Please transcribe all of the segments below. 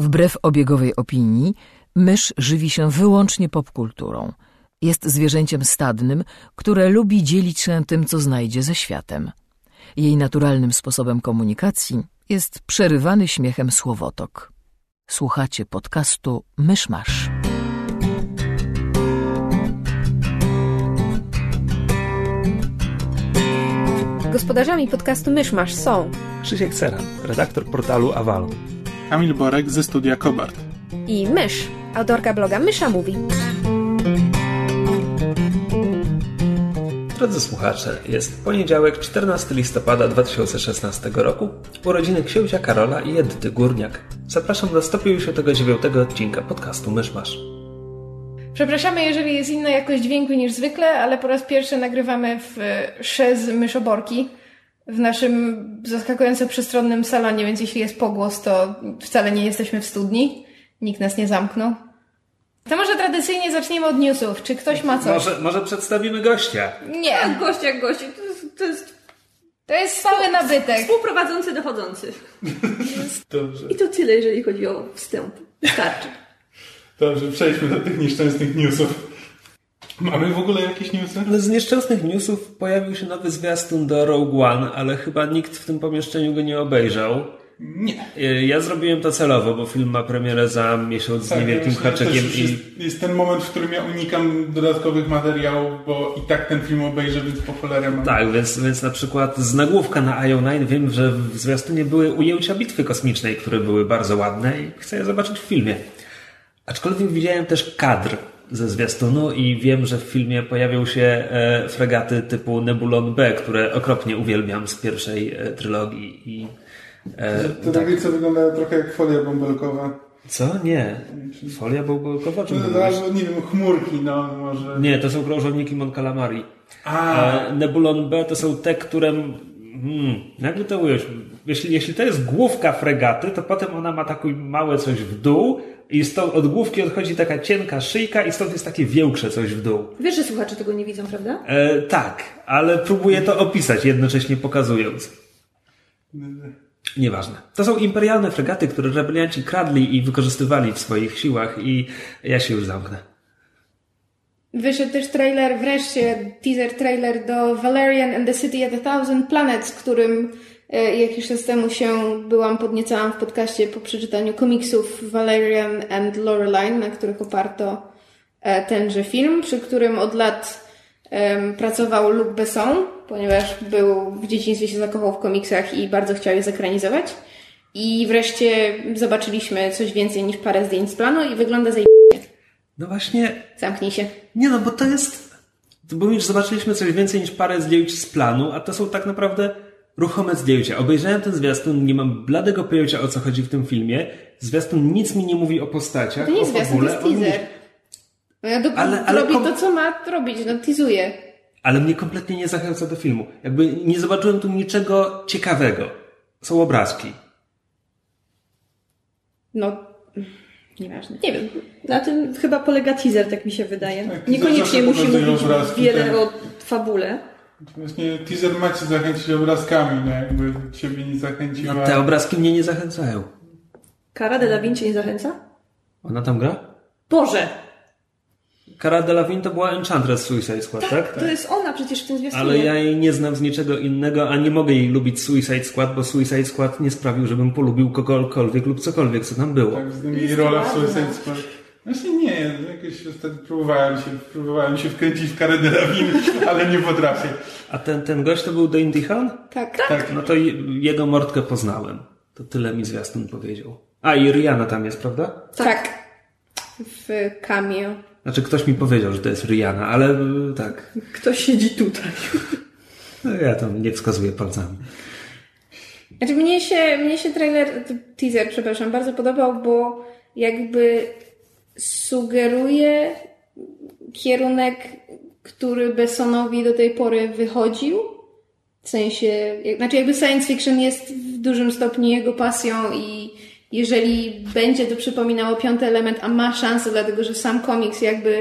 Wbrew obiegowej opinii, mysz żywi się wyłącznie popkulturą. Jest zwierzęciem stadnym, które lubi dzielić się tym, co znajdzie ze światem. Jej naturalnym sposobem komunikacji jest przerywany śmiechem słowotok. Słuchacie podcastu Myszmasz. Gospodarzami podcastu Myszmasz są Krzysiek Ceran, redaktor portalu Avalon, Kamil Borek ze studia Kobart i Mysz, autorka bloga Mysza Mówi. Drodzy słuchacze, jest poniedziałek, 14 listopada 2016 roku, urodziny księcia Karola i Edyty Górniak. Zapraszam do 159 odcinka podcastu Myszmasz. Przepraszamy, jeżeli jest inna jakość dźwięku niż zwykle, ale po raz pierwszy nagrywamy w Szez Myszoborki w naszym zaskakująco przestronnym salonie, więc jeśli jest pogłos, to wcale nie jesteśmy w studni. Nikt nas nie zamknął. To może tradycyjnie zaczniemy od newsów. Czy ktoś ma coś? Może przedstawimy gościa. Nie. Jak gości. To jest stały nabytek. Współprowadzący, dochodzący. Dobrze. I to tyle, jeżeli chodzi o wstęp. Starczy. Dobrze, przejdźmy do tych nieszczęsnych newsów. Mamy w ogóle jakieś newsy? Z nieszczęsnych newsów pojawił się nowy zwiastun do Rogue One, ale chyba nikt w tym pomieszczeniu go nie obejrzał. Nie. Ja zrobiłem to celowo, bo film ma premierę za miesiąc z niewielkim haczykiem. Jest ten moment, w którym ja unikam dodatkowych materiałów, bo i tak ten film obejrzę, więc po cholerę mam. Tak, więc na przykład z nagłówka na IO9 wiem, że w zwiastunie były ujęcia bitwy kosmicznej, które były bardzo ładne i chcę je zobaczyć w filmie. Aczkolwiek widziałem też kadr ze zwiastunu i wiem, że w filmie pojawią się fregaty typu Nebulon B, które okropnie uwielbiam z pierwszej trylogii. To tak co wygląda trochę jak folia bąbelkowa. Co? Nie. Folia bąbelkowa? Albo nie wiem, chmurki, no może. Nie, to są krążowniki Mon Calamari. Nebulon B to są te, które... jakby to ująć? Jeśli to jest główka fregaty, to potem ona ma takie małe coś w dół i stąd od główki odchodzi taka cienka szyjka i stąd jest takie większe coś w dół. Wiesz, że słuchacze tego nie widzą, prawda? Tak, ale próbuję to opisać, jednocześnie pokazując. Nieważne. To są imperialne fregaty, które rebelianci kradli i wykorzystywali w swoich siłach i ja się już zamknę. Wyszedł też trailer, wreszcie teaser trailer do Valerian and the City of a Thousand Planets, którym jakiś czas temu podniecałam w podcaście po przeczytaniu komiksów Valerian and Loreline, na których oparto tenże film, przy którym od lat pracował Luc Besson, ponieważ w dzieciństwie się zakochał w komiksach i bardzo chciał je zekranizować. I wreszcie zobaczyliśmy coś więcej niż parę zdjęć z planu i wygląda zajebiście. No właśnie... Zamknij się. Nie no, bo to jest... Bo już zobaczyliśmy coś więcej niż parę zdjęć z planu, a to są tak naprawdę ruchome zdjęcia. Obejrzałem ten zwiastun, nie mam bladego pojęcia, o co chodzi w tym filmie. Zwiastun nic mi nie mówi o postaciach, to nie jest zwiastun, to jest teaser. Robi to, co ma robić, teasuje. Ale mnie kompletnie nie zachęca do filmu. Jakby nie zobaczyłem tu niczego ciekawego. Są obrazki. Nieważne. Nie wiem. Na tym chyba polega teaser, tak mi się wydaje. Tak, niekoniecznie musi mówić wiele o fabule. Właśnie teaser ma cię zachęcić obrazkami, no jakby ciebie nie zachęciła. No, te obrazki mnie nie zachęcają. Cara Delevingne nie zachęca? Ona tam gra? Boże! Cara Delevingne to była Enchantress Suicide Squad, tak? To jest ona przecież w tym zwiastunie. Ale ja jej nie znam z niczego innego, a nie mogę jej lubić Suicide Squad, bo Suicide Squad nie sprawił, żebym polubił kogokolwiek lub cokolwiek, co tam było. Tak, z tym jej rola w Suicide Squad. Właśnie nie, jakoś wtedy próbowałem się wkręcić w Carę Delevingne, ale nie potrafię. A ten gość to był Dane DeHaan? Tak. No to jego mordkę poznałem. To tyle mi zwiastun powiedział. A i Rihanna tam jest, prawda? Tak. W cameo. Znaczy ktoś mi powiedział, że to jest Rihanna, ale tak. Ktoś siedzi tutaj. No ja tam nie wskazuję palcami. Znaczy mnie się teaser, bardzo podobał, bo jakby sugeruje kierunek, który Bessonowi do tej pory wychodził. W sensie, jakby science fiction jest w dużym stopniu jego pasją i jeżeli będzie to przypominało Piąty Element, a ma szansę, dlatego że sam komiks jakby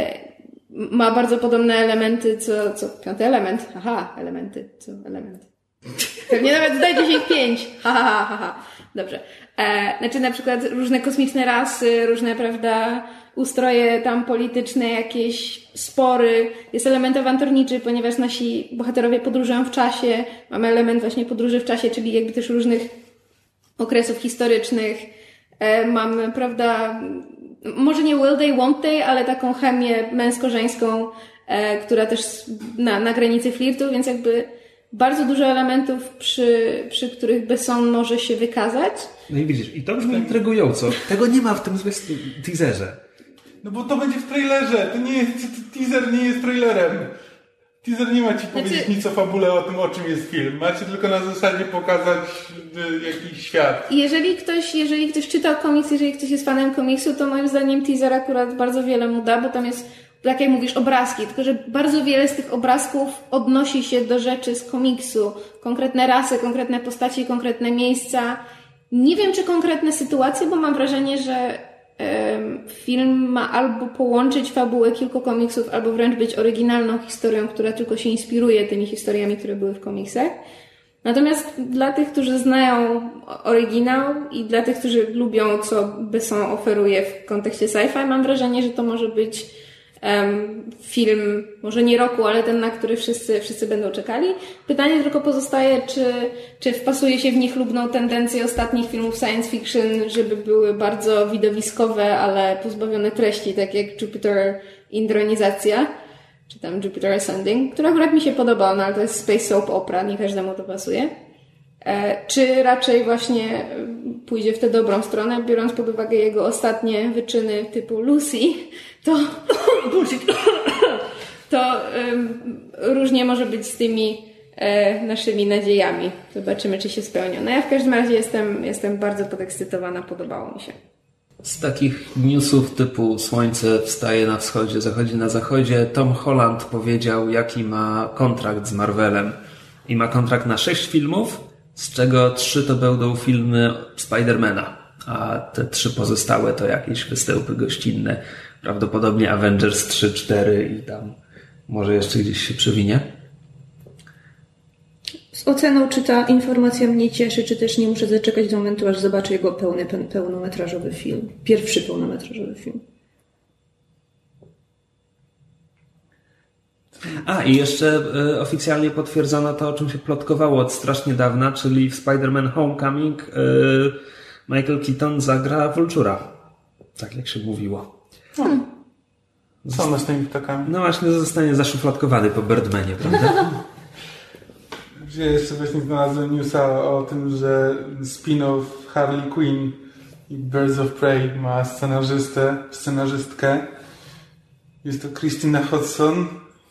ma bardzo podobne elementy, co Piąty Element. Elementy, co element. Pewnie nawet zda 10-5. Ha. Dobrze. Znaczy na przykład różne kosmiczne rasy, różne, prawda, ustroje tam polityczne, jakieś spory. Jest element awanturniczy, ponieważ nasi bohaterowie podróżują w czasie. Mamy element właśnie podróży w czasie, czyli jakby też różnych okresów historycznych. Mamy, prawda, może nie will they, won't they, ale taką chemię męsko-żeńską, która też na granicy flirtu, więc jakby bardzo dużo elementów, przy których Besson może się wykazać. No i widzisz, i to brzmi intrygująco. Tego nie ma w tym teaserze. No bo to będzie w trailerze. To nie jest, teaser nie jest trailerem. Teaser nie ma ci powiedzieć nic o fabule, o tym, o czym jest film. Macie tylko na zasadzie pokazać jakiś świat. Jeżeli ktoś czytał komiks, jeżeli ktoś jest fanem komiksu, to moim zdaniem teaser akurat bardzo wiele mu da, bo tam jest, tak jak mówisz, obrazki, tylko że bardzo wiele z tych obrazków odnosi się do rzeczy z komiksu. Konkretne rasy, konkretne postaci, konkretne miejsca. Nie wiem, czy konkretne sytuacje, bo mam wrażenie, że film ma albo połączyć fabułę kilku komiksów, albo wręcz być oryginalną historią, która tylko się inspiruje tymi historiami, które były w komiksach. Natomiast dla tych, którzy znają oryginał i dla tych, którzy lubią, co Besson oferuje w kontekście sci-fi, mam wrażenie, że to może być film, może nie roku, ale ten, na który wszyscy będą czekali. Pytanie tylko pozostaje, czy wpasuje się w niechlubną tendencję ostatnich filmów science fiction, żeby były bardzo widowiskowe, ale pozbawione treści, tak jak Jupiter Intronizacja, czy tam Jupiter Ascending, która akurat mi się podoba, no ale to jest space soap opera, nie każdemu to pasuje. Czy raczej właśnie pójdzie w tę dobrą stronę, biorąc pod uwagę jego ostatnie wyczyny typu Lucy, to różnie może być z tymi naszymi nadziejami. Zobaczymy, czy się spełnią. No ja w każdym razie jestem bardzo podekscytowana, podobało mi się. Z takich newsów typu słońce wstaje na wschodzie, zachodzi na zachodzie, Tom Holland powiedział, jaki ma kontrakt z Marvelem. I ma kontrakt na 6 filmów, z czego 3 to będą filmy Spidermana, a te 3 pozostałe to jakieś występy gościnne. Prawdopodobnie Avengers 3, 4 i tam może jeszcze gdzieś się przewinie. Z oceną, czy ta informacja mnie cieszy, czy też nie muszę zaczekać do momentu, aż zobaczę jego pełnometrażowy film. Pierwszy pełnometrażowy film. A, i jeszcze oficjalnie potwierdzono to, o czym się plotkowało od strasznie dawna, czyli w Spider-Man Homecoming Michael Keaton zagra Vultura. Tak jak się mówiło. Co ono z tymi ptakami? No właśnie, zostanie zaszufladkowany po Birdmanie, prawda? Ja jeszcze właśnie znalazłem newsa o tym, że spin-off Harley Quinn i Birds of Prey ma scenarzystkę. Jest to Christina Hodson,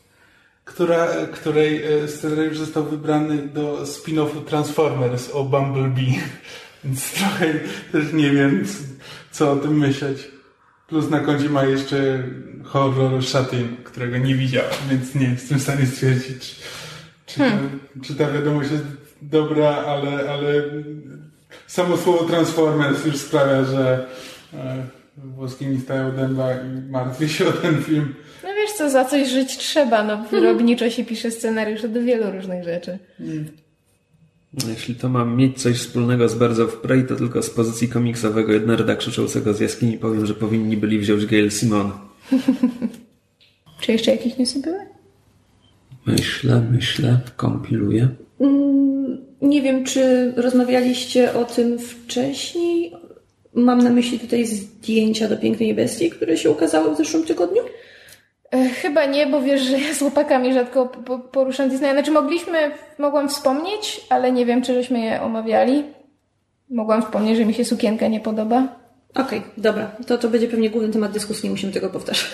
której scenariusz został wybrany do spin-offu Transformers o Bumblebee. Więc trochę też nie wiem, co o tym myśleć. Plus na koncie ma jeszcze horror Shatin, którego nie widziałem, więc nie jestem w stanie stwierdzić, czy ta wiadomość jest dobra, ale samo słowo Transformers już sprawia, że włoski mi stają dęba i martwię się o ten film. No wiesz co, za coś żyć trzeba, no wyrobniczo się pisze scenariusze do wielu różnych rzeczy. No, jeśli to ma mieć coś wspólnego z Birds of Prey, to tylko z pozycji komiksowego jednoreda krzyczącego z jaskini powiem, że powinni byli wziąć Gail Simon. Czy jeszcze jakieś newsy były? Myślę, kompiluję. Nie wiem, czy rozmawialiście o tym wcześniej. Mam na myśli tutaj zdjęcia do Pięknej Bestii, które się ukazały w zeszłym tygodniu. Chyba nie, bo wiesz, że ja z chłopakami rzadko poruszam Disneya. Znaczy mogłam wspomnieć, ale nie wiem, czy żeśmy je omawiali. Mogłam wspomnieć, że mi się sukienka nie podoba. Okej, dobra. To będzie pewnie główny temat dyskusji, nie musimy tego powtarzać.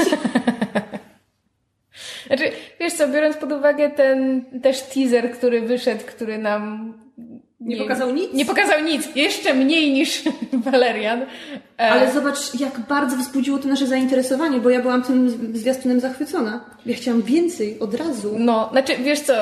Znaczy, wiesz co, biorąc pod uwagę ten też teaser, który wyszedł, który nam nie pokazał nic? Nie pokazał nic. Jeszcze mniej niż Valerian. Ale zobacz, jak bardzo wzbudziło to nasze zainteresowanie, bo ja byłam tym zwiastunem zachwycona. Ja chciałam więcej, od razu. No, znaczy, wiesz co,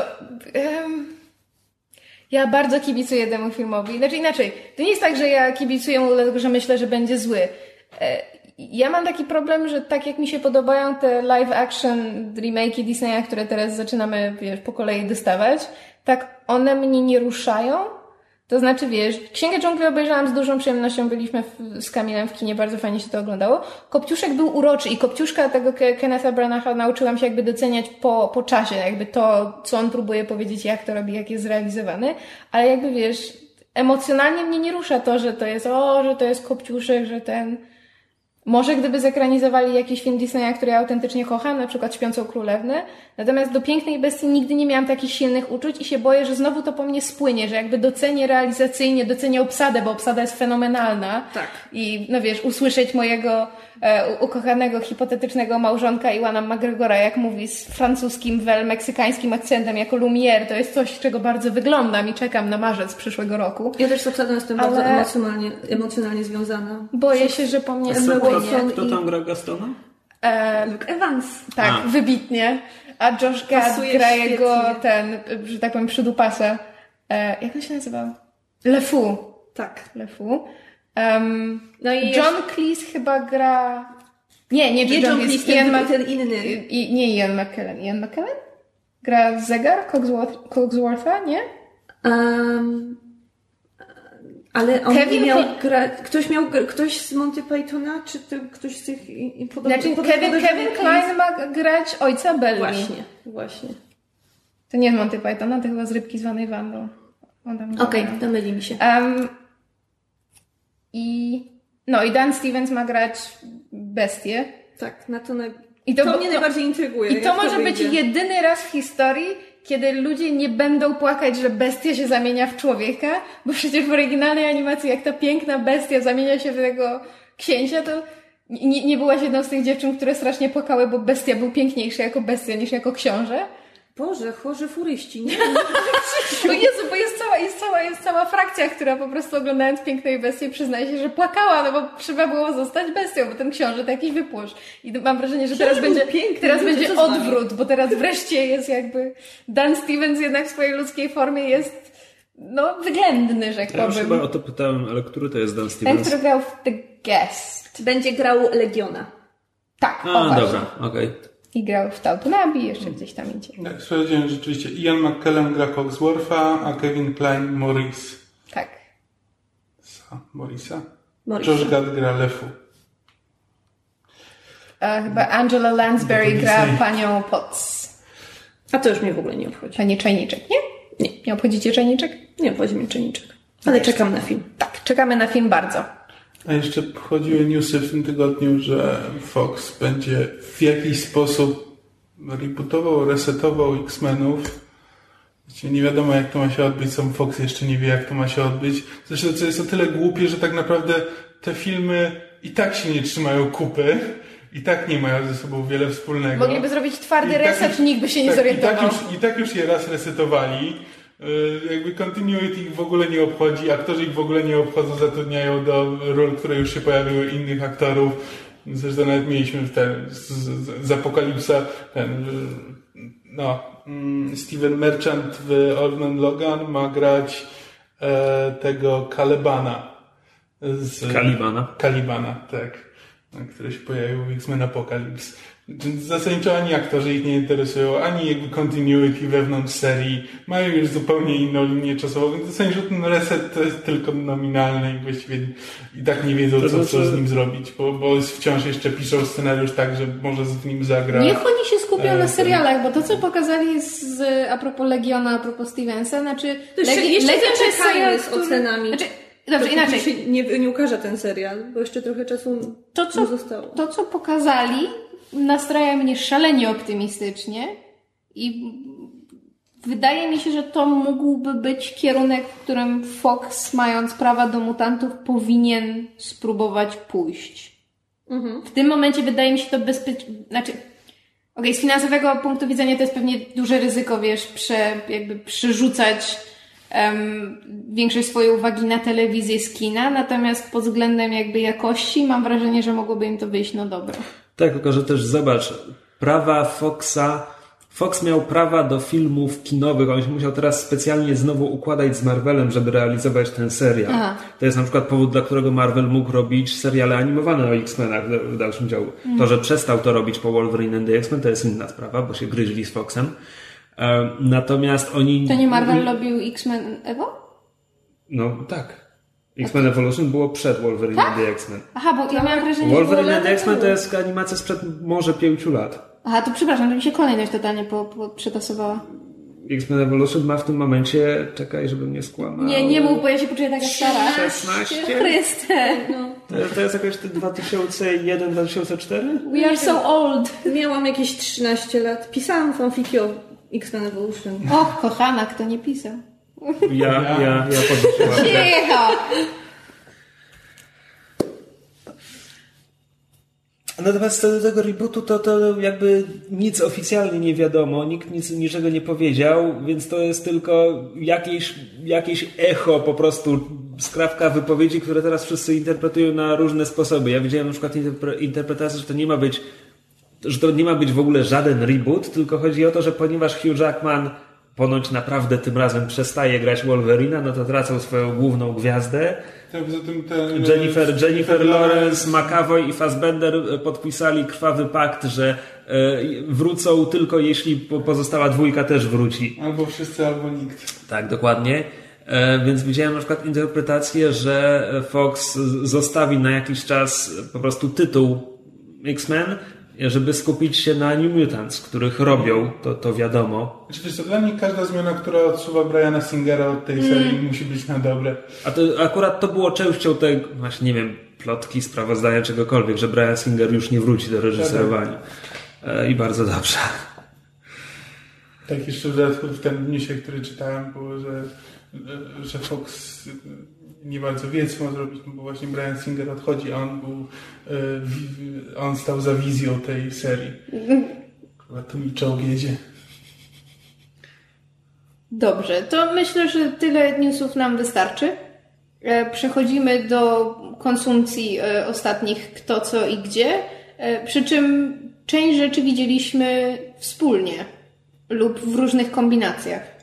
ja bardzo kibicuję temu filmowi. Znaczy inaczej, to nie jest tak, że ja kibicuję mu dlatego, że myślę, że będzie zły. Ja mam taki problem, że tak jak mi się podobają te live action remake'i Disneya, które teraz zaczynamy, po kolei dostawać, tak one mnie nie ruszają. To znaczy, Księgę Dżungli obejrzałam z dużą przyjemnością, byliśmy z Kamilem w kinie, bardzo fajnie się to oglądało. Kopciuszek był uroczy i Kopciuszka tego Kennetha Branacha nauczyłam się jakby doceniać po czasie, jakby to, co on próbuje powiedzieć, jak to robi, jak jest zrealizowany, ale jakby emocjonalnie mnie nie rusza to, że to jest, że to jest Kopciuszek, że ten... Może gdyby zekranizowali jakiś film Disneya, który ja autentycznie kocham, na przykład Śpiącą Królewnę, natomiast do Pięknej Bestii nigdy nie miałam takich silnych uczuć i się boję, że znowu to po mnie spłynie, że jakby docenię realizacyjnie, docenię obsadę, bo obsada jest fenomenalna. Tak. I usłyszeć mojego ukochanego, hipotetycznego małżonka Iwana McGregora, jak mówi z francuskim, meksykańskim akcentem jako Lumière, to jest coś, czego bardzo wyglądam i czekam na marzec przyszłego roku. Ja też z obsadą jestem bardzo emocjonalnie związana. Boję się, że po mnie spłynie. Kto tam gra Gastona? Luke Evans. Tak, wybitnie. A Josh Gad gra jego że tak powiem, przydupasa. Jak on się nazywał? LeFou. Tak. LeFou. No i John Cleese chyba gra... Nie John Cleese, ten inny. Nie Ian McKellen. Ian McKellen? Gra zegar Cogswortha, nie? Ale on Kevin miał grać... Ktoś z Monty Pythona, czy ktoś z tych podobnych... Znaczy Kevin Kline ma grać ojca Belli. Właśnie. To nie jest Monty Pythona, to chyba z Rybki zwanej Wandą. Okej, to myli mi się. I Dan Stevens ma grać bestię. Tak, to mnie najbardziej intryguje. I to może być jedyny raz w historii, kiedy ludzie nie będą płakać, że bestia się zamienia w człowieka, bo przecież w oryginalnej animacji, jak ta piękna bestia zamienia się w tego księcia, to nie byłaś jedną z tych dziewczyn, które strasznie płakały, bo bestia był piękniejszy jako bestia niż jako książę. Boże, chorzy furyści, nie? No Jezu, bo jest cała frakcja, która po prostu oglądając Piękną Bestię przyznaje się, że płakała, no bo trzeba było zostać bestią, bo ten książę to jakiś wypłosz. I mam wrażenie, że teraz będzie odwrót, bo teraz wreszcie jest jakby Dan Stevens jednak w swojej ludzkiej formie jest wyględny, że ja już chyba o to pytałem, ale który to jest Dan Stevens? Ten, który grał w The Guest. Będzie grał Legiona. Tak, dobra, okej. I grał w Downton Abbey, jeszcze gdzieś tam idzie. Tak, sprawdziłem rzeczywiście. Ian McKellen gra Cogswortha, a Kevin Kline Maurice. Tak. Maurice'a? Josh Gad gra LeFou. Chyba Angela Lansbury gra panią Potts. A to już mnie w ogóle nie obchodzi. Panie Czajniczek, nie? Nie obchodzi cię Czajniczek? Nie obchodzi mnie Czajniczek. Ale czekam na film. Tak, czekamy na film bardzo. A jeszcze chodziły newsy w tym tygodniu, że Fox będzie w jakiś sposób rebootował, resetował X-Menów. Nie wiadomo, jak to ma się odbyć. Sam Fox jeszcze nie wie, jak to ma się odbyć. Zresztą to jest o tyle głupie, że tak naprawdę te filmy i tak się nie trzymają kupy. I tak nie mają ze sobą wiele wspólnego. Mogliby zrobić twardy reset, nikt by się nie zorientował. I tak już je raz resetowali. Jakby continuity ich w ogóle nie obchodzi, aktorzy ich w ogóle nie obchodzą, zatrudniają do ról, które już się pojawiły, innych aktorów. Zresztą nawet mieliśmy z Apokalipsa Steven Merchant w Old Man Logan ma grać tego Calibana. Calibana, tak. Który się pojawił w X-Men Apocalypse. Zasadniczo ani aktorzy ich nie interesują, ani jakby continuity wewnątrz serii. Mają już zupełnie inną linię czasową, więc zasadniczo ten reset to jest tylko nominalny i właściwie i tak nie wiedzą, co z nim zrobić, bo wciąż jeszcze piszą scenariusz tak, że może w nim zagra. Niech oni się skupią na serialach, bo to, co pokazali a propos Legiona, a propos Stevensa, znaczy... Legion czekajmy z ocenami. Dobrze, inaczej. Się nie ukaże ten serial, bo jeszcze trochę czasu zostało. To, co pokazali, nastraja mnie szalenie optymistycznie i wydaje mi się, że to mógłby być kierunek, w którym Fox, mając prawa do mutantów, powinien spróbować pójść. W tym momencie wydaje mi się to z finansowego punktu widzenia to jest pewnie duże ryzyko, przerzucać większość swojej uwagi na telewizję z kina, natomiast pod względem jakości mam wrażenie, że mogłoby im to wyjść dobre. Tak, tylko że też zobacz, prawa Foxa Fox miał prawa do filmów kinowych, on się musiał teraz specjalnie znowu układać z Marvelem, żeby realizować ten serial. Aha. To jest na przykład powód, dla którego Marvel mógł robić seriale animowane o X-Menach w dalszym ciągu. To, że przestał to robić po Wolverine and the X-Men, to jest inna sprawa, bo się gryźli z Foxem. Natomiast oni... To nie Marvel robił X-Men Evo? No tak. X-Men Evolution było przed Wolverine and the X-Men. Aha, bo ja miałam wrażenie, że Wolverine and the X-Men to jest animacja sprzed może 5 lat. Aha, to przepraszam, że mi się kolejność totalnie przetasowała. X-Men Evolution ma w tym momencie, czekaj, żebym nie skłamał. Nie mów, bo ja się poczuję taka stara. 16? Chryste, no. To jest jakoś 2001-2004? We are so old. Miałam jakieś 13 lat. Pisałam fanfiki o X-Men Evolution. Och, kochana, kto nie pisał? Ja podniosłam. Cicho! Natomiast co do tego rebootu, to jakby nic oficjalnie nie wiadomo, nikt niczego nie powiedział, więc to jest tylko jakieś echo, po prostu skrawka wypowiedzi, które teraz wszyscy interpretują na różne sposoby. Ja widziałem na przykład interpretację, że to nie ma być w ogóle żaden reboot, tylko chodzi o to, że ponieważ Hugh Jackman ponoć naprawdę tym razem przestaje grać Wolverina, no to tracą swoją główną gwiazdę. Tak, zatem Jennifer Lawrence, McAvoy i Fassbender podpisali krwawy pakt, że wrócą tylko jeśli pozostała dwójka też wróci. Albo wszyscy, albo nikt. Tak, dokładnie. Więc widziałem na przykład interpretację, że Fox zostawi na jakiś czas po prostu tytuł X-Men, żeby skupić się na New Mutants, których robią, to wiadomo. Oczywiście dla mnie każda zmiana, która odsuwa Briana Singera od tej serii musi być na dobre. A to akurat to było częścią tej, właśnie nie wiem, plotki, sprawozdania, czegokolwiek, że Brian Singer już nie wróci do reżyserowania. I bardzo dobrze. Tak jeszcze w dodatku w tym newsie, który czytałem, było, że Fox nie bardzo wie, co ma zrobić, no bo właśnie Brian Singer odchodzi, a on stał za wizją tej serii. Chyba tu mi czołg jedzie. Dobrze, to myślę, że tyle newsów nam wystarczy. Przechodzimy do konsumpcji ostatnich kto, co i gdzie, przy czym część rzeczy widzieliśmy wspólnie lub w różnych kombinacjach.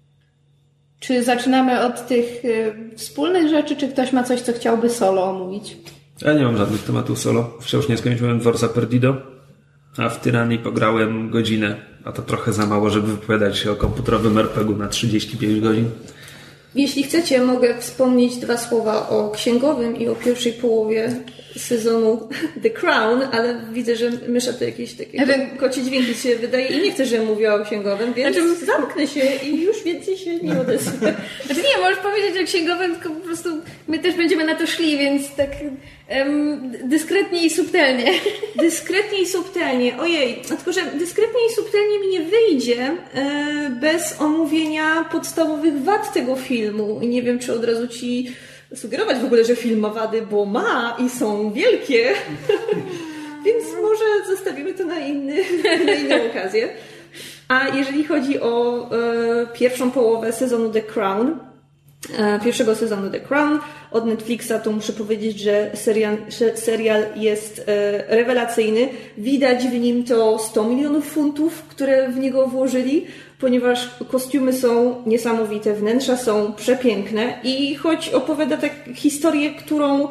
Czy zaczynamy od tych wspólnych rzeczy, czy ktoś ma coś, co chciałby solo omówić? Ja nie mam żadnych tematów solo. Wciąż nie skończyłem Dworca Perdido, a w Tyranii pograłem godzinę, a to trochę za mało, żeby wypowiadać się o komputerowym RPG-u na 35 godzin. Jeśli chcecie, mogę wspomnieć 2 słowa o księgowym i o pierwszej połowie sezonu The Crown, ale widzę, że Mysza to jakieś takie kocie dźwięki się wydaje i nie chcę, żebym mówiła o księgowym, więc zamknę się i już więcej się nie odezwę. Znaczy nie, możesz powiedzieć o księgowym, tylko po prostu my też będziemy na to szli, więc tak dyskretnie i subtelnie. Dyskretnie i subtelnie. Ojej, tylko że dyskretnie i subtelnie mi nie wyjdzie bez omówienia podstawowych wad tego filmu. I nie wiem, czy od razu ci sugerować w ogóle, że film ma wady, bo ma i są wielkie. Więc może zostawimy to na inną okazję. A jeżeli chodzi o pierwszą połowę sezonu The Crown, pierwszego sezonu The Crown od Netflixa, to muszę powiedzieć, że serial jest rewelacyjny. Widać w nim to 100 milionów funtów, które w niego włożyli, ponieważ kostiumy są niesamowite, wnętrza są przepiękne i choć opowiada tak historię, którą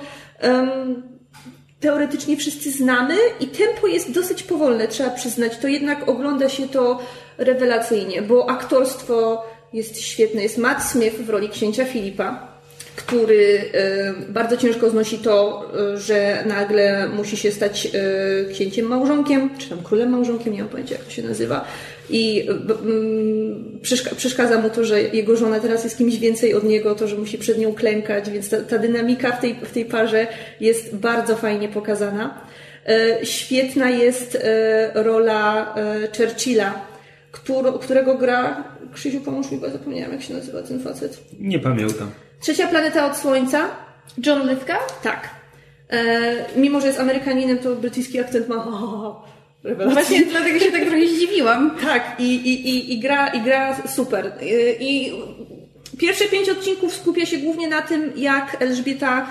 teoretycznie wszyscy znamy i tempo jest dosyć powolne, trzeba przyznać, to jednak ogląda się to rewelacyjnie, bo aktorstwo jest świetne. Jest Matt Smith w roli księcia Filipa, który bardzo ciężko znosi to, że nagle musi się stać księciem małżonkiem, czy tam królem małżonkiem, nie mam pojęcia jak to się nazywa. I przeszkadza mu to, że jego żona teraz jest kimś więcej od niego, to, że musi przed nią klękać, więc ta dynamika w tej parze jest bardzo fajnie pokazana. Świetna jest rola Churchilla, którego gra... Krzysiu, pomóż mi, bo zapomniałam, jak się nazywa ten facet. Nie pamiętam. Trzecia planeta od Słońca. John Lithgow? Tak. Mimo, że jest Amerykaninem, to brytyjski akcent ma... Właśnie dlatego się tak trochę zdziwiłam. Tak, i gra super. I pierwsze 5 odcinków skupia się głównie na tym, jak Elżbieta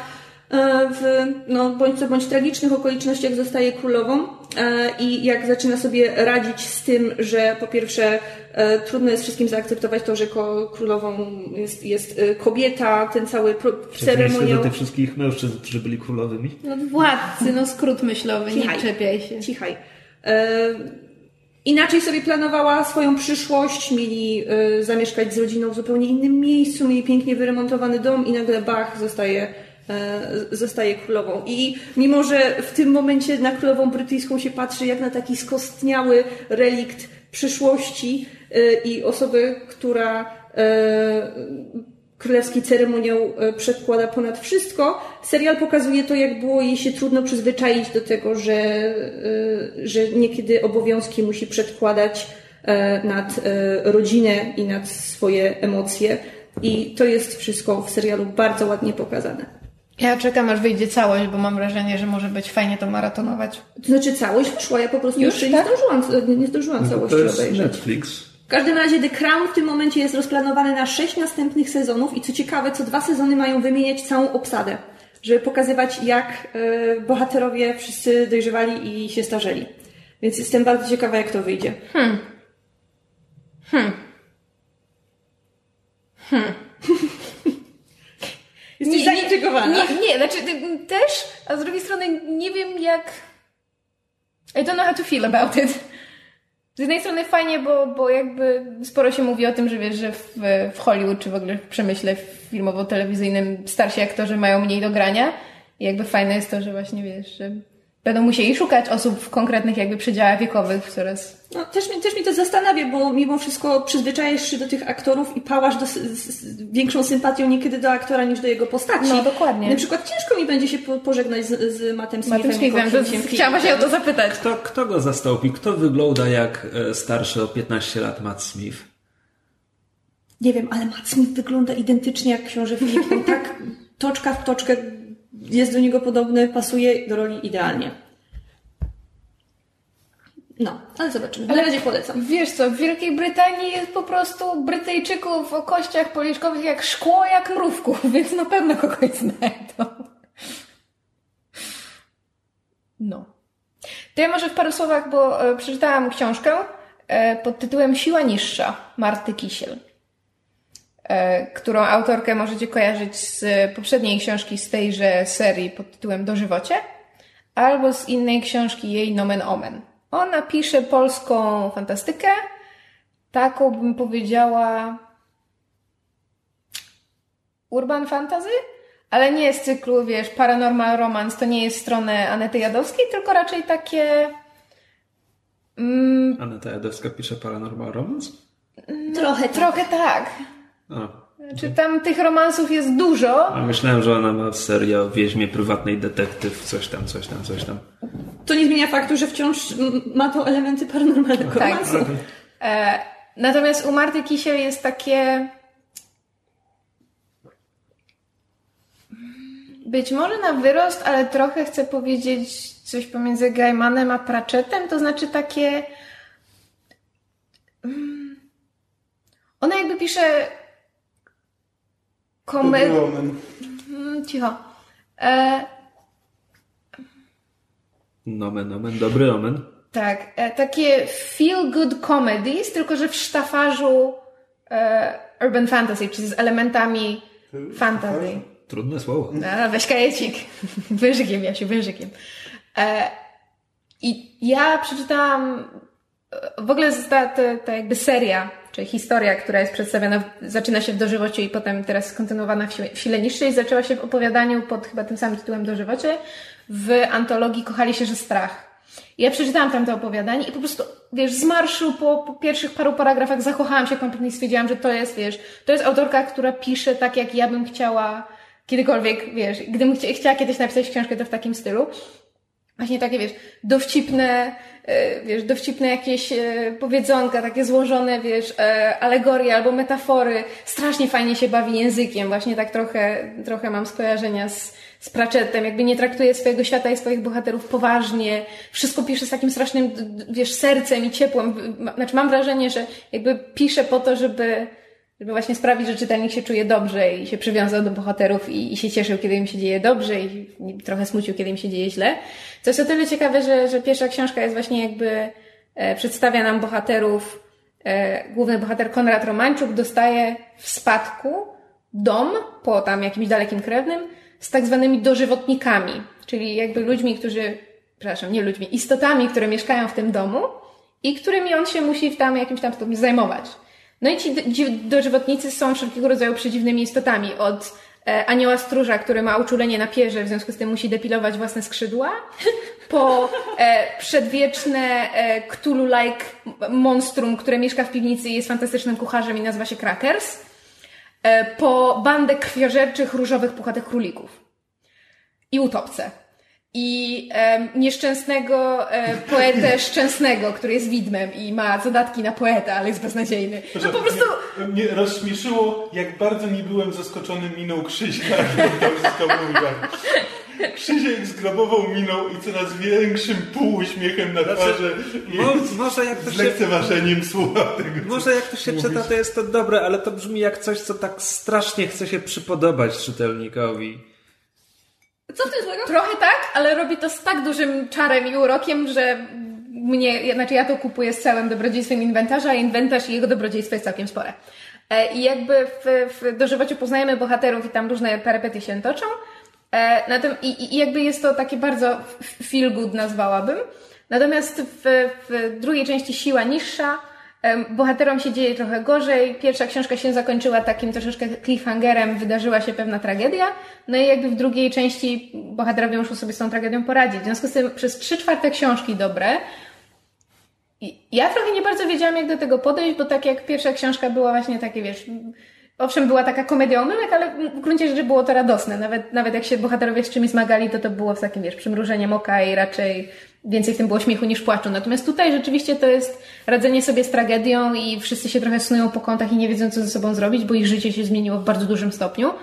bądź co bądź tragicznych okolicznościach zostaje królową i jak zaczyna sobie radzić z tym, że po pierwsze trudno jest wszystkim zaakceptować to, że królową jest kobieta, ten cały ceremoniał... do tych wszystkich mężczyzn, którzy byli królowymi. Władcy, skrót myślowy, nie czepiaj się. Cichaj. Inaczej sobie planowała swoją przyszłość, mieli zamieszkać z rodziną w zupełnie innym miejscu, mieli pięknie wyremontowany dom i nagle bach, zostaje królową. I mimo, że w tym momencie na królową brytyjską się patrzy jak na taki skostniały relikt przyszłości i osoby, która królewski ceremoniał przedkłada ponad wszystko, serial pokazuje to, jak było jej się trudno przyzwyczaić do tego, że niekiedy obowiązki musi przedkładać nad rodzinę i nad swoje emocje. I to jest wszystko w serialu bardzo ładnie pokazane. Ja czekam, aż wyjdzie całość, bo mam wrażenie, że może być fajnie to maratonować. To znaczy całość wyszła, ja po prostu jeszcze nie zdążyłam całości obejrzeć. To jest Netflix. W każdym razie The Crown w tym momencie jest rozplanowany na 6 następnych sezonów i co ciekawe, co 2 sezony mają wymieniać całą obsadę, żeby pokazywać, jak bohaterowie wszyscy dojrzewali i się starzeli. Więc jestem bardzo ciekawa, jak to wyjdzie. Jesteś zaintrygowana. Nie, znaczy też, a z drugiej strony nie wiem jak... I don't know how to feel about it. Z jednej strony fajnie, bo jakby sporo się mówi o tym, że wiesz, że w Hollywood, czy w ogóle w przemyśle filmowo-telewizyjnym starsi aktorzy mają mniej do grania. I jakby fajne jest to, że właśnie wiesz, że będą musieli szukać osób w konkretnych jakby przedziałach wiekowych coraz... No, też mi to zastanawia, bo mimo wszystko przyzwyczajasz się do tych aktorów i pałasz z większą sympatią niekiedy do aktora niż do jego postaci. No, dokładnie. Na przykład ciężko mi będzie się pożegnać z Mattem Smithem. Chciałam się o to zapytać. Kto go zastąpi? Kto wygląda jak starszy o 15 lat Matt Smith? Nie wiem, ale Matt Smith wygląda identycznie jak książę Filip. On tak toczka w toczkę jest do niego podobny, pasuje do roli idealnie. No, ale zobaczymy. Na razie polecam. Wiesz co, w Wielkiej Brytanii jest po prostu Brytyjczyków o kościach policzkowych jak szkło, jak mrówków, więc na pewno kogoś znajdą. No. To ja może w paru słowach, bo przeczytałam książkę pod tytułem Siła niższa Marty Kisiel, którą autorkę możecie kojarzyć z poprzedniej książki z tejże serii pod tytułem Dożywocie, albo z innej książki jej Nomen Omen. Ona pisze polską fantastykę, taką bym powiedziała urban fantasy, ale nie z cyklu, wiesz, paranormal romance, to nie jest strony Anety Jadowskiej, tylko raczej takie... Aneta Jadowska pisze paranormal romance? Trochę tak. Znaczy tam tych romansów jest dużo. A myślałem, że ona ma serię o wieźmie, prywatnej detektyw, coś tam. To nie zmienia faktu, że wciąż ma to elementy paranormalnego romansu. Natomiast u Marty Kisiel jest takie... Być może na wyrost, ale trochę chcę powiedzieć coś pomiędzy Gaimanem a Pratchettem, to znaczy takie... Ona jakby pisze... Dobry omen. Cicho. Nomen omen, dobry omen. Tak, takie feel good comedies, tylko że w sztafarzu urban fantasy, czyli z elementami fantasy. Trudne słowo. Weź kajecik. Wężykiem, Jasiu, wężykiem. I ja przeczytałam w ogóle ta jakby seria, czyli historia, która jest przedstawiona, zaczyna się w Dożywocie i potem teraz kontynuowana w Sile Niższej, zaczęła się w opowiadaniu pod chyba tym samym tytułem Dożywocie w antologii Kochali się, że strach. I ja przeczytałam tam to opowiadanie i po prostu, wiesz, z marszu po pierwszych paru paragrafach zakochałam się kompletnie i stwierdziłam, że to jest, wiesz, to jest autorka, która pisze tak, jak ja bym chciała kiedykolwiek, wiesz, gdybym chciała kiedyś napisać książkę, to w takim stylu. Właśnie takie, wiesz, dowcipne jakieś powiedzonka, takie złożone, wiesz, alegorie albo metafory. Strasznie fajnie się bawi językiem. Właśnie tak trochę mam skojarzenia z Pratchettem. Jakby nie traktuje swojego świata i swoich bohaterów poważnie. Wszystko pisze z takim strasznym, wiesz, sercem i ciepłem. Znaczy mam wrażenie, że jakby pisze po to, żeby żeby właśnie sprawić, że czytelnik się czuje dobrze i się przywiązał do bohaterów i się cieszył, kiedy im się dzieje dobrze i trochę smucił, kiedy im się dzieje źle. Co jest o tyle ciekawe, że pierwsza książka jest właśnie jakby przedstawia nam bohaterów. Główny bohater Konrad Romańczuk dostaje w spadku dom po tam jakimś dalekim krewnym z tak zwanymi dożywotnikami, czyli jakby istotami, które mieszkają w tym domu i którymi on się musi w tam jakimś tam stopniu zajmować. No i ci dożywotnicy są wszelkiego rodzaju przedziwnymi istotami. Od anioła stróża, który ma uczulenie na pierze, w związku z tym musi depilować własne skrzydła, po przedwieczne Cthulhu-like monstrum, które mieszka w piwnicy i jest fantastycznym kucharzem i nazywa się Crackers, po bandę krwiożerczych, różowych, puchatych królików i utopce. I nieszczęsnego poetę Szczęsnego, który jest widmem i ma zadatki na poeta, ale jest beznadziejny. No po prostu... Mnie rozśmieszyło, jak bardzo nie byłem zaskoczony miną Krzyśka, jak to wszystko mówiłem. Krzysiek z grobową miną i coraz większym półuśmiechem na twarzy może jak to z lekceważeniem słucha tego. Może jak to się czyta, to jest to dobre, ale to brzmi jak coś, co tak strasznie chce się przypodobać czytelnikowi. Co w tym złego? Trochę tak, ale robi to z tak dużym czarem i urokiem, że ja to kupuję z całym dobrodziejstwem inwentarza, a inwentarz i jego dobrodziejstwo jest całkiem spore. I jakby w dożywociu poznajemy bohaterów i tam różne perypetie się toczą. I jakby jest to takie bardzo feel good, nazwałabym. Natomiast w drugiej części Siła niższa bohaterom się dzieje trochę gorzej. Pierwsza książka się zakończyła takim troszeczkę cliffhangerem, wydarzyła się pewna tragedia. No i jakby w drugiej części bohaterowie muszą sobie z tą tragedią poradzić. W związku z tym przez 3/4 książki dobre. Ja trochę nie bardzo wiedziałam, jak do tego podejść, bo tak jak pierwsza książka była właśnie takie, owszem, była taka komedia omyłek, ale w gruncie rzeczy było to radosne. Nawet jak się bohaterowie z czymś zmagali, to było w takim, przymrużeniem oka i raczej więcej w tym było śmiechu niż płaczu. Natomiast tutaj rzeczywiście to jest radzenie sobie z tragedią i wszyscy się trochę snują po kątach i nie wiedzą, co ze sobą zrobić, bo ich życie się zmieniło w bardzo dużym stopniu.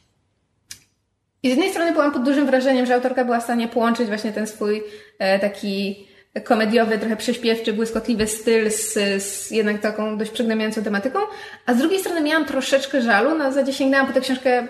I z jednej strony byłam pod dużym wrażeniem, że autorka była w stanie połączyć właśnie ten swój taki komediowy, trochę prześpiewczy, błyskotliwy styl z jednak taką dość przygnębiającą tematyką, a z drugiej strony miałam troszeczkę żalu, na zasadzie sięgnęłam po tę książkę,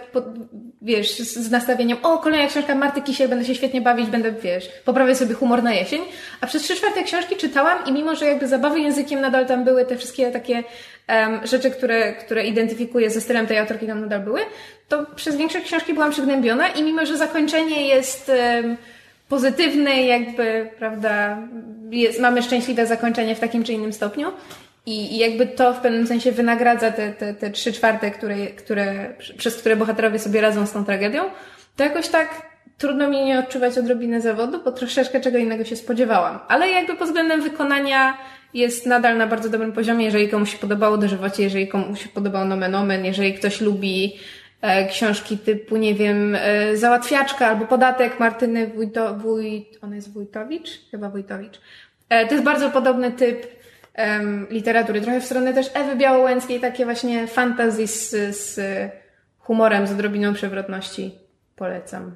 z nastawieniem, kolejna książka Marty Kisiel, będę się świetnie bawić, poprawię sobie humor na jesień, a przez 3/4 książki czytałam i mimo, że jakby zabawy językiem nadal tam były, te wszystkie takie rzeczy, które identyfikuję ze stylem tej autorki tam nadal były, to przez większość książki byłam przygnębiona i mimo, że zakończenie jest pozytywne, jakby, prawda, mamy szczęśliwe zakończenie w takim czy innym stopniu i jakby to w pewnym sensie wynagradza te 3/4, przez które bohaterowie sobie radzą z tą tragedią, to jakoś tak trudno mi nie odczuwać odrobinę zawodu, bo troszeczkę czego innego się spodziewałam. Ale jakby pod względem wykonania jest nadal na bardzo dobrym poziomie, jeżeli komuś się podobało Dożywocie, jeżeli komuś się podobał Nomen Omen, jeżeli ktoś lubi książki typu, Załatwiaczka albo Podatek Martyny ona jest Wójtowicz? Chyba Wójtowicz. To jest bardzo podobny typ literatury. Trochę w stronę też Ewy Białołęckiej, takie właśnie fantasy z humorem, z odrobiną przewrotności. Polecam.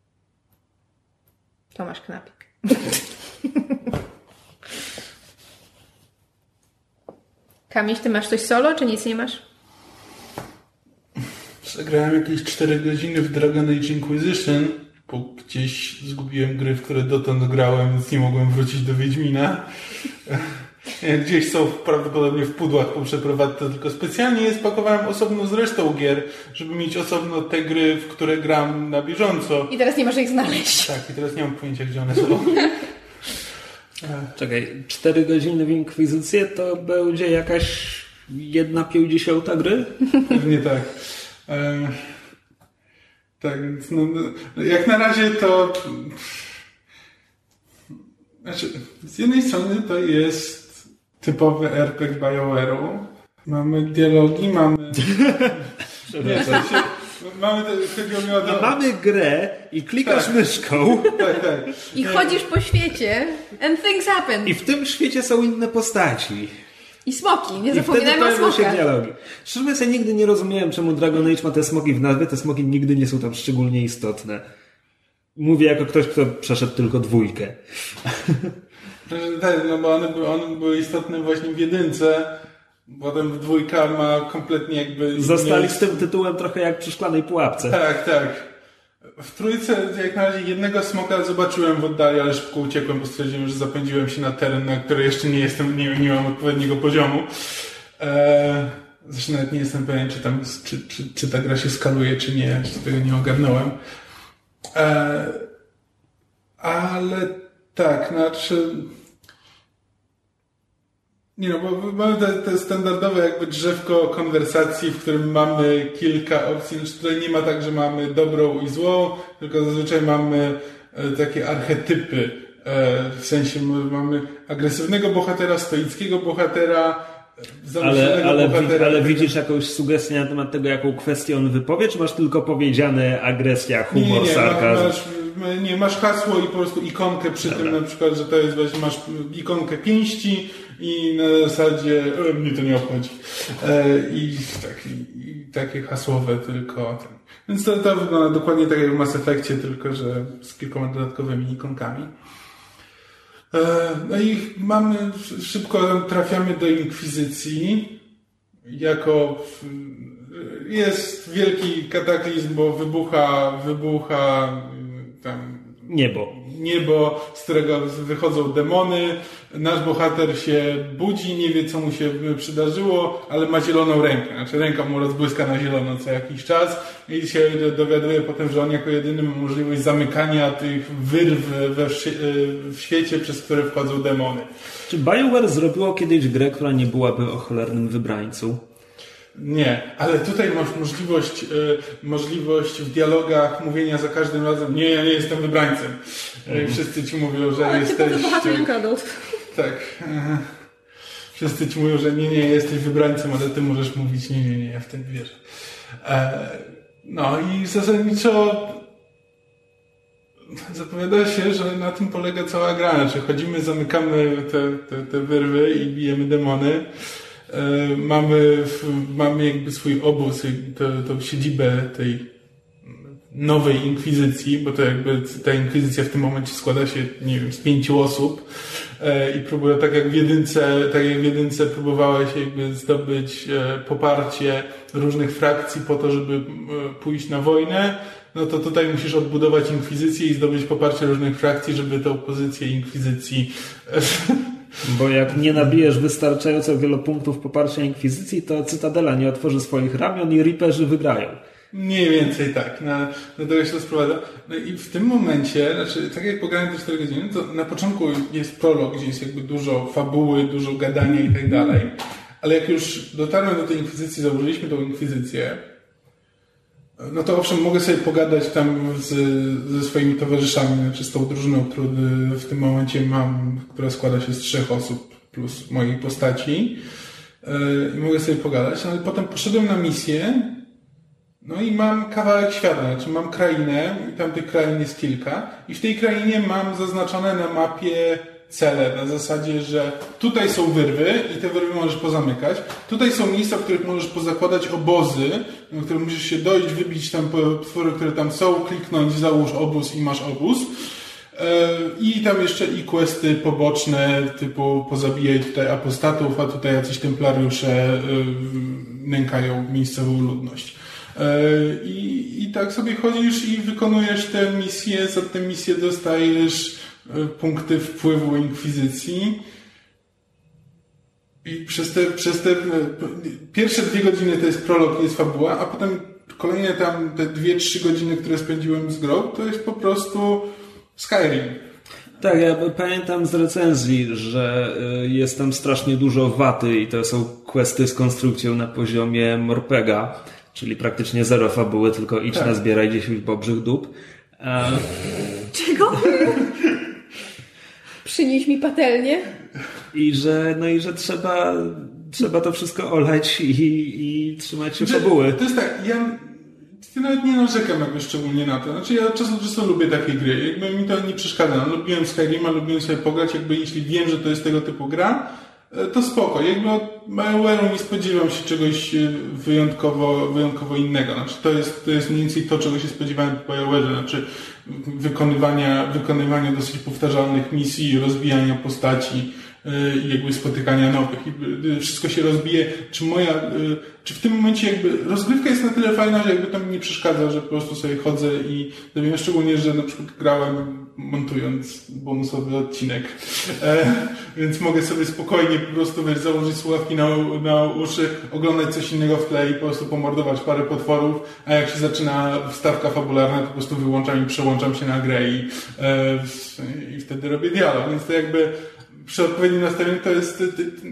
Tomasz Knapik. Kamiś, ty masz coś solo, czy nic nie masz? Zagrałem jakieś 4 godziny w Dragon Age Inquisition, bo gdzieś zgubiłem gry, w które dotąd grałem, więc nie mogłem wrócić do Wiedźmina. Gdzieś są prawdopodobnie w pudłach po przeprowadzce, tylko specjalnie je spakowałem osobno z resztą gier, żeby mieć osobno te gry, w które gram na bieżąco. I teraz nie możesz ich znaleźć. Tak, i teraz nie mam pojęcia, gdzie one są. Czekaj, 4 godziny w Inkwizycję to będzie jakaś 1/50 gry? Pewnie tak. Tak, więc jak na razie to... Znaczy, z jednej strony to jest typowy RPG BioWare'u. Mamy dialogi, mamy... Mamy grę i klikasz myszką. Tak. I chodzisz po świecie and things happen. I w tym świecie są inne postaci. I smoki, nie zapominajmy o smokach. Się dialogi. Szczerze mówiąc, ja nigdy nie rozumiałem, czemu Dragon Age ma te smoki w nazwie. Te smoki nigdy nie są tam szczególnie istotne. Mówię jako ktoś, kto przeszedł tylko 2. Tak, bo one były istotne właśnie w 1. Potem dwójka ma kompletnie jakby... Zostali z tym tytułem trochę jak przy Szklanej Pułapce. Tak. W trójce jak na razie jednego smoka zobaczyłem w oddali, ale szybko uciekłem, bo stwierdziłem, że zapędziłem się na teren, na który jeszcze nie mam odpowiedniego poziomu. Zresztą nawet nie jestem pewien, czy ta gra się skaluje, czy nie, jeszcze tego nie ogarnąłem. Ale tak, znaczy... Nie no, bo mamy te standardowe jakby drzewko konwersacji, w którym mamy kilka opcji. Znaczy tutaj nie ma tak, że mamy dobrą i złą, tylko zazwyczaj mamy takie archetypy. W sensie mamy agresywnego bohatera, stoickiego bohatera, zamyślonego bohatera. Ale widzisz jakąś sugestię na temat tego, jaką kwestię on wypowie, czy masz tylko powiedziane agresja, humor, sarkazm? Masz hasło i po prostu ikonkę przy tym, na przykład, że to jest właśnie, masz ikonkę pięści i na zasadzie mnie to nie obchodzi. I takie hasłowe tylko. Więc to wygląda dokładnie tak jak w Mass Effectie, tylko że z kilkoma dodatkowymi ikonkami. No i szybko trafiamy do Inkwizycji. Jest wielki kataklizm, bo wybucha tam niebo, z którego wychodzą demony. Nasz bohater się budzi, nie wie co mu się przydarzyło, ale ma zieloną rękę. Znaczy ręka mu rozbłyska na zielono co jakiś czas i się dowiaduje potem, że on jako jedyny ma możliwość zamykania tych wyrw w świecie, przez które wchodzą demony. Czy BioWare zrobiło kiedyś grę, która nie byłaby o cholernym wybrańcu? Nie, ale tutaj masz możliwość w dialogach mówienia za każdym razem: nie, ja nie jestem wybrańcem. Wszyscy ci mówią, że jesteś... Tak. Wszyscy ci mówią, że nie, jesteś wybrańcem, ale ty możesz mówić nie, ja w tym wierzę. No i zasadniczo zapowiada się, że na tym polega cała gra. Znaczy chodzimy, zamykamy te wyrwy i bijemy demony. Mamy jakby swój obóz, tą siedzibę tej nowej inkwizycji, bo to jakby ta inkwizycja w tym momencie składa się, nie wiem, z 5 osób i próbuje, tak jak w jedynce próbowałeś jakby zdobyć poparcie różnych frakcji po to, żeby pójść na wojnę, no to tutaj musisz odbudować inkwizycję i zdobyć poparcie różnych frakcji, żeby tę pozycję inkwizycji... Bo jak nie nabijesz wystarczająco wielu punktów poparcia Inkwizycji, to Cytadela nie otworzy swoich ramion i Reaperzy wygrają. Mniej więcej tak. Na tego się to sprowadza. No i w tym momencie, znaczy tak jak pograłem te 4 godziny, to na początku jest prolog, gdzie jest jakby dużo fabuły, dużo gadania i tak dalej. Ale jak już dotarłem do tej Inkwizycji, założyliśmy tą Inkwizycję, no to owszem, mogę sobie pogadać tam ze swoimi towarzyszami, znaczy z tą drużyną, którą w tym momencie mam, która składa się z 3 osób plus mojej postaci. I mogę sobie pogadać, ale potem poszedłem na misję, no i mam kawałek świata, znaczy mam krainę i tam tych krain jest kilka i w tej krainie mam zaznaczone na mapie cele, na zasadzie, że tutaj są wyrwy i te wyrwy możesz pozamykać. Tutaj są miejsca, w których możesz pozakładać obozy, w których musisz się dojść, wybić tam potwory, które tam są, kliknąć, załóż obóz i masz obóz. I tam jeszcze i questy poboczne, typu pozabijaj tutaj apostatów, a tutaj jacyś templariusze nękają miejscową ludność. I tak sobie chodzisz i wykonujesz te misje, za te misje dostajesz punkty wpływu Inkwizycji i przez te pierwsze 2 godziny to jest prolog, jest fabuła, a potem kolejne tam te 2-3 godziny, które spędziłem z grą, to jest po prostu Skyrim. Tak, ja pamiętam z recenzji, że jest tam strasznie dużo waty i to są questy z konstrukcją na poziomie Morpega, czyli praktycznie 0 fabuły, tylko idź nazbieraj 10 bobrzych dup. Czego? Przynieś mi patelnię. I że trzeba to wszystko olać i trzymać się fabuły. To jest tak, ja nawet nie narzekam jakby szczególnie na to. Znaczy ja od czasu do czasu lubię takie gry. Jakby mi to nie przeszkadza. No, lubiłem Skyrima, lubiłem sobie pograć. Jakby jeśli wiem, że to jest tego typu gra, to spoko. Jakby od BioWare'u nie spodziewam się czegoś wyjątkowo innego. Znaczy to jest mniej więcej to, czego się spodziewałem po BioWare'ze. Znaczy wykonywania dosyć powtarzalnych misji, rozwijania postaci, i jakby spotykania nowych i wszystko się rozbije. Czy w tym momencie jakby rozgrywka jest na tyle fajna, że jakby to mi nie przeszkadza, że po prostu sobie chodzę i wiem, szczególnie, że na przykład grałem montując bonusowy odcinek, więc mogę sobie spokojnie po prostu założyć słuchawki na uszy, oglądać coś innego w tle i po prostu pomordować parę potworów, a jak się zaczyna wstawka fabularna, to po prostu wyłączam i przełączam się na grę i wtedy robię dialog, więc to jakby przy odpowiednim nastawieniu to jest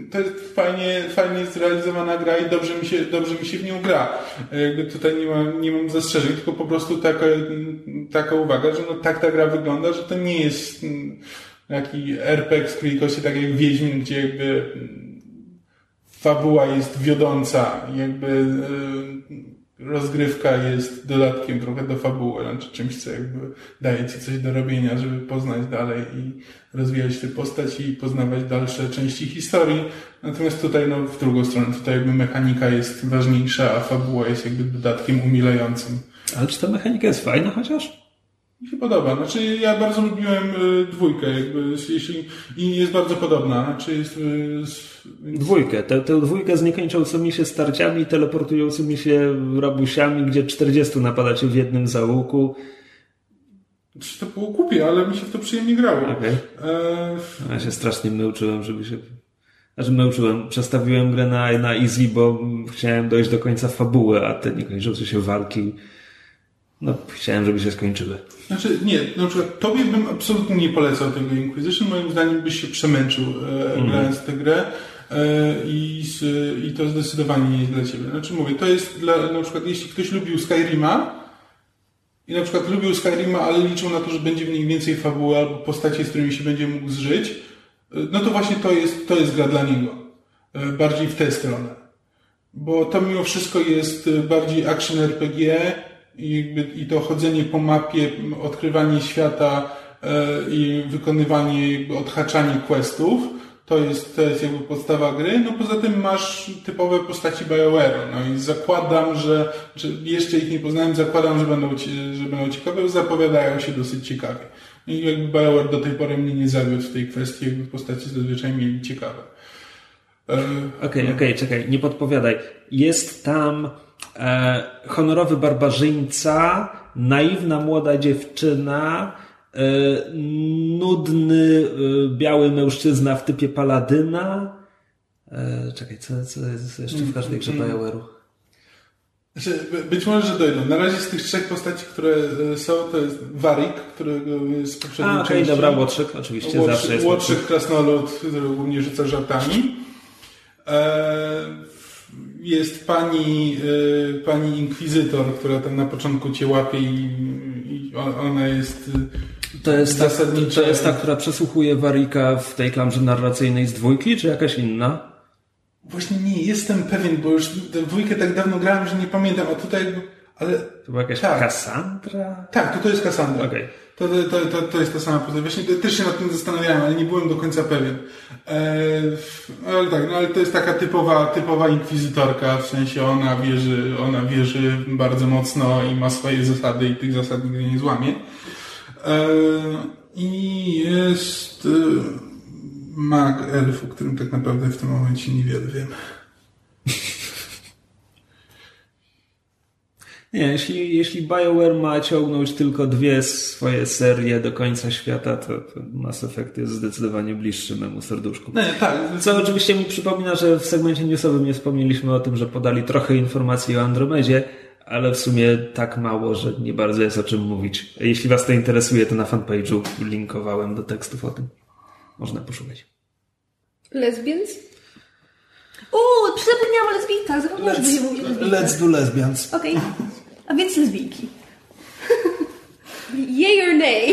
fajnie zrealizowana gra i dobrze mi się w nią gra. Jakby tutaj nie mam zastrzeżeń, tylko po prostu taka uwaga, że tak ta gra wygląda, że to nie jest taki RPG z której kości, tak jak Wiedźmin, gdzie jakby fabuła jest wiodąca, jakby rozgrywka jest dodatkiem trochę do fabuły, znaczy czymś, co jakby daje ci coś do robienia, żeby poznać dalej i rozwijać tę postać i poznawać dalsze części historii. Natomiast tutaj w drugą stronę, tutaj jakby mechanika jest ważniejsza, a fabuła jest jakby dodatkiem umilającym. Ale czy ta mechanika jest fajna chociaż? Mi się podoba. Znaczy ja bardzo lubiłem dwójkę, jakby i jest bardzo podobna. Znaczy jest dwójkę. Tę dwójkę z niekończącymi się starciami, teleportującymi się rabusiami, gdzie 40 napadacie w jednym załuku. To było głupie, ale mi się w to przyjemnie grało. Okay. Ja się strasznie myłczyłem, przestawiłem grę na easy, bo chciałem dojść do końca fabuły, a te niekończące się walki chciałem, żeby się skończyły. Znaczy nie, na przykład tobie bym absolutnie nie polecał tego Inquisition, moim zdaniem byś się przemęczył grając tę grę i to zdecydowanie nie jest dla ciebie. Znaczy mówię, to jest na przykład jeśli ktoś lubił Skyrima i na przykład lubił Skyrima, ale liczył na to, że będzie w niej więcej fabuły albo postaci, z którymi się będzie mógł zżyć, no to właśnie to jest gra dla niego. Bardziej w tę stronę. Bo to mimo wszystko jest bardziej action RPG i to chodzenie po mapie, odkrywanie świata i wykonywanie, odhaczanie questów, to jest jakby podstawa gry. No poza tym masz typowe postaci BioWare'u. No i zakładam, że jeszcze ich nie poznałem, zakładam, że będą ciekawe, zapowiadają się dosyć ciekawie. I jakby BioWare do tej pory mnie nie zawiódł w tej kwestii, jakby postaci zazwyczaj mieli ciekawe. Okej, czekaj, nie podpowiadaj. Jest tam honorowy barbarzyńca, naiwna młoda dziewczyna, nudny biały mężczyzna w typie paladyna. Czekaj, co jest jeszcze w każdej grze BioWare'u? Być może, że dojdą. Na razie z tych trzech postaci, które są, to jest Warwick, którego jest z poprzedniej części. Dobra, Łotrzyk, oczywiście. Zawsze jest Łotrzyk, krasnolud, który głównie rzuca żartami. Jest pani inkwizytor, która tam na początku cię łapie i ona jest zasadnicza. To jest ta, która przesłuchuje Warwicka w tej klamrze narracyjnej z dwójki, czy jakaś inna? Właśnie nie jestem pewien, bo już tę dwójkę tak dawno grałem, że nie pamiętam, a tutaj ale... To była jakaś Cassandra? Tak, to jest Cassandra. Okay. To jest ta sama postać. Właśnie też się nad tym zastanawiałem, ale nie byłem do końca pewien. Ale tak, ale to jest taka typowa inkwizytorka, w sensie ona wierzy bardzo mocno i ma swoje zasady i tych zasad nigdy nie złamie. I jest mag elf, o którym tak naprawdę w tym momencie niewiele wiem. Nie, jeśli BioWare ma ciągnąć tylko 2 swoje serie do końca świata, to Mass Effect jest zdecydowanie bliższy memu serduszku. Nie, tak. Co oczywiście mi przypomina, że w segmencie newsowym nie wspomnieliśmy o tym, że podali trochę informacji o Andromedzie, ale w sumie tak mało, że nie bardzo jest o czym mówić. Jeśli was to interesuje, to na fanpage'u linkowałem do tekstów o tym. Można poszukać. Lesbians? Zapomniałam o lesbijkach. Zapomniałam, że będziemy mówić o lesbijkach. Let's do lesbians. Okej. A więc lesbijki. Yay or nay?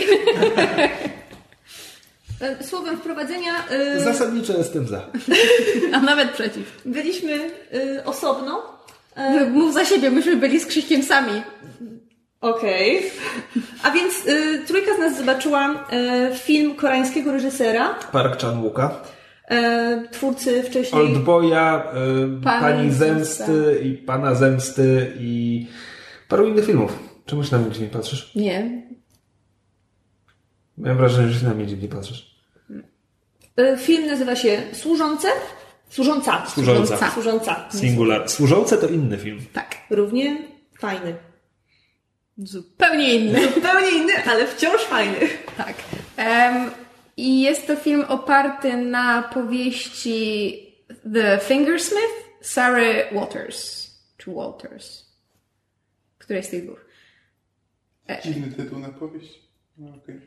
Słowem wprowadzenia... Zasadniczo jestem za. A nawet przeciw. Byliśmy osobno. Mów za siebie, myśmy byli z Krzyśkiem sami. Okej. A więc trójka z nas zobaczyła film koreańskiego reżysera. Park Chan-wooka. Twórcy wcześniej... Oldboya, Pani Zemsty i Pana Zemsty i paru innych filmów. Czemu się na mnie dziwnie patrzysz? Nie. Miałem wrażenie, że się na mnie dziwnie patrzysz. Film nazywa się Służące. Służąca. Singular. Służące to inny film. Tak, równie fajny. Zupełnie inny. Zupełnie inny, ale wciąż fajny. Tak. I jest to film oparty na powieści The Fingersmith Sarah Waters. Czy Walters? Której z tych dwóch? Dziwny tytuł na powieść. No, okej.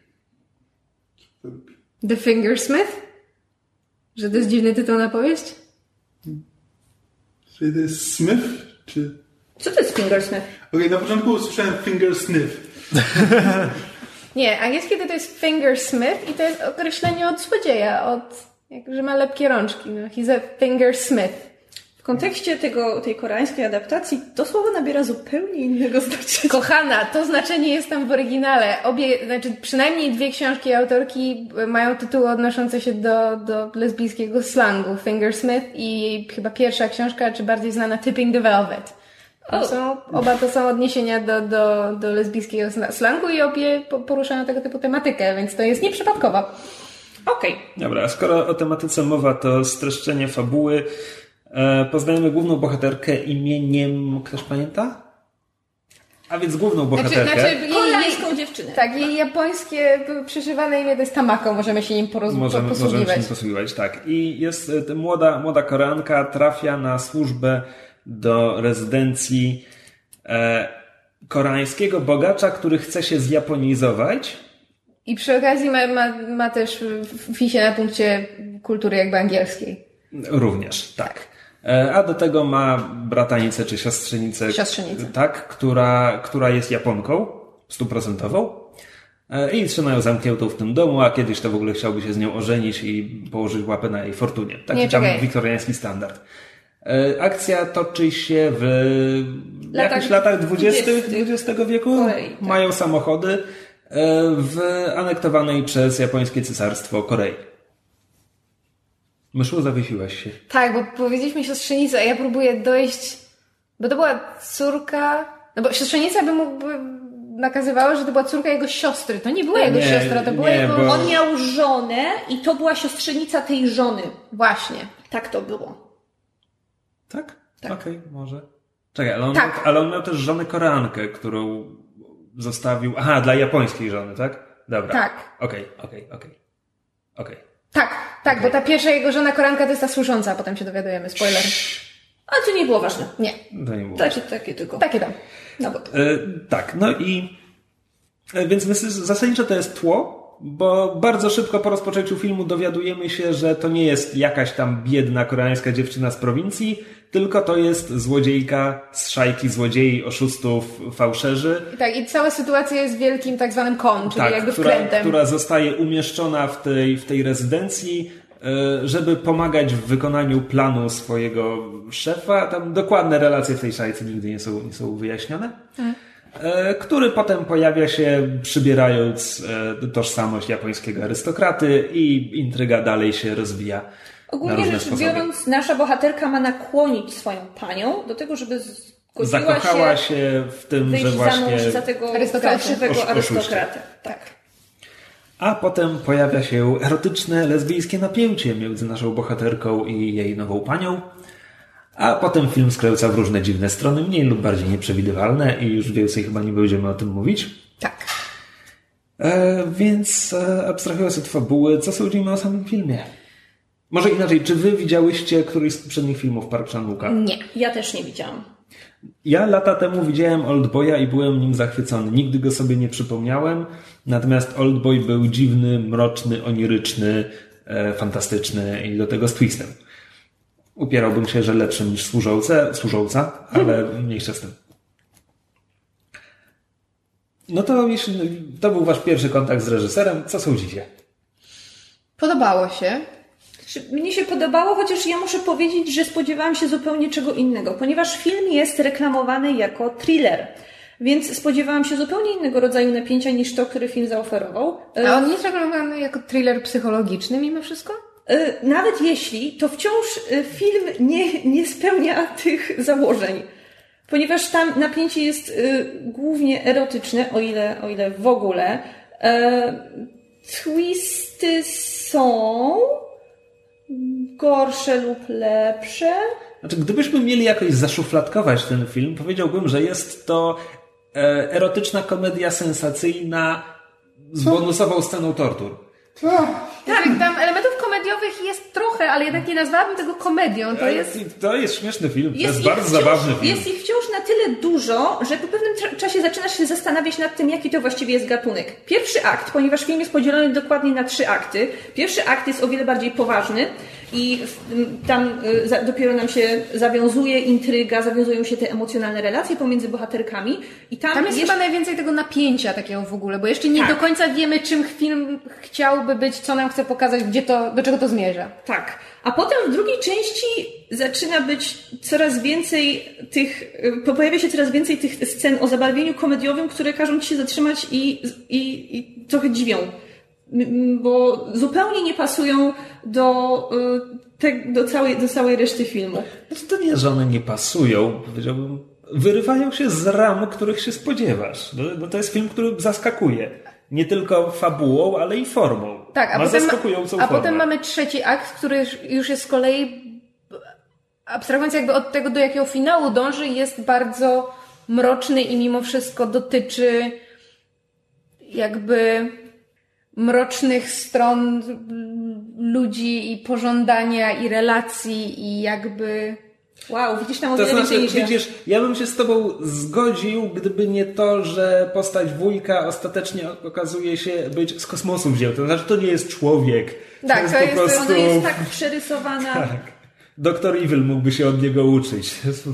The Fingersmith? Że to jest dziwny tytuł na powieść? Czy to jest Smith? Czy... Co to jest Fingersmith? Okej, na początku usłyszałem Fingersniff. Nie, angielskie to jest Fingersmith i to jest określenie od złodzieja, że ma lepkie rączki. No, he's a fingersmith. W kontekście tej koreańskiej adaptacji to słowo nabiera zupełnie innego znaczenia. Kochana, to znaczenie jest tam w oryginale. Przynajmniej 2 książki autorki mają tytuły odnoszące się do lesbijskiego slangu. Fingersmith i chyba pierwsza książka, czy bardziej znana Tipping the Velvet. Oba to są odniesienia do lesbijskiego slangu i obie poruszają tego typu tematykę, więc to jest nieprzypadkowo. Okej. Dobra, a skoro o tematyce mowa, to streszczenie fabuły. Poznajemy główną bohaterkę imieniem... Ktoś pamięta? A więc główną bohaterkę... Koreańską dziewczynę. Tak, jej japońskie przyszywane imię to jest Tamako, możemy się nim posługiwać. Możemy się nim posługiwać, tak. I jest młoda Koreanka, trafia na służbę do rezydencji koreańskiego bogacza, który chce się zjaponizować. I przy okazji ma też fisie na punkcie kultury jakby angielskiej. Również, tak. A do tego ma bratanicę czy siostrzenicę. Tak, która jest Japonką 100%. I trzymają zamkniętą w tym domu, a kiedyś to w ogóle chciałby się z nią ożenić i położyć łapę na jej fortunie. Taki tam wiktoriański standard. Akcja toczy się w jakichś latach 20. XX wieku. Korei, tak. Mają samochody w anektowanej przez japońskie cesarstwo Korei. Myszu, zawiesiłaś się. Tak, bo powiedzieliśmy siostrzenica, a ja próbuję dojść, bo to była córka, no bo siostrzenica by nakazywała, że to była córka jego siostry. To nie była jego siostra, to była jego... Bo... On miał żonę i to była siostrzenica tej żony. Właśnie. Tak to było. Tak? Tak. Okej, może. Czekaj, tak. Ale on miał też żonę Koreankę, którą zostawił... Aha, dla japońskiej żony, tak? Dobra. Tak. Okej. Tak, bo ta pierwsza jego żona Koreanka to jest ta służąca, a potem się dowiadujemy, spoiler. A to nie było ważne. Nie. To nie było. Takie tylko. Takie tam. No bo... tak, no i więc zasadniczo to jest tło, bo bardzo szybko po rozpoczęciu filmu dowiadujemy się, że to nie jest jakaś tam biedna koreańska dziewczyna z prowincji, tylko to jest złodziejka z szajki złodziei, oszustów, fałszerzy. Tak, i cała sytuacja jest wielkim tak zwanym con, czyli jakby wkrętem. Która zostaje umieszczona w tej rezydencji, żeby pomagać w wykonaniu planu swojego szefa. Tam dokładne relacje w tej szajce nigdy nie są wyjaśnione. Który potem pojawia się, przybierając tożsamość japońskiego arystokraty i intryga dalej się rozwija. Ogólnie rzecz biorąc, nasza bohaterka ma nakłonić swoją panią do tego, żeby zakochała się w tym, że właśnie za tego fałszywego arystokratę. Tak. A potem pojawia się erotyczne, lesbijskie napięcie między naszą bohaterką i jej nową panią. A potem film skręca w różne dziwne strony, mniej lub bardziej nieprzewidywalne i już więcej chyba nie będziemy o tym mówić. Tak. Więc abstrahując od fabuły, co sądzimy o samym filmie? Może inaczej, czy wy widziałyście któryś z poprzednich filmów Park Chan-wooka? Nie, ja też nie widziałam. Ja lata temu widziałem Oldboya i byłem nim zachwycony. Nigdy go sobie nie przypomniałem, natomiast Oldboy był dziwny, mroczny, oniryczny, fantastyczny i do tego z twistem. Upierałbym się, że lepszym niż Służąca, ale mniejsza z tym. No to jeśli to był wasz pierwszy kontakt z reżyserem, co sądzicie? Podobało się. Mnie się podobało, chociaż ja muszę powiedzieć, że spodziewałam się zupełnie czego innego, ponieważ film jest reklamowany jako thriller. Więc spodziewałam się zupełnie innego rodzaju napięcia niż to, który film zaoferował. A on nie jest reklamowany jako thriller psychologiczny mimo wszystko? Nawet jeśli, to wciąż film nie spełnia tych założeń. Ponieważ tam napięcie jest głównie erotyczne, o ile w ogóle. Twisty są, gorsze lub lepsze. Znaczy, gdybyśmy mieli jakoś zaszufladkować ten film, powiedziałbym, że jest to erotyczna komedia sensacyjna z bonusową sceną tortur. Tak, tam elementów komediowych jest trochę, ale jednak nie nazwałabym tego komedią. To jest śmieszny film, to jest bardzo zabawny film. Jest ich wciąż na tyle dużo, że po pewnym czasie zaczynasz się zastanawiać nad tym, jaki to właściwie jest gatunek. Pierwszy akt, ponieważ film jest podzielony dokładnie na 3 akty. Pierwszy akt jest o wiele bardziej poważny i tam dopiero nam się zawiązuje intryga, zawiązują się te emocjonalne relacje pomiędzy bohaterkami. I tam jest chyba najwięcej tego napięcia takiego w ogóle, bo jeszcze nie do końca wiemy, czym film chciałby być, co nam chce pokazać, do czego to zmierza. Tak. A potem w drugiej części zaczyna być coraz więcej pojawia się coraz więcej tych scen o zabarwieniu komediowym, które każą ci się zatrzymać i trochę dziwią. Bo zupełnie nie pasują do całej reszty filmu. Znaczy, to nie, że one nie pasują, powiedziałbym, wyrywają się z ram, których się spodziewasz. No, to jest film, który zaskakuje. Nie tylko fabułą, ale i formą. Tak, ma zaskakującą formę. Potem mamy trzeci akt, który już jest z kolei, abstrahując jakby od tego, do jakiego finału dąży, jest bardzo mroczny i mimo wszystko dotyczy jakby mrocznych stron ludzi i pożądania i relacji i jakby... Wow, widzisz tam o wiele więcej niż widzisz, ja bym się z tobą zgodził, gdyby nie to, że postać wujka ostatecznie okazuje się być z kosmosu wzięty. To znaczy, to nie jest człowiek. Tak, ona jest tak przerysowana. Tak. Doktor Evil mógłby się od niego uczyć.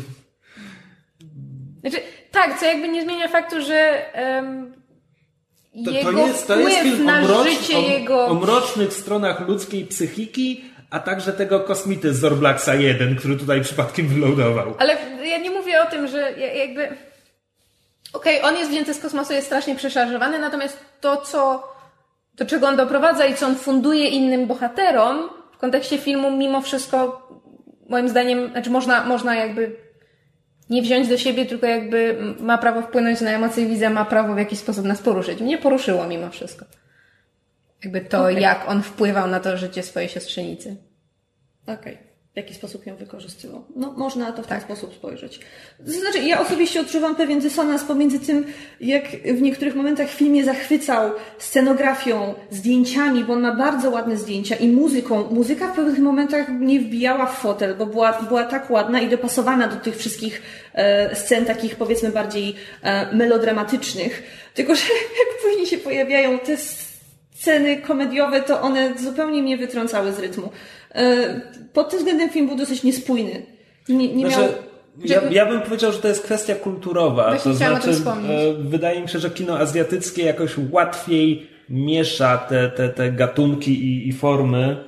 Znaczy, tak, co jakby nie zmienia faktu, że jego to jest film na życie o mrocznych stronach ludzkiej psychiki, a także tego kosmity z Zorblaxa 1, który tutaj przypadkiem wylądował. Ale ja nie mówię o tym, że jakby... Okej, on jest wzięty z kosmosu, jest strasznie przeszarżowany, natomiast to, do czego on doprowadza i co on funduje innym bohaterom, w kontekście filmu mimo wszystko, moim zdaniem, znaczy można jakby nie wziąć do siebie, tylko jakby ma prawo wpłynąć na emocje widza, ma prawo w jakiś sposób nas poruszyć. Mnie poruszyło mimo wszystko. Jakby to, jak on wpływał na to życie swojej siostrzenicy. Okej. W jaki sposób ją wykorzystywał. No, można na to w ten sposób spojrzeć. To znaczy, ja osobiście odczuwam pewien dysonans pomiędzy tym, jak w niektórych momentach film mnie zachwycał scenografią, zdjęciami, bo on ma bardzo ładne zdjęcia i muzyką. Muzyka w pewnych momentach mnie wbijała w fotel, bo była tak ładna i dopasowana do tych wszystkich scen takich, powiedzmy, bardziej melodramatycznych. Tylko, że jak później się pojawiają te sceny komediowe, to one zupełnie mnie wytrącały z rytmu. Pod tym względem film był dosyć niespójny. Ja bym powiedział, że to jest kwestia kulturowa. Właśnie to chciałam o tym znaczy, wspomnieć. wydaje mi się, że kino azjatyckie jakoś łatwiej miesza te gatunki i formy.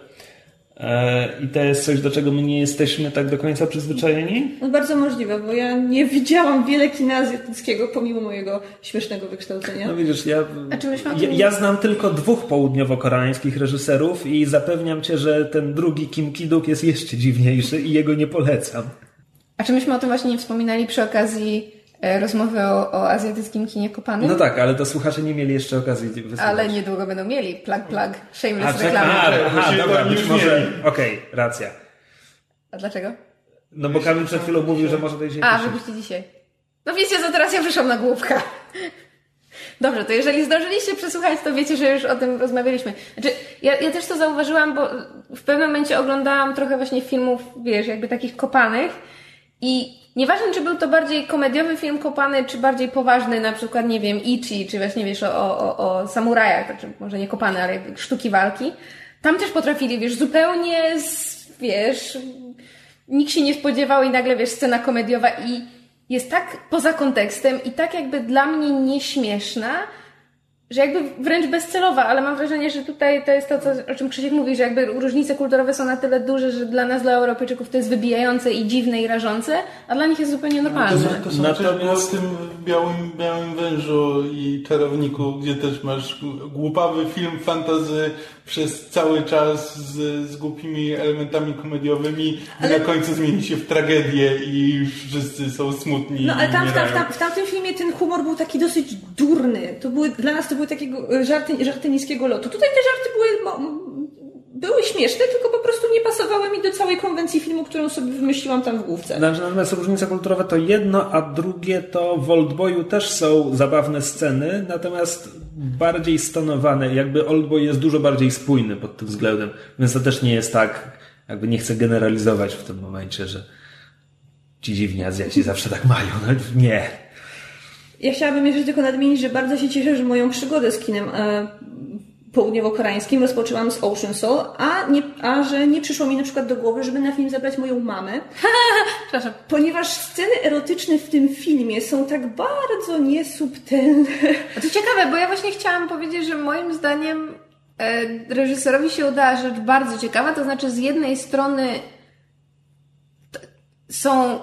I to jest coś, do czego my nie jesteśmy tak do końca przyzwyczajeni? No bardzo możliwe, bo ja nie widziałam wiele kina azjatyckiego pomimo mojego śmiesznego wykształcenia. No widzisz, ja znam tylko 2 południowo-koreańskich reżyserów i zapewniam cię, że ten drugi Kim Ki-duk jest jeszcze dziwniejszy i jego nie polecam. A czy myśmy o tym właśnie nie wspominali przy okazji rozmowy o azjatyckim kinie kopanym? No tak, ale to słuchacze nie mieli jeszcze okazji wysłuchać. Ale niedługo będą mieli. Plug, shameless reklamy. Dobra, być może... Okej, racja. A dlaczego? No bo Kamil przed chwilą mówił, że może to dzisiaj wypuści dzisiaj. No wiecie co, teraz ja przyszłam na głupka. Dobrze, to jeżeli zdążyliście przesłuchać, to wiecie, że już o tym rozmawialiśmy. Znaczy, ja też to zauważyłam, bo w pewnym momencie oglądałam trochę właśnie filmów, wiesz, jakby takich kopanych i nieważne, czy był to bardziej komediowy film kopany, czy bardziej poważny, na przykład, nie wiem, Ichi, czy właśnie, wiesz, o samurajach, znaczy może nie kopany, ale sztuki walki. Tam też potrafili, wiesz, zupełnie, wiesz, nikt się nie spodziewał i nagle, wiesz, scena komediowa i jest tak poza kontekstem i tak jakby dla mnie nieśmieszna, że jakby wręcz bezcelowa, ale mam wrażenie, że tutaj to jest to, o czym Krzysiek mówi, że jakby różnice kulturowe są na tyle duże, że dla nas, dla Europejczyków to jest wybijające i dziwne i rażące, a dla nich jest zupełnie normalne. To samo też było w tym białym wężu i czarowniku, gdzie też masz głupawy film fantasy przez cały czas z głupimi elementami komediowymi i na końcu zmieni się w tragedię i wszyscy są smutni. No ale w tamtym filmie ten humor był taki dosyć durny. Dla nas to były takiego żarty niskiego lotu. Tutaj te żarty były były śmieszne, tylko po prostu nie pasowały mi do całej konwencji filmu, którą sobie wymyśliłam tam w główce. Natomiast różnice kulturowe to jedno, a drugie to w Oldboyu też są zabawne sceny, natomiast bardziej stonowane. Jakby Oldboy jest dużo bardziej spójny pod tym względem, więc to też nie jest tak, jakby nie chcę generalizować w tym momencie, że ci dziwni Azjaci zawsze tak mają. No, nie. Ja chciałabym jeszcze tylko nadmienić, że bardzo się cieszę, że moją przygodę z kinem południowo-koreańskim rozpoczęłam z Ocean Soul, a że nie przyszło mi na przykład do głowy, żeby na film zabrać moją mamę. Przepraszam. Ponieważ sceny erotyczne w tym filmie są tak bardzo niesubtelne. A to ciekawe, bo ja właśnie chciałam powiedzieć, że moim zdaniem reżyserowi się udała rzecz bardzo ciekawa, to znaczy z jednej strony są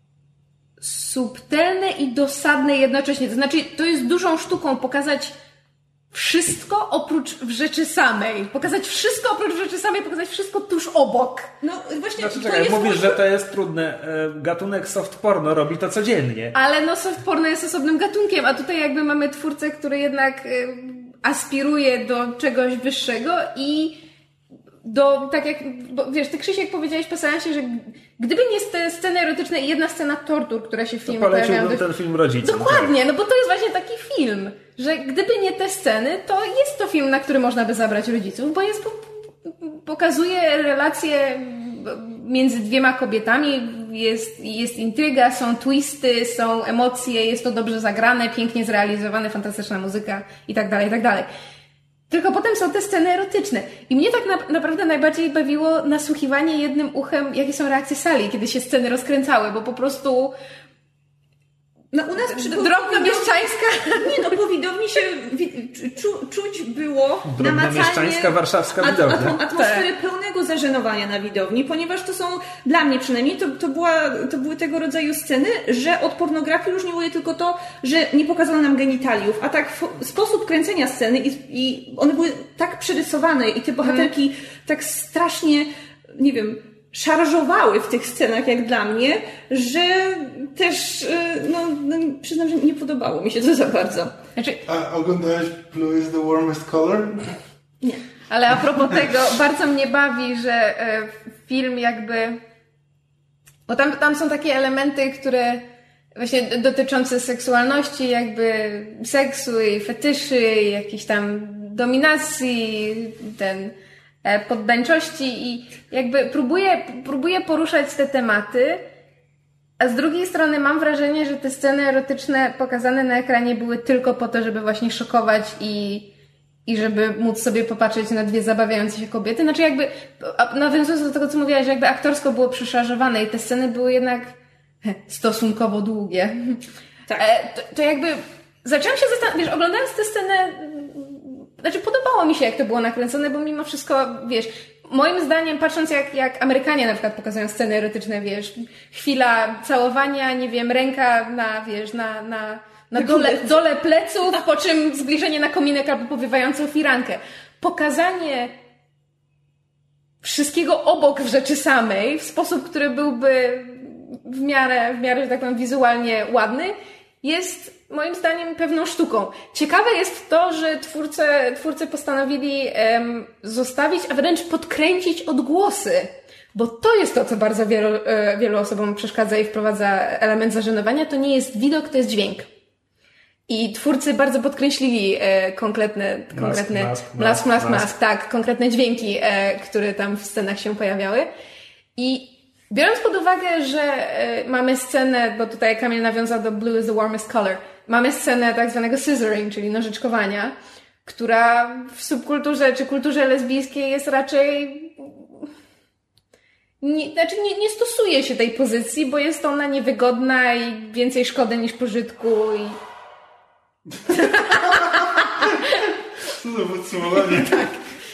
subtelne i dosadne jednocześnie. To znaczy, to jest dużą sztuką pokazać wszystko oprócz w rzeczy samej. Pokazać wszystko oprócz w rzeczy samej, pokazać wszystko tuż obok. No właśnie, znaczy, to czekaj, jest... mówisz, że to jest trudne. Gatunek soft porno robi to codziennie. Ale no soft porno jest osobnym gatunkiem, a tutaj jakby mamy twórcę, który jednak aspiruje do czegoś wyższego i tak jak, bo wiesz, ty Krzysiek powiedziałeś po seansie, że gdyby nie te sceny erotyczne i jedna scena tortur, która się w filmie pojawiają... Poleciłbym ten film rodzicom. Dokładnie, no bo to jest właśnie taki film, że gdyby nie te sceny, to jest to film, na który można by zabrać rodziców, bo pokazuje relacje między dwiema kobietami, jest intryga, są twisty, są emocje, jest to dobrze zagrane, pięknie zrealizowane, fantastyczna muzyka i tak dalej, i tak dalej. Tylko potem są te sceny erotyczne. I mnie tak naprawdę najbardziej bawiło nasłuchiwanie jednym uchem, jakie są reakcje sali, kiedy się sceny rozkręcały, bo po prostu... No u nas drobna mieszczańska... Nie no, po widowni się czuć było drobna namacalnie mieszczańska warszawska widownia. atmosferę pełnego zażenowania na widowni, ponieważ to są, dla mnie przynajmniej, to były tego rodzaju sceny, że od pornografii różniło je tylko to, że nie pokazano nam genitaliów, a tak sposób kręcenia sceny i one były tak przerysowane i te bohaterki tak strasznie, nie wiem, szarżowały w tych scenach jak dla mnie, że też, no przyznam, że nie podobało mi się to za bardzo. Znaczy... A oglądałeś Blue is the warmest color? Nie. Ale a propos tego, bardzo mnie bawi, że film jakby... Bo tam są takie elementy, które właśnie dotyczące seksualności, jakby seksu i fetyszy, i jakiejś tam dominacji, poddańczości i jakby próbuję poruszać te tematy, a z drugiej strony mam wrażenie, że te sceny erotyczne pokazane na ekranie były tylko po to, żeby właśnie szokować i żeby móc sobie popatrzeć na dwie zabawiające się kobiety. Znaczy jakby, nawiązując do tego, co mówiłaś, że jakby aktorsko było przeszarżowane i te sceny były jednak stosunkowo długie. Tak. To jakby zaczęłam się zastanawiać, wiesz, oglądając tę scenę, znaczy podobało mi się, jak to było nakręcone, bo mimo wszystko, wiesz, moim zdaniem, patrząc jak Amerykanie na przykład pokazują sceny erotyczne, wiesz, chwila całowania, nie wiem, ręka na dole pleców, po czym zbliżenie na kominek albo powiewającą firankę. Pokazanie wszystkiego obok w rzeczy samej w sposób, który byłby w miarę, że tak powiem, wizualnie ładny, jest moim zdaniem pewną sztuką. Ciekawe jest to, że twórcy postanowili zostawić, a wręcz podkręcić odgłosy, bo to jest to, co bardzo wielu osobom przeszkadza i wprowadza element zażenowania. To nie jest widok, to jest dźwięk. I twórcy bardzo podkreślili konkretne konkretne dźwięki, które tam w scenach się pojawiały. I biorąc pod uwagę, że mamy scenę, bo tutaj Kamil nawiązał do Blue is the warmest color, mamy scenę tak zwanego scissoring, czyli nożyczkowania, która w subkulturze czy kulturze lesbijskiej jest raczej... Nie stosuje się tej pozycji, bo jest ona niewygodna i więcej szkody niż pożytku i... Co za podsumowanie. Tak.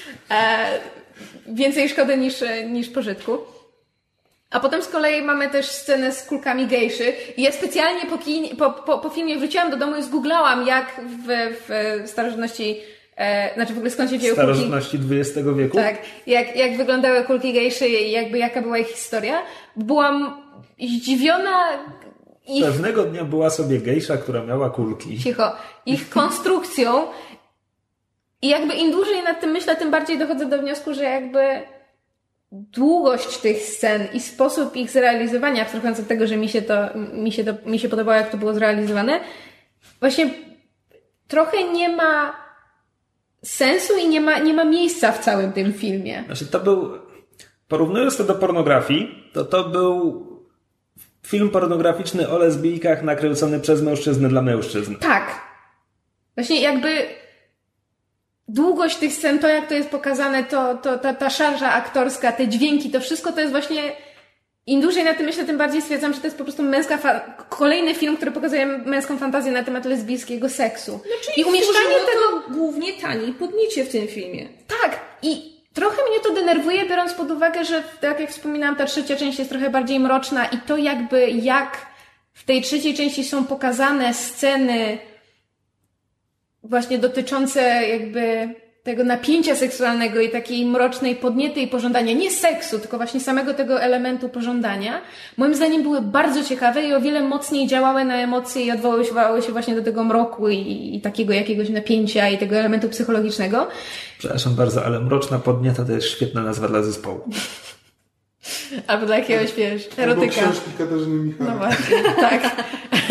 Więcej szkody niż pożytku. A potem z kolei mamy też scenę z kulkami gejszy. I ja specjalnie po filmie wróciłam do domu i zgooglałam, jak w starożytności, w ogóle skąd się wzięły kulki. Starożytności XX wieku? Tak. Jak wyglądały kulki gejszy i jakby jaka była ich historia. Byłam zdziwiona Pewnego dnia była sobie gejsza, która miała kulki. Cicho. Ich konstrukcją I jakby im dłużej nad tym myślę, tym bardziej dochodzę do wniosku, że jakby długość tych scen i sposób ich zrealizowania, abstrahując od tego, że mi się podobało, jak to było zrealizowane, właśnie trochę nie ma sensu i nie ma miejsca w całym tym filmie. Znaczy to był, porównując to do pornografii, to był film pornograficzny o lesbijkach nakręcony przez mężczyznę dla mężczyzn. Tak. Właśnie jakby długość tych scen, to jak to jest pokazane, ta szarża aktorska, te dźwięki, to wszystko to jest właśnie, im dłużej na tym myślę, tym bardziej stwierdzam, że to jest po prostu kolejny film, który pokazuje męską fantazję na temat lesbijskiego seksu. No, i umieszczanie tego głównie tani podniecie w tym filmie. Tak. I trochę mnie to denerwuje, biorąc pod uwagę, że tak jak wspominałam, ta trzecia część jest trochę bardziej mroczna i to jak w tej trzeciej części są pokazane sceny właśnie dotyczące jakby tego napięcia seksualnego i takiej mrocznej podniety i pożądania, nie seksu, tylko właśnie samego tego elementu pożądania, moim zdaniem były bardzo ciekawe i o wiele mocniej działały na emocje i odwoływały się właśnie do tego mroku i takiego jakiegoś napięcia i tego elementu psychologicznego. Przepraszam bardzo, ale mroczna podnieta to jest świetna nazwa dla zespołu. Albo dla jakiegoś, wiesz, erotyka. Albo książki Katarzyny Michałek. No właśnie, tak.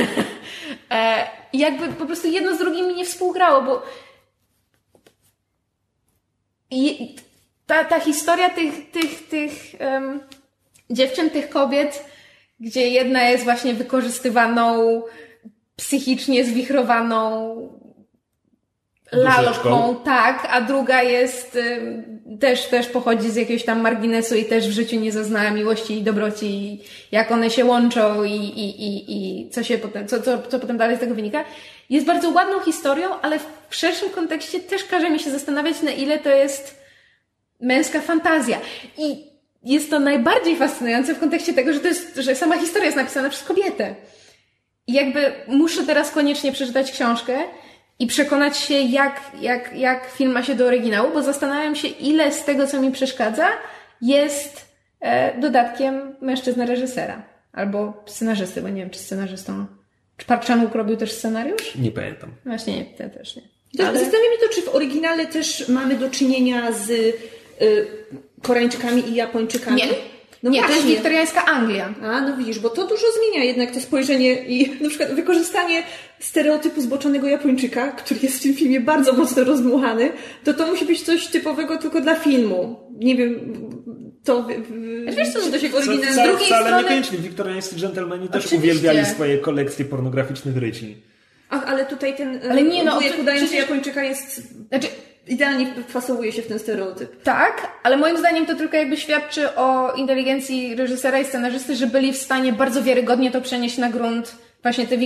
I jakby po prostu jedno z drugim mi nie współgrało, bo ta historia tych dziewczyn, tych kobiet, gdzie jedna jest właśnie wykorzystywaną, psychicznie zwichrowaną lalką, tak, a druga jest też pochodzi z jakiegoś tam marginesu i też w życiu nie zaznała miłości i dobroci, jak one się łączą i co się potem, co potem dalej z tego wynika. Jest bardzo ładną historią, ale w szerszym kontekście też każe mi się zastanawiać, na ile to jest męska fantazja. I jest to najbardziej fascynujące w kontekście tego, że sama historia jest napisana przez kobietę. I jakby muszę teraz koniecznie przeczytać książkę i przekonać się, jak film ma się do oryginału, bo zastanawiam się, ile z tego, co mi przeszkadza, jest dodatkiem mężczyzny reżysera. Albo scenarzysty, bo nie wiem, czy scenarzystą. Czy Park Chan-wook robił też scenariusz? Nie pamiętam. Właśnie nie, ja też nie. Ale... Zastanawia mnie to, czy w oryginale też mamy do czynienia z Koreańczykami i Japończykami. Nie. No nie, właśnie. To jest wiktoriańska Anglia. A, no widzisz, bo to dużo zmienia jednak to spojrzenie i na przykład wykorzystanie stereotypu zboczonego Japończyka, który jest w tym filmie bardzo mocno rozdmuchany, to musi być coś typowego tylko dla filmu. Nie wiem, to... Wiesz co, że to się w oryginale... Z drugiej strony... niekoniecznie. Wiktoriańscy dżentelmeni też Oczywiście uwielbiali swoje kolekcje pornograficznych rycin. Ach, ale tutaj ten wujek udający Japończyka jest... Znaczy, idealnie wpasowuje się w ten stereotyp. Tak, ale moim zdaniem to tylko jakby świadczy o inteligencji reżysera i scenarzysty, że byli w stanie bardzo wiarygodnie to przenieść na grunt, właśnie tę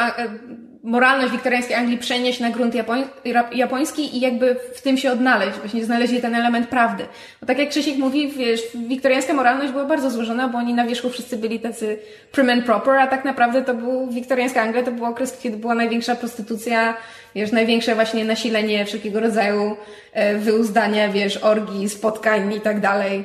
moralność wiktoriańskiej Anglii przenieść na grunt japoński i jakby w tym się odnaleźć, właśnie znaleźli ten element prawdy. Bo tak jak Krzysiek mówi, wiesz, wiktoriańska moralność była bardzo złożona, bo oni na wierzchu wszyscy byli tacy prim and proper, a tak naprawdę to był wiktoriańska Anglia, to był okres, kiedy była największa prostytucja, wiesz, największe właśnie nasilenie wszelkiego rodzaju wyuzdania, wiesz, orgii, spotkań i tak dalej,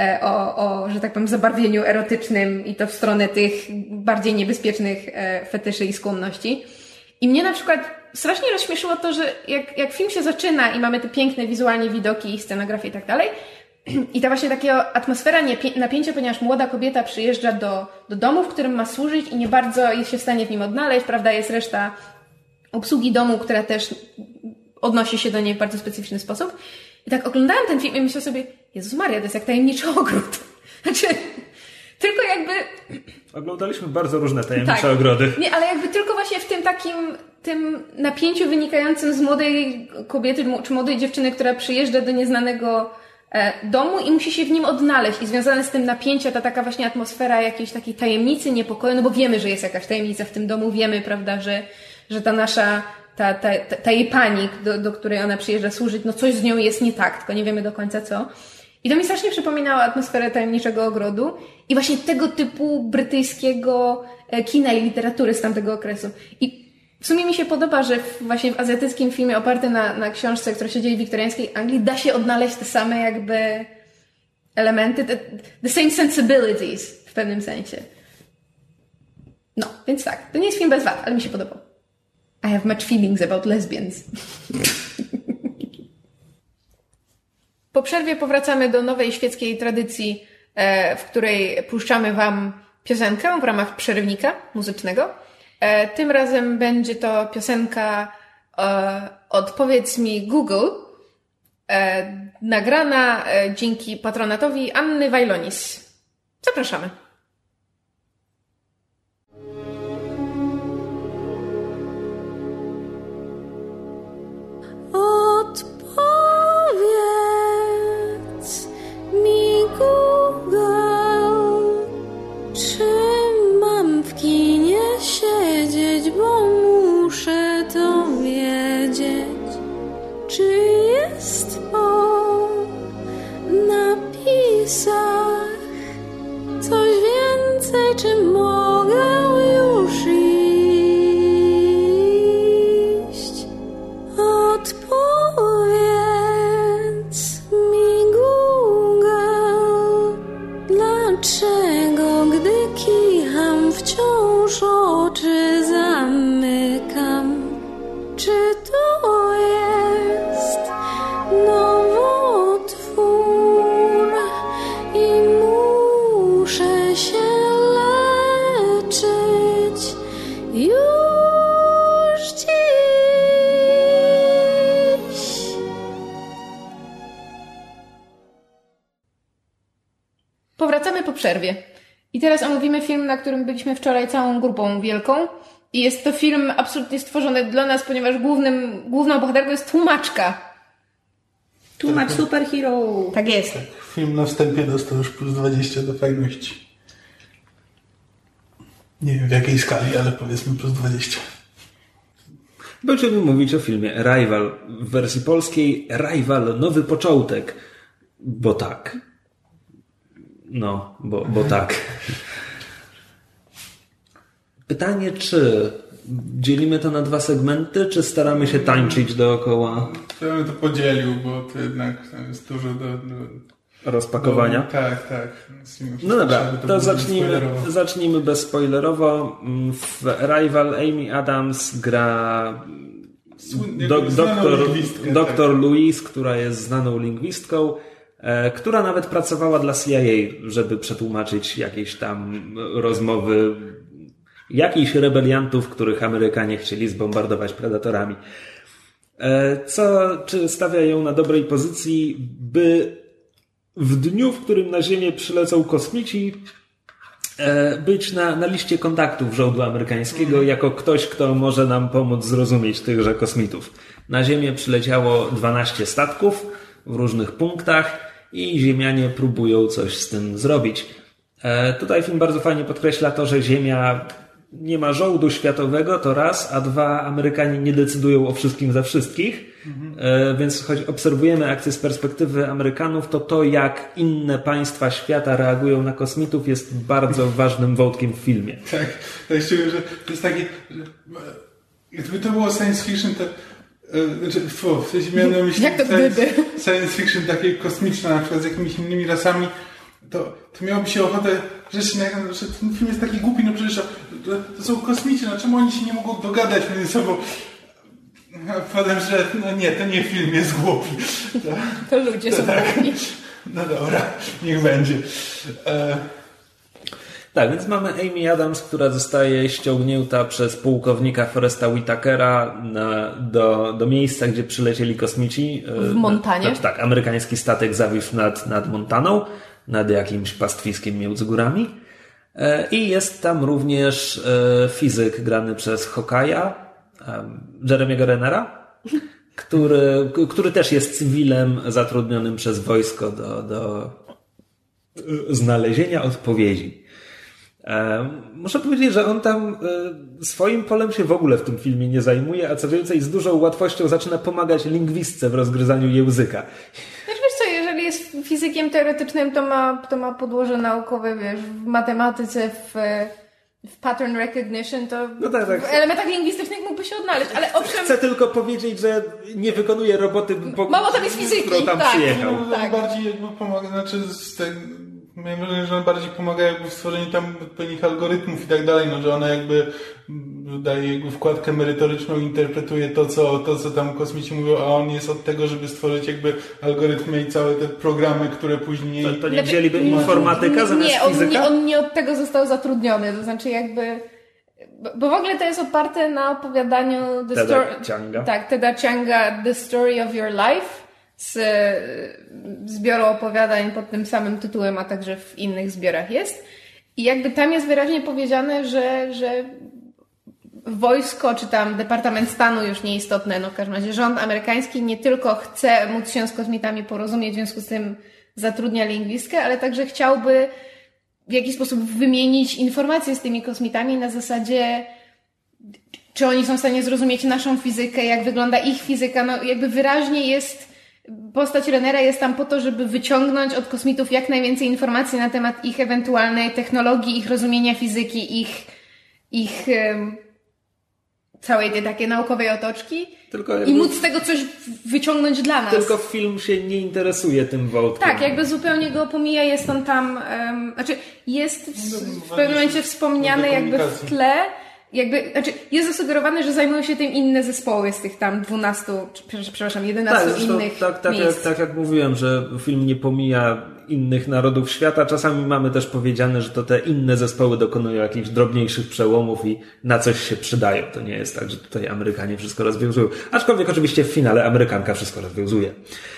o, że tak powiem, zabarwieniu erotycznym i to w stronę tych bardziej niebezpiecznych fetyszy i skłonności. I mnie na przykład strasznie rozśmieszyło to, że jak film się zaczyna i mamy te piękne wizualnie widoki i scenografię i tak dalej, i ta właśnie taka atmosfera napięcia, ponieważ młoda kobieta przyjeżdża do domu, w którym ma służyć i nie bardzo jest się w stanie w nim odnaleźć, prawda, jest reszta obsługi domu, która też odnosi się do niej w bardzo specyficzny sposób. I tak oglądałam ten film i myślę sobie, Jezus Maria, to jest jak tajemniczy ogród. Znaczy, tylko jakby... Oglądaliśmy bardzo różne tajemnicze ogrody. Nie, ale jakby tylko właśnie w tym tym napięciu wynikającym z młodej kobiety czy młodej dziewczyny, która przyjeżdża do nieznanego domu i musi się w nim odnaleźć. I związane z tym napięcia, ta taka właśnie atmosfera jakiejś takiej tajemnicy, niepokoju, no bo wiemy, że jest jakaś tajemnica w tym domu, wiemy, prawda, że ta nasza, ta jej pani, do której ona przyjeżdża służyć, no coś z nią jest nie tak, tylko nie wiemy do końca co. I to mi strasznie przypominało atmosferę Tajemniczego Ogrodu i właśnie tego typu brytyjskiego kina i literatury z tamtego okresu. I w sumie mi się podoba, że właśnie w azjatyckim filmie oparty na książce, która się dzieje w wiktoriańskiej Anglii, da się odnaleźć te same jakby elementy, the same sensibilities w pewnym sensie. No, więc tak, to nie jest film bez wad, ale mi się podobał. I have much feelings about lesbians. Po przerwie powracamy do nowej świeckiej tradycji, w której puszczamy Wam piosenkę w ramach przerywnika muzycznego. Tym razem będzie to piosenka Odpowiedz mi Google, nagrana dzięki patronatowi Anny Wajlonis. Zapraszamy. Odpowiedz mi Google, czy mam w kinie siedzieć, bo muszę to wiedzieć. Czy jest po napisach coś więcej, czy mogę już iść? Odpowiedz mi Google, dlaczego gdy kicham wciąż oczy zamykam? Czy to jest nowotwór i muszę się leczyć już dziś? Powracamy po przerwie. I teraz omówimy film, na którym byliśmy wczoraj całą grupą wielką. I jest to film absolutnie stworzony dla nas, ponieważ główną bohaterką jest tłumaczka. Tłumacz superhero. Tak jest. Film na wstępie dostał już plus 20 do fajności. Nie wiem w jakiej skali, ale powiedzmy plus 20. Będziemy mówić o filmie Arrival. W wersji polskiej Arrival, nowy początek. Bo tak. No, bo tak. Pytanie, czy dzielimy to na 2 segmenty, czy staramy się tańczyć dookoła Ja bym to podzielił, bo to jednak tam jest dużo do rozpakowania? Tak. No dobra, to zacznijmy. zacznijmy bezspoilerowo. W Arrival Amy Adams gra doktor Louise, która jest znaną lingwistką, która nawet pracowała dla CIA, żeby przetłumaczyć jakieś tam rozmowy jakichś rebeliantów, których Amerykanie chcieli zbombardować predatorami. Czy stawia ją na dobrej pozycji, by w dniu, w którym na Ziemię przylecą kosmici, być na liście kontaktów rządu amerykańskiego jako ktoś, kto może nam pomóc zrozumieć tychże kosmitów. Na Ziemię przyleciało 12 statków w różnych punktach i Ziemianie próbują coś z tym zrobić. Tutaj film bardzo fajnie podkreśla to, że Ziemia nie ma rządu światowego, to raz, a 2, Amerykanie nie decydują o wszystkim za wszystkich, więc choć obserwujemy akcję z perspektywy Amerykanów, to jak inne państwa świata reagują na kosmitów jest bardzo ważnym wątkiem w filmie. Tak, szczególnie, że to jest takie, że gdyby to było science fiction, to w sensie miałem na myśli science fiction takie kosmiczne, na przykład z jakimiś innymi rasami, to miałoby się ochotę, że ten film jest taki głupi, no przecież to są kosmici, no czemu oni się nie mogą dogadać między sobą? A potem, że no nie, to nie film jest głupi. To ludzie są głupi. No dobra, niech będzie. Tak, więc mamy Amy Adams, która zostaje ściągnięta przez pułkownika Foresta Whitakera do miejsca, gdzie przylecieli kosmici. W Montanie. Tak, amerykański statek zawisł nad Montaną, nad jakimś pastwiskiem między górami. I jest tam również fizyk grany przez Hawkeye'a, Jeremiego Rennera, który też jest cywilem zatrudnionym przez wojsko do znalezienia odpowiedzi. Muszę powiedzieć, że on tam swoim polem się w ogóle w tym filmie nie zajmuje, a co więcej z dużą łatwością zaczyna pomagać lingwistce w rozgryzaniu języka. Wiesz co, jeżeli jest fizykiem teoretycznym, to ma podłoże naukowe, wiesz, w matematyce, w pattern recognition, to no tak. w elementach lingwistycznych mógłby się odnaleźć, ale owszem... Chcę tylko powiedzieć, że nie wykonuje roboty, mało tam jest fizyki, którą tam przyjechał. Tak. Bardziej jakby pomaga, miałem wrażenie, że on bardziej pomaga jakby w stworzeniu tam odpowiednich algorytmów i tak dalej, no że ona jakby daje jakby wkładkę merytoryczną, interpretuje to, co tam kosmici mówią, a on jest od tego, żeby stworzyć jakby algorytmy i całe te programy, które później... To nie wzięliby informatyka zamiast fizyka? On nie od tego został zatrudniony, to znaczy jakby... Bo w ogóle to jest oparte na opowiadaniu Teda Chianga The Story of Your Life z zbioru opowiadań pod tym samym tytułem, a także w innych zbiorach jest. I jakby tam jest wyraźnie powiedziane, że wojsko, czy tam Departament Stanu, już nieistotne, no w każdym razie rząd amerykański nie tylko chce móc się z kosmitami porozumieć, w związku z tym zatrudnia lingwistkę, ale także chciałby w jakiś sposób wymienić informacje z tymi kosmitami na zasadzie, czy oni są w stanie zrozumieć naszą fizykę, jak wygląda ich fizyka. No jakby wyraźnie jest, postać Renera jest tam po to, żeby wyciągnąć od kosmitów jak najwięcej informacji na temat ich ewentualnej technologii, ich rozumienia fizyki, ich całej tej takiej naukowej otoczki i móc z tego coś wyciągnąć dla nas. Tylko film się nie interesuje tym wątkiem. Tak, jakby zupełnie go pomija, jest on tam, jest w pewnym momencie wspomniane jakby w tle, jest zasugerowane, że zajmują się tym inne zespoły z tych tam 11 innych miejsc. Tak jak mówiłem, że film nie pomija innych narodów świata. Czasami mamy też powiedziane, że to te inne zespoły dokonują jakichś drobniejszych przełomów i na coś się przydają. To nie jest tak, że tutaj Amerykanie wszystko rozwiązują. Aczkolwiek oczywiście w finale Amerykanka wszystko rozwiązuje.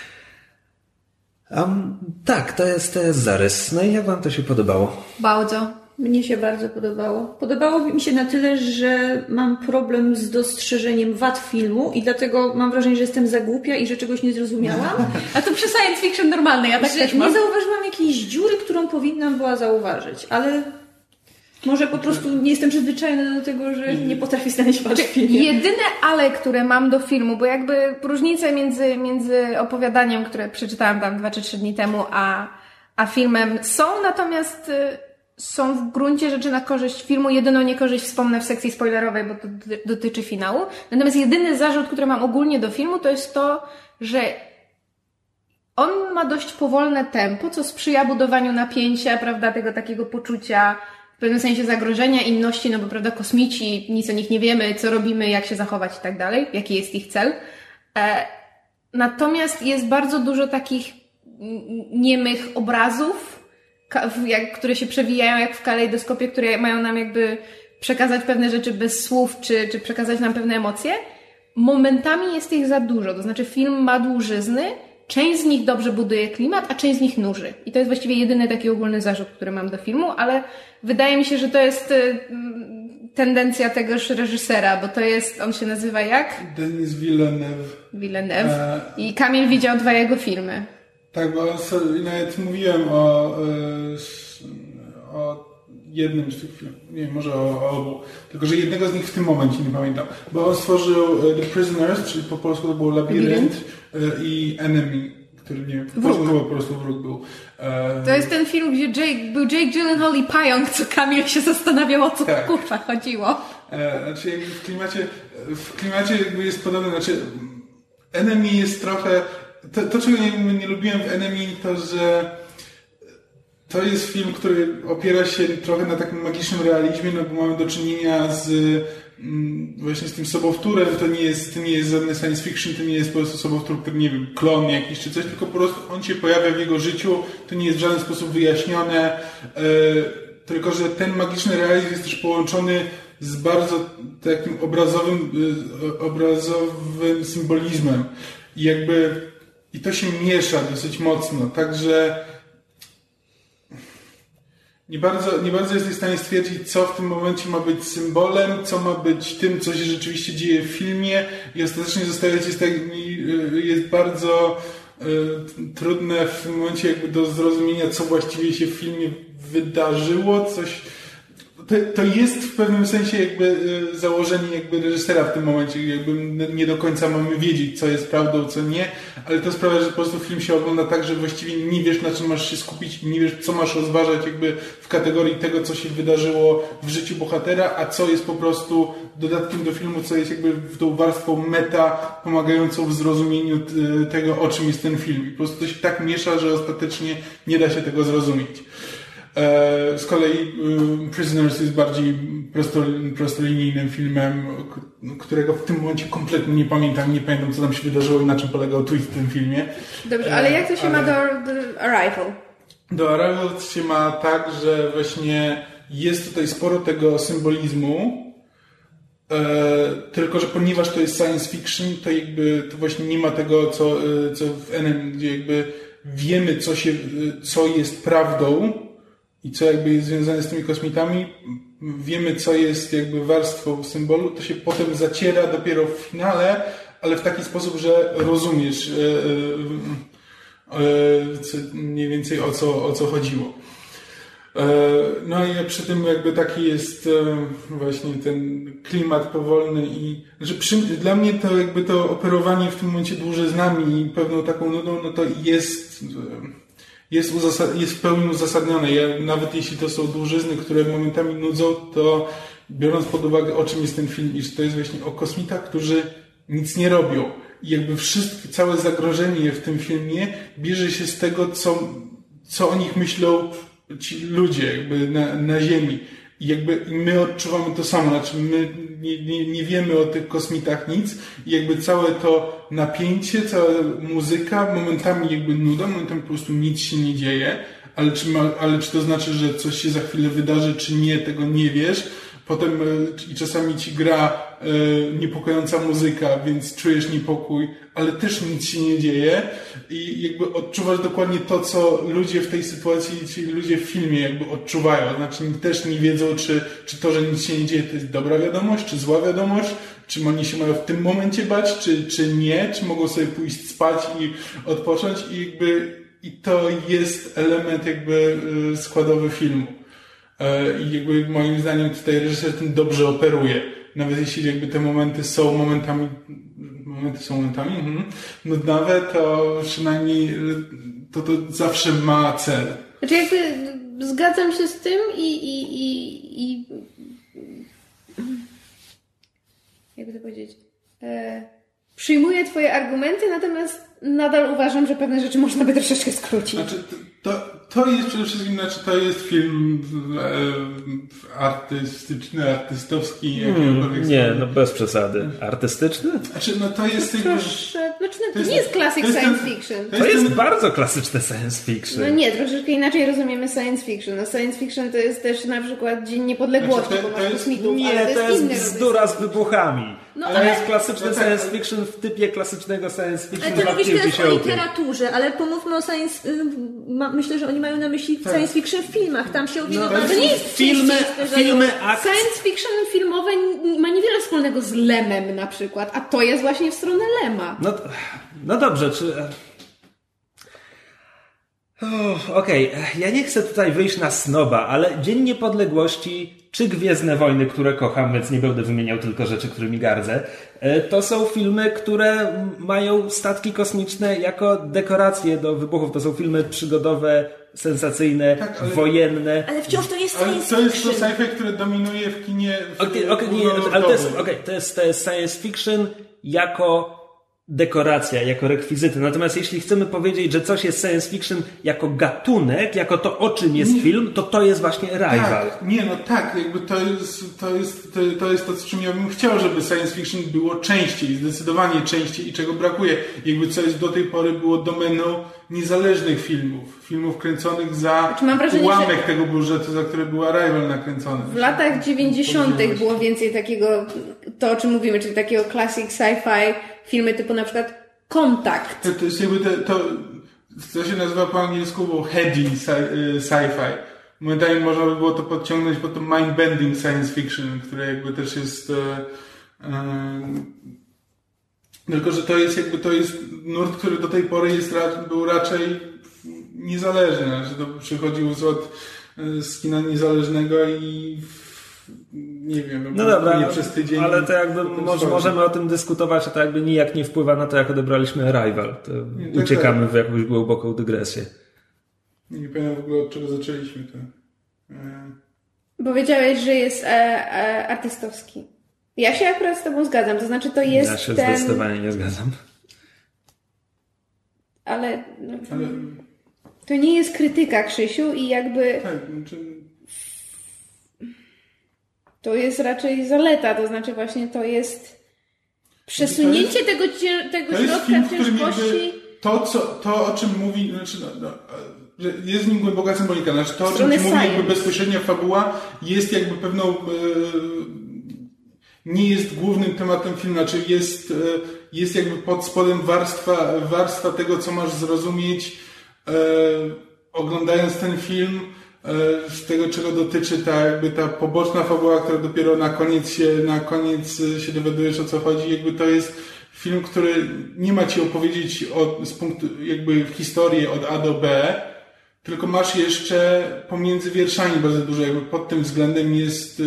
Tak, to jest zarys. No i jak wam to się podobało? Bardzo. Mnie się bardzo podobało. Podobało mi się na tyle, że mam problem z dostrzeżeniem wad filmu i dlatego mam wrażenie, że jestem za głupia i że czegoś nie zrozumiałam. A to przy science fiction normalne, ja tak też mam. Nie zauważyłam jakiejś dziury, którą powinnam była zauważyć, ale może po prostu nie jestem przyzwyczajona do tego, że nie potrafię znaleźć wad w filmie. Jedyne ale, które mam do filmu, bo jakby różnice między opowiadaniem, które przeczytałam tam 2 czy 3 dni temu, a filmem są, natomiast są w gruncie rzeczy na korzyść filmu. Jedyną niekorzyść wspomnę w sekcji spoilerowej, bo to dotyczy finału. Natomiast jedyny zarzut, który mam ogólnie do filmu, to jest to, że on ma dość powolne tempo, co sprzyja budowaniu napięcia, prawda, tego takiego poczucia w pewnym sensie zagrożenia, inności, no bo prawda, kosmici, nic o nich nie wiemy, co robimy, jak się zachować i tak dalej, jaki jest ich cel. Natomiast jest bardzo dużo takich niemych obrazów, które się przewijają jak w kalejdoskopie, które mają nam jakby przekazać pewne rzeczy bez słów, czy przekazać nam pewne emocje. Momentami jest ich za dużo, to znaczy film ma dłużyzny, część z nich dobrze buduje klimat, a część z nich nuży. I to jest właściwie jedyny taki ogólny zarzut, który mam do filmu, ale wydaje mi się, że to jest tendencja tegoż reżysera, bo to jest, on się nazywa jak? Denis Villeneuve. I Kamil widział 2 jego filmy. Tak, bo nawet mówiłem o jednym z tych filmów, nie wiem, może o obu, tylko że jednego z nich w tym momencie nie pamiętam, bo on stworzył The Prisoners, czyli po polsku to był Labirynt i Enemy, który nie wiem, po polsku chyba po prostu Wróg był. To jest ten film, gdzie był Jake Gyllenhaal i pająk, co Kamil się zastanawiał, o co kurwa chodziło. Znaczy jakby w klimacie jakby jest podobne, znaczy Enemy jest trochę to, czego nie lubiłem w Enemy, to, że to jest film, który opiera się trochę na takim magicznym realizmie, no bo mamy do czynienia właśnie z tym sobowtórem, to nie jest żadne science fiction, to nie jest po prostu sobowtór, który, nie wiem, klon jakiś czy coś, tylko po prostu on się pojawia w jego życiu, to nie jest w żaden sposób wyjaśnione, tylko że ten magiczny realizm jest też połączony z bardzo takim obrazowym symbolizmem. I to się miesza dosyć mocno, także nie bardzo jesteś w stanie stwierdzić, co w tym momencie ma być symbolem, co ma być tym, co się rzeczywiście dzieje w filmie i ostatecznie jest bardzo trudne w tym momencie jakby do zrozumienia, co właściwie się w filmie wydarzyło, to jest w pewnym sensie jakby założenie jakby reżysera w tym momencie, jakby nie do końca mamy wiedzieć, co jest prawdą, co nie, ale to sprawia, że po prostu film się ogląda tak, że właściwie nie wiesz, na czym masz się skupić, nie wiesz, co masz rozważać jakby w kategorii tego, co się wydarzyło w życiu bohatera, a co jest po prostu dodatkiem do filmu, co jest jakby tą warstwą meta pomagającą w zrozumieniu tego, o czym jest ten film. I po prostu to się tak miesza, że ostatecznie nie da się tego zrozumieć. Z kolei Prisoners jest bardziej prostolinijnym filmem, którego w tym momencie kompletnie nie pamiętam, co tam się wydarzyło i na czym polegał twist w tym filmie. Dobrze, ale jak to się ma do Arrival? Do Arrival się ma tak, że właśnie jest tutaj sporo tego symbolizmu, tylko że ponieważ to jest science fiction, to jakby to właśnie nie ma tego, co w NM, gdzie jakby wiemy, co jest prawdą i co jakby jest związane z tymi kosmitami, wiemy, co jest jakby warstwą symbolu, to się potem zaciera dopiero w finale, ale w taki sposób, że rozumiesz mniej więcej o co chodziło. No i przy tym jakby taki jest właśnie ten klimat powolny i że dla mnie to jakby to operowanie w tym momencie dłużyznami i pewną taką nudą, no to jest w pełni uzasadnione. Nawet jeśli to są dłużyzny, które momentami nudzą, to biorąc pod uwagę, o czym jest ten film i że to jest właśnie o kosmitach, którzy nic nie robią. I jakby całe zagrożenie w tym filmie bierze się z tego, co o nich myślą ci ludzie jakby na Ziemi. I jakby my odczuwamy to samo, znaczy my nie wiemy o tych kosmitach nic i jakby całe to napięcie, cała muzyka, momentami jakby nuda, momentami po prostu nic się nie dzieje, ale czy to znaczy, że coś się za chwilę wydarzy, czy nie, tego nie wiesz. Potem i czasami ci gra niepokojąca muzyka, więc czujesz niepokój, ale też nic się nie dzieje i jakby odczuwasz dokładnie to, co ludzie w tej sytuacji, ci ludzie w filmie jakby odczuwają. Znaczy też nie wiedzą, czy to, że nic się nie dzieje, to jest dobra wiadomość, czy zła wiadomość, czy oni się mają w tym momencie bać, czy nie, czy mogą sobie pójść spać i odpocząć i to jest element jakby składowy filmu. I jakby moim zdaniem tutaj reżyser tym dobrze operuje. Nawet jeśli jakby te momenty są momentami nudnawe, to przynajmniej to zawsze ma cel. Znaczy jakby zgadzam się z tym i jakby to powiedzieć, przyjmuję twoje argumenty, natomiast nadal uważam, że pewne rzeczy można by troszeczkę skrócić. Znaczy, to jest przede wszystkim, to jest film artystyczny, artystowski. Nie, bez przesady. Artystyczny? Znaczy, to jest... to nie jest classic science fiction. To jest bardzo klasyczne science fiction. No nie, troszeczkę inaczej rozumiemy science fiction. No science fiction to jest też na przykład Dzień Niepodległości, bo masz kosmitów, ale to jest bzdura z wybuchami. To jest klasyczny science fiction w typie klasycznego science fiction. Ale to mówisz teraz o literaturze, ale pomówmy o science... myślę, że oni mają na myśli science fiction w filmach. Tam się to nie jest filmy, akcje. Science fiction filmowe ma niewiele wspólnego z Lemem na przykład, a to jest właśnie w stronę Lema. No dobrze, Okej, ja nie chcę tutaj wyjść na snoba, ale Dzień Niepodległości czy Gwiezdne Wojny, które kocham, więc nie będę wymieniał tylko rzeczy, którymi gardzę, to są filmy, które mają statki kosmiczne jako dekoracje do wybuchów. To są filmy przygodowe, sensacyjne, wojenne. Ale wciąż to jest science fiction. To jest to sci-fi, które dominuje w kinie. To jest science fiction jako dekoracja, jako rekwizyty. Natomiast jeśli chcemy powiedzieć, że coś jest science fiction jako gatunek, jako to, o czym jest film, to jest właśnie Arrival. Jakby to jest to, z czym ja bym chciał, żeby science fiction było częściej, zdecydowanie częściej i czego brakuje. Jakby coś do tej pory było domeną niezależnych filmów kręconych za ułamek tego budżetu, za które był Arrival nakręcony. W latach 90. było więcej takiego, to o czym mówimy, czyli takiego classic sci-fi, filmy typu na przykład Kontakt. To jest jakby to się nazywa po angielsku heady sci-fi. Momentami można by było to podciągnąć pod to mind-bending science fiction, które jakby też jest tylko, że to jest nurt, który do tej pory był raczej niezależny, że to przychodził z kina niezależnego i nie wiem, no dobra, nie przez tydzień. Ale to jakby możemy o tym dyskutować, a to jakby nijak nie wpływa na to, jak odebraliśmy Arrival. To uciekamy w jakąś głęboką dygresję. Nie pamiętam w ogóle, od czego zaczęliśmy to. Powiedziałeś, że jest artystowski. Ja się akurat z tobą zgadzam, to znaczy to jest Ja się zdecydowanie nie zgadzam. Ale... To nie jest krytyka, Krzysiu, i jakby... Tak, To jest raczej zaleta, to znaczy właśnie to jest przesunięcie tego środka ciężkości... To, o czym mówi, że jest w nim głęboka symbolika, znaczy to, o czym mówi jakby bezpośrednia fabuła, jest jakby pewną... nie jest głównym tematem filmu, znaczy jest jakby pod spodem warstwa tego, co masz zrozumieć oglądając ten film, z tego, czego dotyczy ta poboczna fabuła, która dopiero na koniec się dowiadujesz, o co chodzi. Jakby to jest film, który nie ma ci opowiedzieć z punktu jakby historię od A do B, tylko masz jeszcze pomiędzy wierszami bardzo dużo, jakby pod tym względem jest...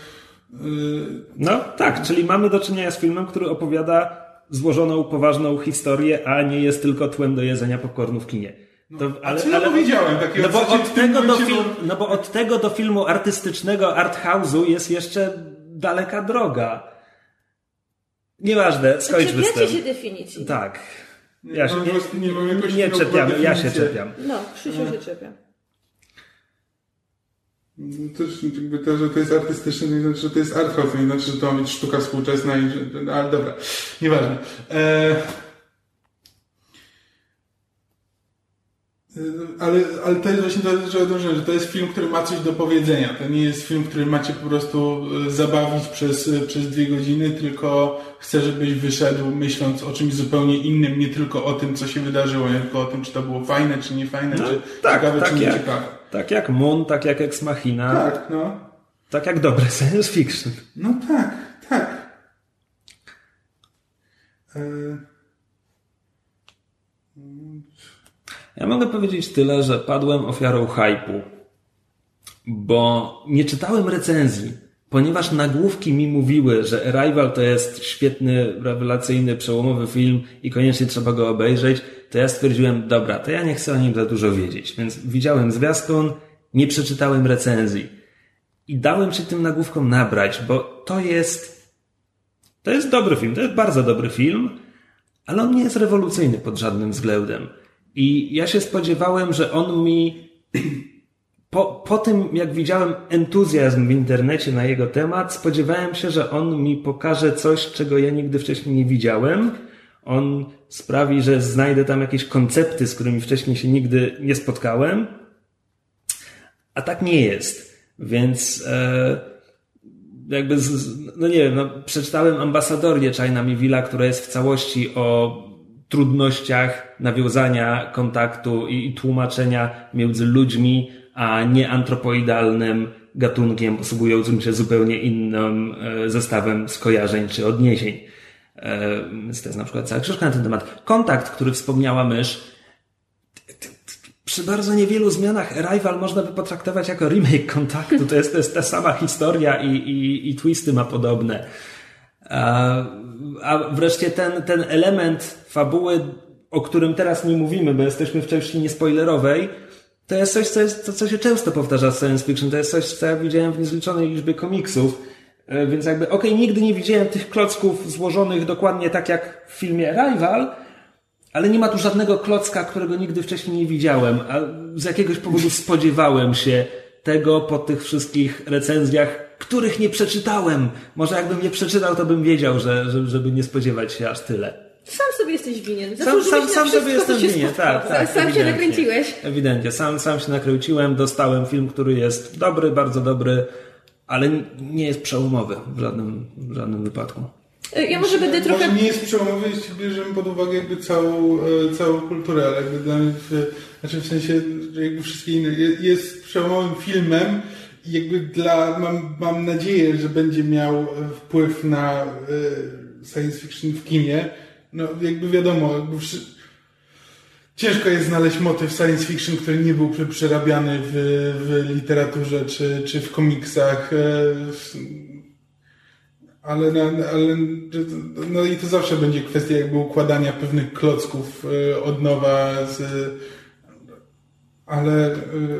No tak, czyli mamy do czynienia z filmem, który opowiada złożoną, poważną historię, a nie jest tylko tłem do jedzenia popcornu w kinie. Powiedziałem takiego, bo od tego do filmu artystycznego, art house'u jest jeszcze daleka droga. Nieważne, skończmy z tym. Czepiacie się definicji. Tak. Ja się czepiam. No, Krzysiu się czepia. Też jakby to, że to jest artystyczne, nie znaczy, że to jest art house, nie znaczy, że to ma być sztuka współczesna ale dobra, nieważne. Ale to jest właśnie to, że to jest film, który ma coś do powiedzenia. To nie jest film, który macie po prostu zabawić przez 2 godziny, tylko chcę, żebyś wyszedł myśląc o czymś zupełnie innym, nie tylko o tym, co się wydarzyło, nie tylko o tym, czy to było fajne, czy nie fajne, czy ciekawe, czy nie ciekawe. Tak jak Moon, tak jak Ex Machina. Tak, no. Tak jak dobre science fiction. No tak. Ja mogę powiedzieć tyle, że padłem ofiarą hype'u, bo nie czytałem recenzji, ponieważ nagłówki mi mówiły, że Arrival to jest świetny, rewelacyjny, przełomowy film i koniecznie trzeba go obejrzeć, to ja stwierdziłem, dobra, to ja nie chcę o nim za dużo wiedzieć, więc widziałem zwiastun, nie przeczytałem recenzji i dałem się tym nagłówkom nabrać, bo to jest dobry film, to jest bardzo dobry film, ale on nie jest rewolucyjny pod żadnym względem. I ja się spodziewałem, że on mi po tym, jak widziałem entuzjazm w internecie na jego temat, spodziewałem się, że on mi pokaże coś, czego ja nigdy wcześniej nie widziałem. On sprawi, że znajdę tam jakieś koncepty, z którymi wcześniej się nigdy nie spotkałem. A tak nie jest. Więc przeczytałem Ambasadorię China Miéville'a, która jest w całości o trudnościach nawiązania kontaktu i tłumaczenia między ludźmi, a nie antropoidalnym gatunkiem posługującym się zupełnie innym zestawem skojarzeń czy odniesień. Więc to jest na przykład cała książka na ten temat. Kontakt, który wspomniała Mysz, przy bardzo niewielu zmianach Arrival można by potraktować jako remake Kontaktu. To jest ta sama historia i twisty ma podobne. A wreszcie ten element fabuły, o którym teraz nie mówimy, bo jesteśmy w części niespoilerowej, to jest coś, co się często powtarza w science fiction. To jest coś, co ja widziałem w niezliczonej liczbie komiksów. Więc nigdy nie widziałem tych klocków złożonych dokładnie tak jak w filmie Arrival, ale nie ma tu żadnego klocka, którego nigdy wcześniej nie widziałem, a z jakiegoś powodu spodziewałem się tego po tych wszystkich recenzjach, których nie przeczytałem. Może jakbym nie przeczytał, to bym wiedział, żeby nie spodziewać się aż tyle. Sam sobie jesteś winien. Sam sobie jestem winien, tak. Sam się nakręciłeś. Ewidentnie, sam się nakręciłem, dostałem film, który jest dobry, bardzo dobry, ale nie jest przełomowy w żadnym wypadku. Ja może będę trochę... Może nie jest przełomowy, jeśli bierzemy pod uwagę jakby całą kulturę, ale jakby dla mnie, w sensie, że jakby wszystkie inne, jest przełomowym filmem i jakby mam nadzieję, że będzie miał wpływ na science fiction w kinie. No jakby wiadomo, ciężko jest znaleźć motyw science fiction, który nie był przerabiany w literaturze czy w komiksach. Ale i to zawsze będzie kwestia jakby układania pewnych klocków od nowa, ale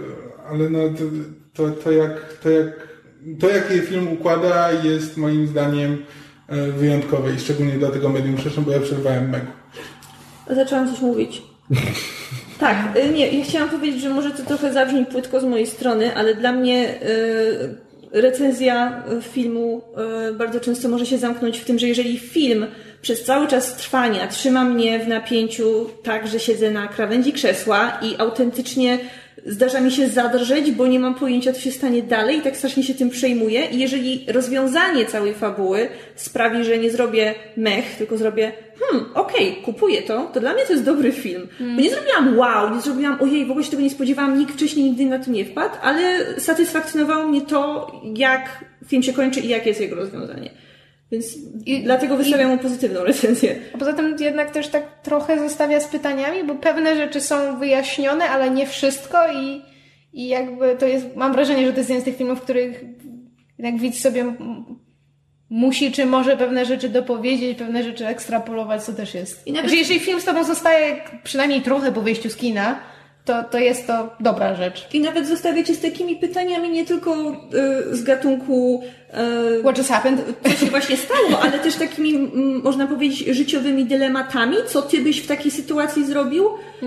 to jak film układa jest moim zdaniem wyjątkowe i szczególnie dla tego medium, bo ja przerwałem Megu. Zaczęłam coś mówić. Tak, nie, ja chciałam powiedzieć, że może to trochę zabrzmi płytko z mojej strony, ale dla mnie recenzja filmu bardzo często może się zamknąć w tym, że jeżeli film przez cały czas trwania trzyma mnie w napięciu tak, że siedzę na krawędzi krzesła i autentycznie zdarza mi się zadrżeć, bo nie mam pojęcia, co się stanie dalej i tak strasznie się tym przejmuję. I jeżeli rozwiązanie całej fabuły sprawi, że nie zrobię mech, tylko zrobię okej, kupuję to dla mnie to jest dobry film. Bo nie zrobiłam wow, nie zrobiłam ojej, w ogóle się tego nie spodziewałam, nikt wcześniej nigdy na to nie wpadł, ale satysfakcjonowało mnie to, jak film się kończy i jakie jest jego rozwiązanie. Więc dlatego wystawiam mu pozytywną recenzję. A poza tym jednak też tak trochę zostawia z pytaniami, bo pewne rzeczy są wyjaśnione, ale nie wszystko i jakby to jest, mam wrażenie, że to jest jeden z tych filmów, w których jednak widz sobie musi czy może pewne rzeczy dopowiedzieć, pewne rzeczy ekstrapolować, co też jest. I nawet... jeżeli film z tobą zostaje przynajmniej trochę po wyjściu z kina, to jest to dobra rzecz. I nawet zostawiacie z takimi pytaniami nie tylko z gatunku what just happened? Co się właśnie stało, ale też takimi, można powiedzieć, życiowymi dylematami. Co ty byś w takiej sytuacji zrobił?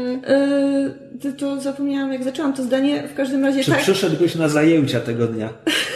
To zapomniałam, jak zaczęłam to zdanie. W każdym razie Czy tak. przyszedłbyś na zajęcia tego dnia?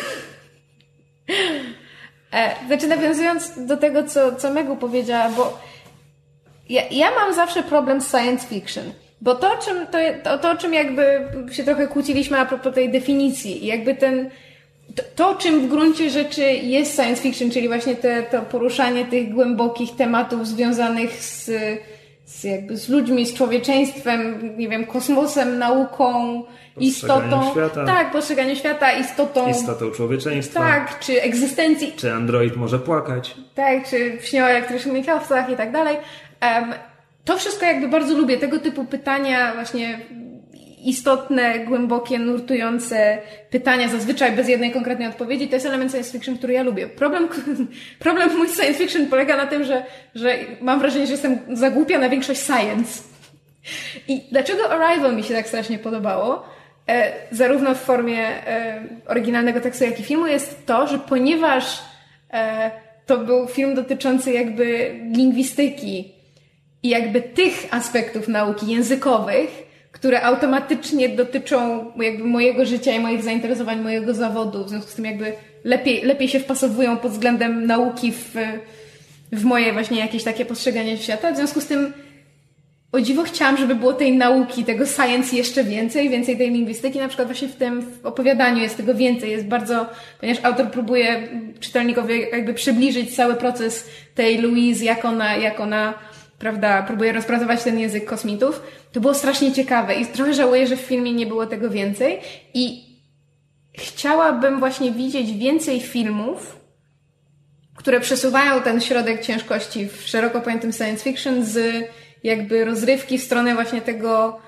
Znaczy, nawiązując do tego, co Megu powiedziała, bo ja mam zawsze problem z science fiction. Bo to, o czym jakby się trochę kłóciliśmy a propos tej definicji, jakby to, czym w gruncie rzeczy jest science fiction, czyli właśnie to poruszanie tych głębokich tematów związanych z ludźmi, z człowieczeństwem, nie wiem, kosmosem, nauką, istotą. Świata. Tak, postrzeganiu świata, istotą człowieczeństwa. Tak, czy egzystencji. Czy android może płakać. Tak, czy śnie o elektrycznych owcach i tak dalej. To wszystko jakby bardzo lubię. Tego typu pytania, właśnie istotne, głębokie, nurtujące pytania, zazwyczaj bez jednej konkretnej odpowiedzi, to jest element science fiction, który ja lubię. Problem mój science fiction polega na tym, że mam wrażenie, że jestem za głupia na większość science. I dlaczego Arrival mi się tak strasznie podobało, zarówno w formie oryginalnego tekstu, jak i filmu, jest to, że ponieważ to był film dotyczący jakby lingwistyki i jakby tych aspektów nauki językowych, które automatycznie dotyczą jakby mojego życia i moich zainteresowań, mojego zawodu, w związku z tym jakby lepiej się wpasowują pod względem nauki w moje właśnie jakieś takie postrzeganie świata. W związku z tym o dziwo chciałam, żeby było tej nauki, tego science jeszcze więcej tej lingwistyki. Na przykład właśnie w opowiadaniu jest tego więcej. Jest bardzo, ponieważ autor próbuje czytelnikowi jakby przybliżyć cały proces tej Louise, jak ona prawda, próbuje rozpracować ten język kosmitów. To było strasznie ciekawe i trochę żałuję, że w filmie nie było tego więcej i chciałabym właśnie widzieć więcej filmów, które przesuwają ten środek ciężkości w szeroko pojętym science fiction z jakby rozrywki w stronę właśnie tego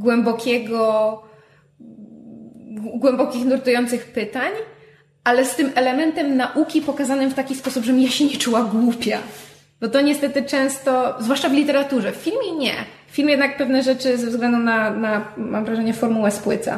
głębokich, nurtujących pytań, ale z tym elementem nauki pokazanym w taki sposób, żebym ja się nie czuła głupia. Bo to niestety często, zwłaszcza w literaturze, w filmie nie. Film jednak pewne rzeczy ze względu na mam wrażenie, formułę spłyca.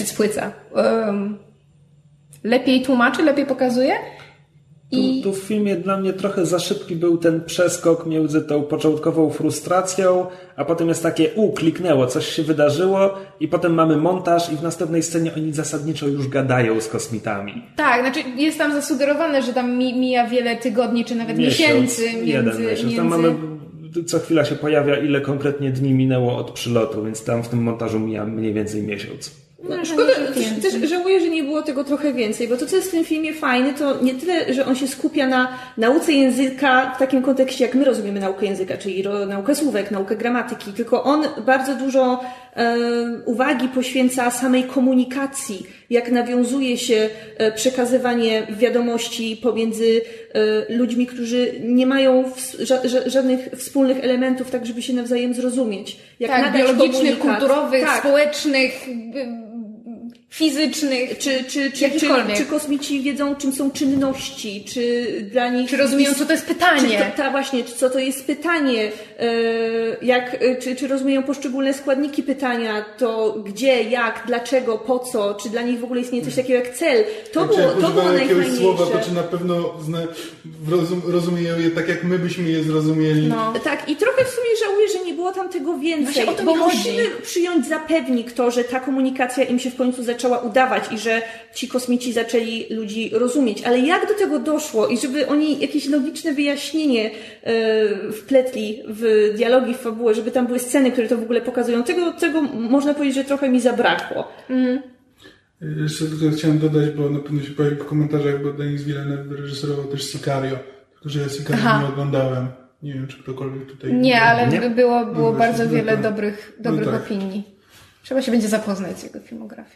Lepiej tłumaczy, lepiej pokazuje. Tu w filmie dla mnie trochę za szybki był ten przeskok między tą początkową frustracją, a potem jest takie kliknęło, coś się wydarzyło i potem mamy montaż i w następnej scenie oni zasadniczo już gadają z kosmitami. Tak, znaczy jest tam zasugerowane, że tam mija wiele tygodni, czy nawet miesięcy między... Tam mamy, co chwila się pojawia, ile konkretnie dni minęło od przylotu, więc tam w tym montażu mija mniej więcej miesiąc. Szkoda, też żałuję, że nie było tego trochę więcej, bo to, co jest w tym filmie fajne, to nie tyle, że on się skupia na nauce języka w takim kontekście, jak my rozumiemy naukę języka, czyli naukę słówek, naukę gramatyki, tylko on bardzo dużo uwagi poświęca samej komunikacji, jak nawiązuje się przekazywanie wiadomości pomiędzy ludźmi, którzy nie mają żadnych wspólnych elementów, tak żeby się nawzajem zrozumieć. Jak tak, biologicznych, kulturowych, społecznych, fizycznych, czy kosmici wiedzą, czym są czynności, czy dla nich... Czy rozumieją, co to jest pytanie. Właśnie, co to jest pytanie, czy rozumieją poszczególne składniki pytania, to gdzie, jak, dlaczego, po co, czy dla nich w ogóle istnieje coś takiego jak cel. To było najfajniejsze. Słowa, to czy na pewno rozumieją je tak, jak my byśmy je zrozumieli. No. Tak, i trochę w sumie żałuję, że nie było było tam tego więcej, Właśnie o to bo mi chodzi. musimy przyjąć za pewnik to, że ta komunikacja im się w końcu zaczęła udawać i że ci kosmici zaczęli ludzi rozumieć, ale jak do tego doszło i żeby oni jakieś logiczne wyjaśnienie wpletli w dialogi, w fabułę, żeby tam były sceny, które to w ogóle pokazują, tego można powiedzieć, że trochę mi zabrakło. Jeszcze tylko chciałem dodać, bo na pewno się pojawi w komentarzach, bo Denis Villeneuve wyreżyserował też Sicario, tylko że ja Sicario nie oglądałem. Nie wiem, czy ktokolwiek tutaj... Nie, ale było No bardzo właśnie, wiele tak. dobrych No tak. opinii. Trzeba się będzie zapoznać z jego filmografią.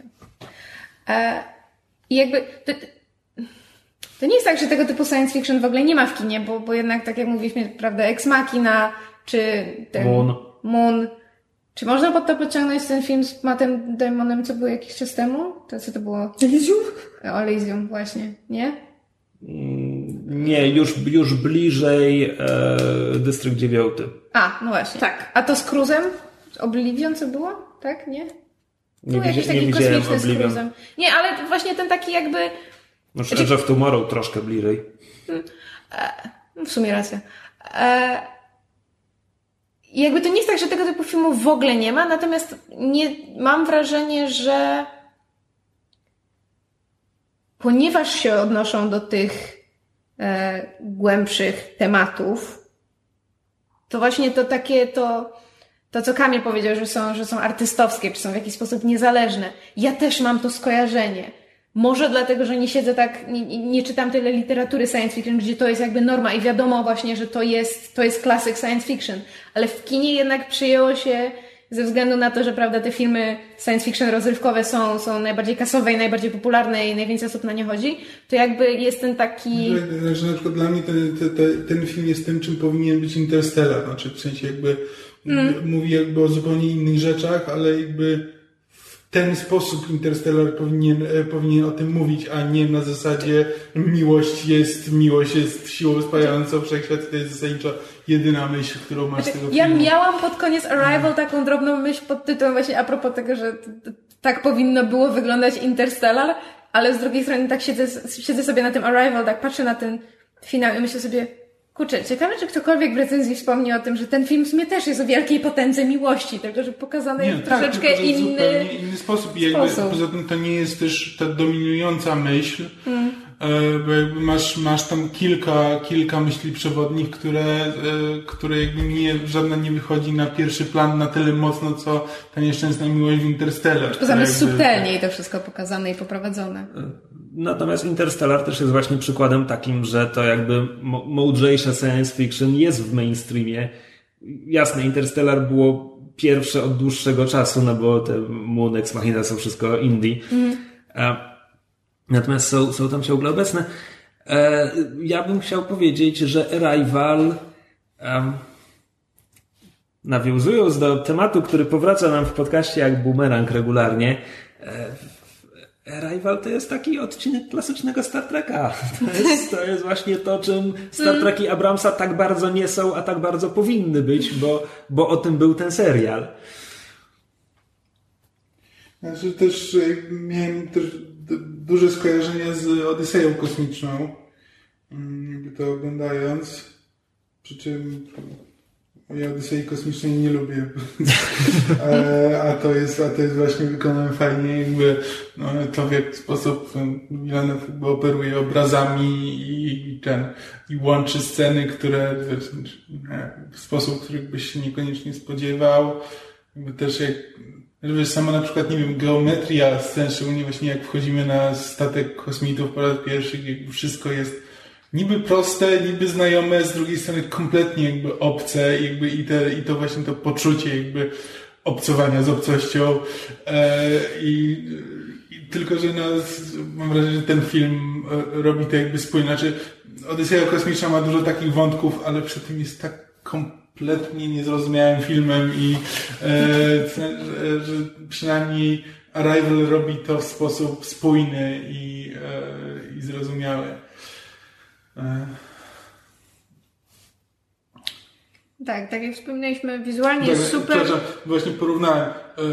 I jakby... To nie jest tak, że tego typu science fiction w ogóle nie ma w kinie, bo jednak, tak jak mówiliśmy, prawda, Ex Machina, czy ten Moon. Czy można pod to podciągnąć ten film z Mattem Damonem, co był jakiś czas temu? To co to było? Elysium? Elysium, właśnie, nie? Nie, już bliżej Dystrykt 9. No właśnie. Tak. A to z Cruzem? Z Oblivion co było? Tak, nie? Nie, Był jakiś nie taki widziałem kosmiczny z Oblivion. Cruzem. Nie, ale właśnie ten taki jakby... Może Edge of Tomorrow troszkę bliżej. W sumie racja. I jakby to nie jest tak, że tego typu filmów w ogóle nie ma, natomiast mam wrażenie, że ponieważ się odnoszą do tych głębszych tematów, to właśnie to takie, to co Kamil powiedział, że są artystowskie, czy są w jakiś sposób niezależne. Ja też mam to skojarzenie. Może dlatego, że nie siedzę tak, nie czytam tyle literatury science fiction, gdzie to jest jakby norma i wiadomo właśnie, że to jest klasyk science fiction. Ale w kinie jednak przyjęło się ze względu na to, że prawda, te filmy science fiction rozrywkowe są najbardziej kasowe i najbardziej popularne i najwięcej osób na nie chodzi, to jakby jest ten taki... Że na przykład dla mnie ten film jest tym, czym powinien być Interstellar. Znaczy w sensie jakby mówi jakby o zupełnie innych rzeczach, ale jakby w ten sposób Interstellar powinien o tym mówić, a nie na zasadzie miłość jest siłą spajającą wszechświat i to jest zasadniczo jedyna myśl, którą masz z tego filmu. Ja miałam pod koniec Arrival taką drobną myśl pod tytułem właśnie a propos tego, że tak powinno było wyglądać Interstellar, ale z drugiej strony tak siedzę sobie na tym Arrival, tak patrzę na ten finał i myślę sobie, kurczę, ciekawe, czy ktokolwiek w recenzji wspomni o tym, że ten film w sumie też jest o wielkiej potędze miłości, tylko że pokazany jest troszeczkę inny sposób. I jakby, poza tym to nie jest też ta dominująca myśl, bo jakby masz tam kilka myśli przewodnich, które jakby żadna nie wychodzi na pierwszy plan na tyle mocno, co ta nieszczęsna miłość w Interstellar. Poza tym subtelniej to wszystko pokazane i poprowadzone. Natomiast Interstellar też jest właśnie przykładem takim, że to jakby mądrzejsze science fiction jest w mainstreamie. Jasne, Interstellar było pierwsze od dłuższego czasu, no bo te Moon, Ex Machina są wszystko indie. Natomiast są tam ciągle obecne. Ja bym chciał powiedzieć, że Arrival, nawiązując do tematu, który powraca nam w podcaście jak bumerang regularnie, Arrival to jest taki odcinek klasycznego Star Treka. To jest właśnie to, czym Star Treki Abramsa tak bardzo nie są, a tak bardzo powinny być, bo o tym był ten serial. Znaczy też miałem też duże skojarzenia z Odyseją kosmiczną, jakby to oglądając. Przy czym ja Odysei kosmicznej nie lubię. a to jest właśnie wykonane fajnie, jakby to w jaki sposób Villeneuve operuje obrazami i łączy sceny, które w sposób, których byś się niekoniecznie spodziewał. Jakby też sama na przykład, nie wiem, geometria scen, szczególnie właśnie jak wchodzimy na statek kosmitów po raz pierwszy, jakby wszystko jest niby proste, niby znajome, z drugiej strony kompletnie jakby obce, jakby i to właśnie to poczucie jakby obcowania z obcością. I tylko, że mam wrażenie, że ten film robi to jakby spójnie. Znaczy, Odyseja kosmiczna ma dużo takich wątków, ale przy tym jest tak kompletnie niezrozumiałym filmem i że przynajmniej Arrival robi to w sposób spójny i zrozumiały. Tak jak wspominaliśmy, wizualnie jest super. Przepraszam, właśnie porównałem.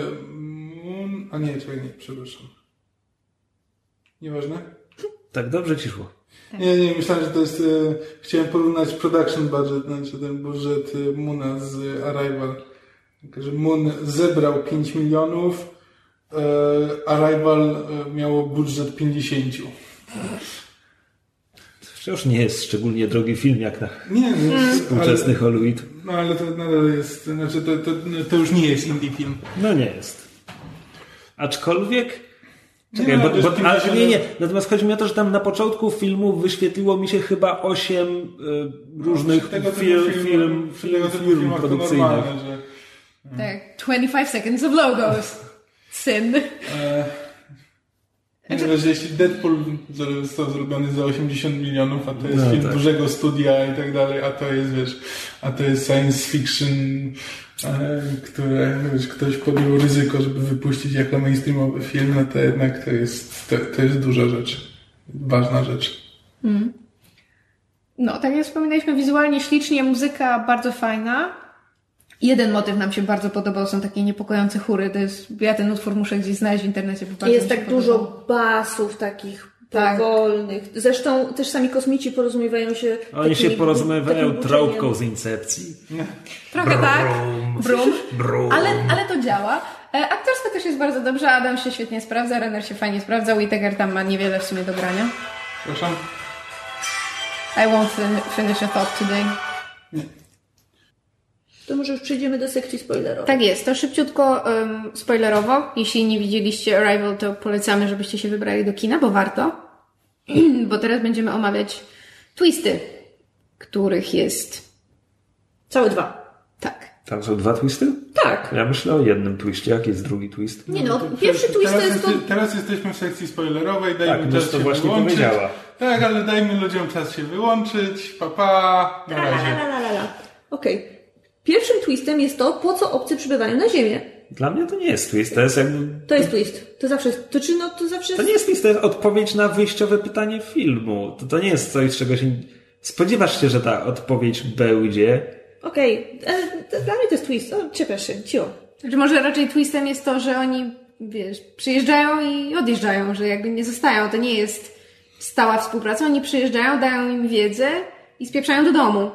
Przepraszam. Nieważne? Tak dobrze ci szło. Nie, myślałem, że to jest... Chciałem porównać production budget, znaczy ten budżet Moona z Arrival. że Moon zebrał 5 milionów, Arrival miało budżet 50. Wciąż nie jest szczególnie drogi film jak na współczesny Hollywood. No ale to nadal jest, znaczy to już nie jest indie film. No nie jest. Aczkolwiek... Czekaj, nie. Natomiast chodzi mi o to, że tam na początku filmu wyświetliło mi się chyba 8 różnych firm produkcyjnych. Tak, 25 seconds of logos. Syn. Że jeśli Deadpool został zrobiony za 80 milionów, a to jest film dużego studia i tak dalej, a to jest, wiesz, a to jest science fiction, które, wiesz, ktoś podjął ryzyko, żeby wypuścić jako mainstreamowy film, no to jednak to jest duża rzecz. Ważna rzecz. No, tak jak wspominaliśmy, wizualnie ślicznie, muzyka bardzo fajna. Jeden motyw nam się bardzo podobał, są takie niepokojące chóry. To jest, ja ten utwór muszę gdzieś znaleźć w internecie. Bo jest tak dużo basów takich powolnych. Zresztą też sami kosmici porozumiewają się... Oni się porozumiewają trąbką z Incepcji. Trochę tak. Brum. Ale to działa. Aktorsko też jest bardzo dobrze. Adam się świetnie sprawdza, Renner się fajnie sprawdza. Whittaker tam ma niewiele w sumie do grania. Proszę? I won't finish a thought today. Nie. To może już przejdziemy do sekcji spoilerowej. Tak jest, to szybciutko spoilerowo. Jeśli nie widzieliście Arrival, to polecamy, żebyście się wybrali do kina, bo warto. Bo teraz będziemy omawiać twisty, których jest... Całe 2. Tak. Tam są 2 twisty? Tak. Ja myślę o jednym twiście. Jaki jest drugi twist? Nie no, pierwszy twist to jest to... Teraz jesteśmy w sekcji spoilerowej, dajmy czas to się właśnie wyłączyć. powiedziała. Tak, ale dajmy ludziom czas się wyłączyć. Pa, na razie. Okej. Pierwszym twistem jest to, po co obcy przybywają na Ziemię. Dla mnie to nie jest twist, to jest jakby... To jest twist. To zawsze jest... To zawsze... To nie jest twist, to jest odpowiedź na wyjściowe pytanie filmu. To nie jest coś, czego się... Spodziewasz się, że ta odpowiedź będzie. Okej. Dla mnie to jest twist. Czepiasz się. Cio. Znaczy może raczej twistem jest to, że oni, wiesz, przyjeżdżają i odjeżdżają, że jakby nie zostają. To nie jest stała współpraca. Oni przyjeżdżają, dają im wiedzę i spieprzają do domu.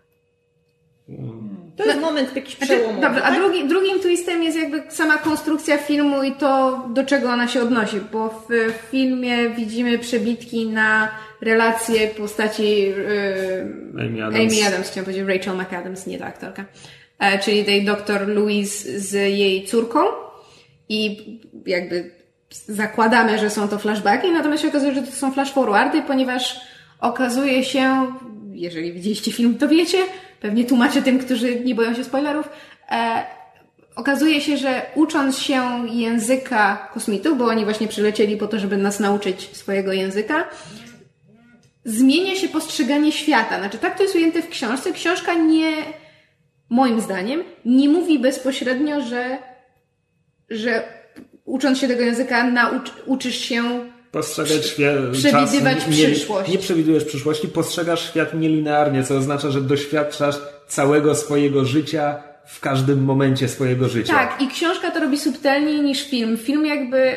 To jest moment jakiś przełomowy. Dobrze, a drugim twistem jest jakby sama konstrukcja filmu i to, do czego ona się odnosi, bo w filmie widzimy przebitki na relacje postaci Amy Adams, chciałam powiedzieć Rachel McAdams, nie ta aktorka, czyli tej dr Louise z jej córką i jakby zakładamy, że są to flashbacki, natomiast się okazuje, że to są flash forwardy, ponieważ okazuje się, jeżeli widzieliście film, to wiecie, pewnie tłumaczę tym, którzy nie boją się spoilerów. Okazuje się, że ucząc się języka kosmitów, bo oni właśnie przylecieli po to, żeby nas nauczyć swojego języka, zmienia się postrzeganie świata. Znaczy, tak to jest ujęte w książce. Książka nie, moim zdaniem, nie mówi bezpośrednio, że ucząc się tego języka uczysz się postrzegać świat, przewidywać przyszłość. Nie przewidujesz przyszłości, postrzegasz świat nielinearnie, co oznacza, że doświadczasz całego swojego życia w każdym momencie swojego życia. Tak, i książka to robi subtelniej niż film. Film jakby...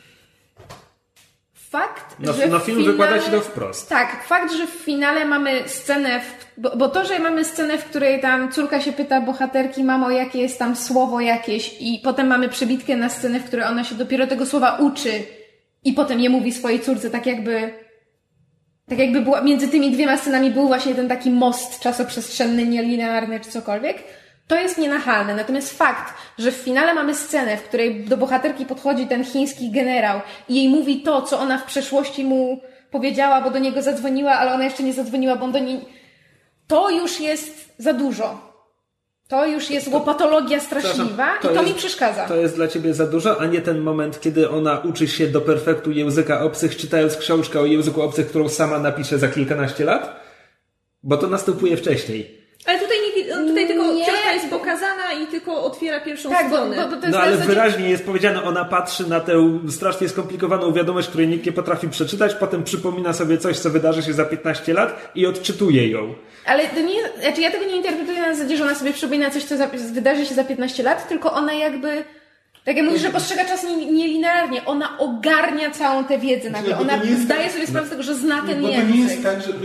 Fakt, że film finale... wykłada ci to wprost. Tak, fakt, że w finale mamy scenę, bo to, że mamy scenę, w której tam córka się pyta bohaterki, mamo, jakie jest tam słowo jakieś i potem mamy przebitkę na scenę, w której ona się dopiero tego słowa uczy i potem je mówi swojej córce, tak jakby była, między tymi dwiema scenami był właśnie ten taki most czasoprzestrzenny, nielinearny czy cokolwiek. To jest nienachalne. Natomiast fakt, że w finale mamy scenę, w której do bohaterki podchodzi ten chiński generał i jej mówi to, co ona w przeszłości mu powiedziała, bo do niego zadzwoniła, ale ona jeszcze nie zadzwoniła, bo on do niej... To już jest za dużo. To już jest łopatologia straszliwa i to mi przeszkadza. To jest dla ciebie za dużo, a nie ten moment, kiedy ona uczy się do perfektu języka obcych, czytając książkę o języku obcych, którą sama napisze za kilkanaście lat? Bo to następuje wcześniej. Ale tutaj tylko książka jest pokazana i tylko otwiera pierwszą stronę. Bo to jest ale wyraźnie jest powiedziane, ona patrzy na tę strasznie skomplikowaną wiadomość, której nikt nie potrafi przeczytać, potem przypomina sobie coś, co wydarzy się za 15 lat i odczytuje ją. Ale to nie, znaczy ja tego nie interpretuję na zasadzie, że ona sobie przypomina coś, co wydarzy się za 15 lat, tylko ona jakby... Tak jak mówisz, że postrzega czas nielinearnie. Ona ogarnia całą tę wiedzę nagle. Ona zdaje sobie sprawę z tego, że zna ten język. Bo to nie jest tak, że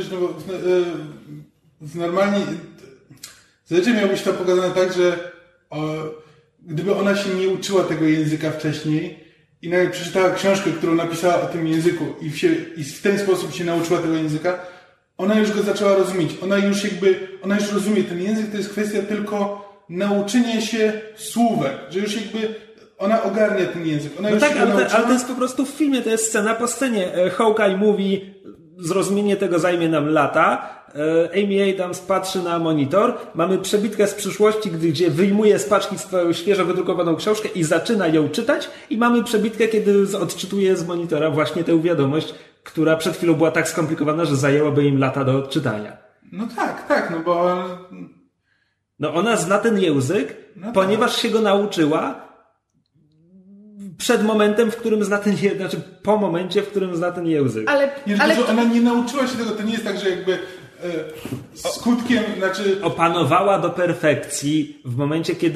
normalnie... Zazwyczaj miało być to pokazane tak, że gdyby ona się nie uczyła tego języka wcześniej i nawet przeczytała książkę, którą napisała o tym języku i w ten sposób się nauczyła tego języka, ona już go zaczęła rozumieć. Ona już rozumie ten język, to jest kwestia tylko nauczenia się słówek, że już jakby ona ogarnia ten język. Ona no już tak, ale to jest po prostu w filmie, to jest scena po scenie. Hawkeye mówi, zrozumienie tego zajmie nam lata. Amy Adams patrzy na monitor. Mamy przebitkę z przyszłości, gdzie wyjmuje z paczki swoją świeżo wydrukowaną książkę i zaczyna ją czytać. I mamy przebitkę, kiedy odczytuje z monitora właśnie tę wiadomość, która przed chwilą była tak skomplikowana, że zajęłoby im lata do odczytania. No tak, no bo... No ona zna ten język, ponieważ się go nauczyła przed momentem, w którym zna ten język, znaczy po momencie, w którym zna ten język. Ale ona nie nauczyła się tego, to nie jest tak, że jakby skutkiem, znaczy... Opanowała do perfekcji w momencie, kiedy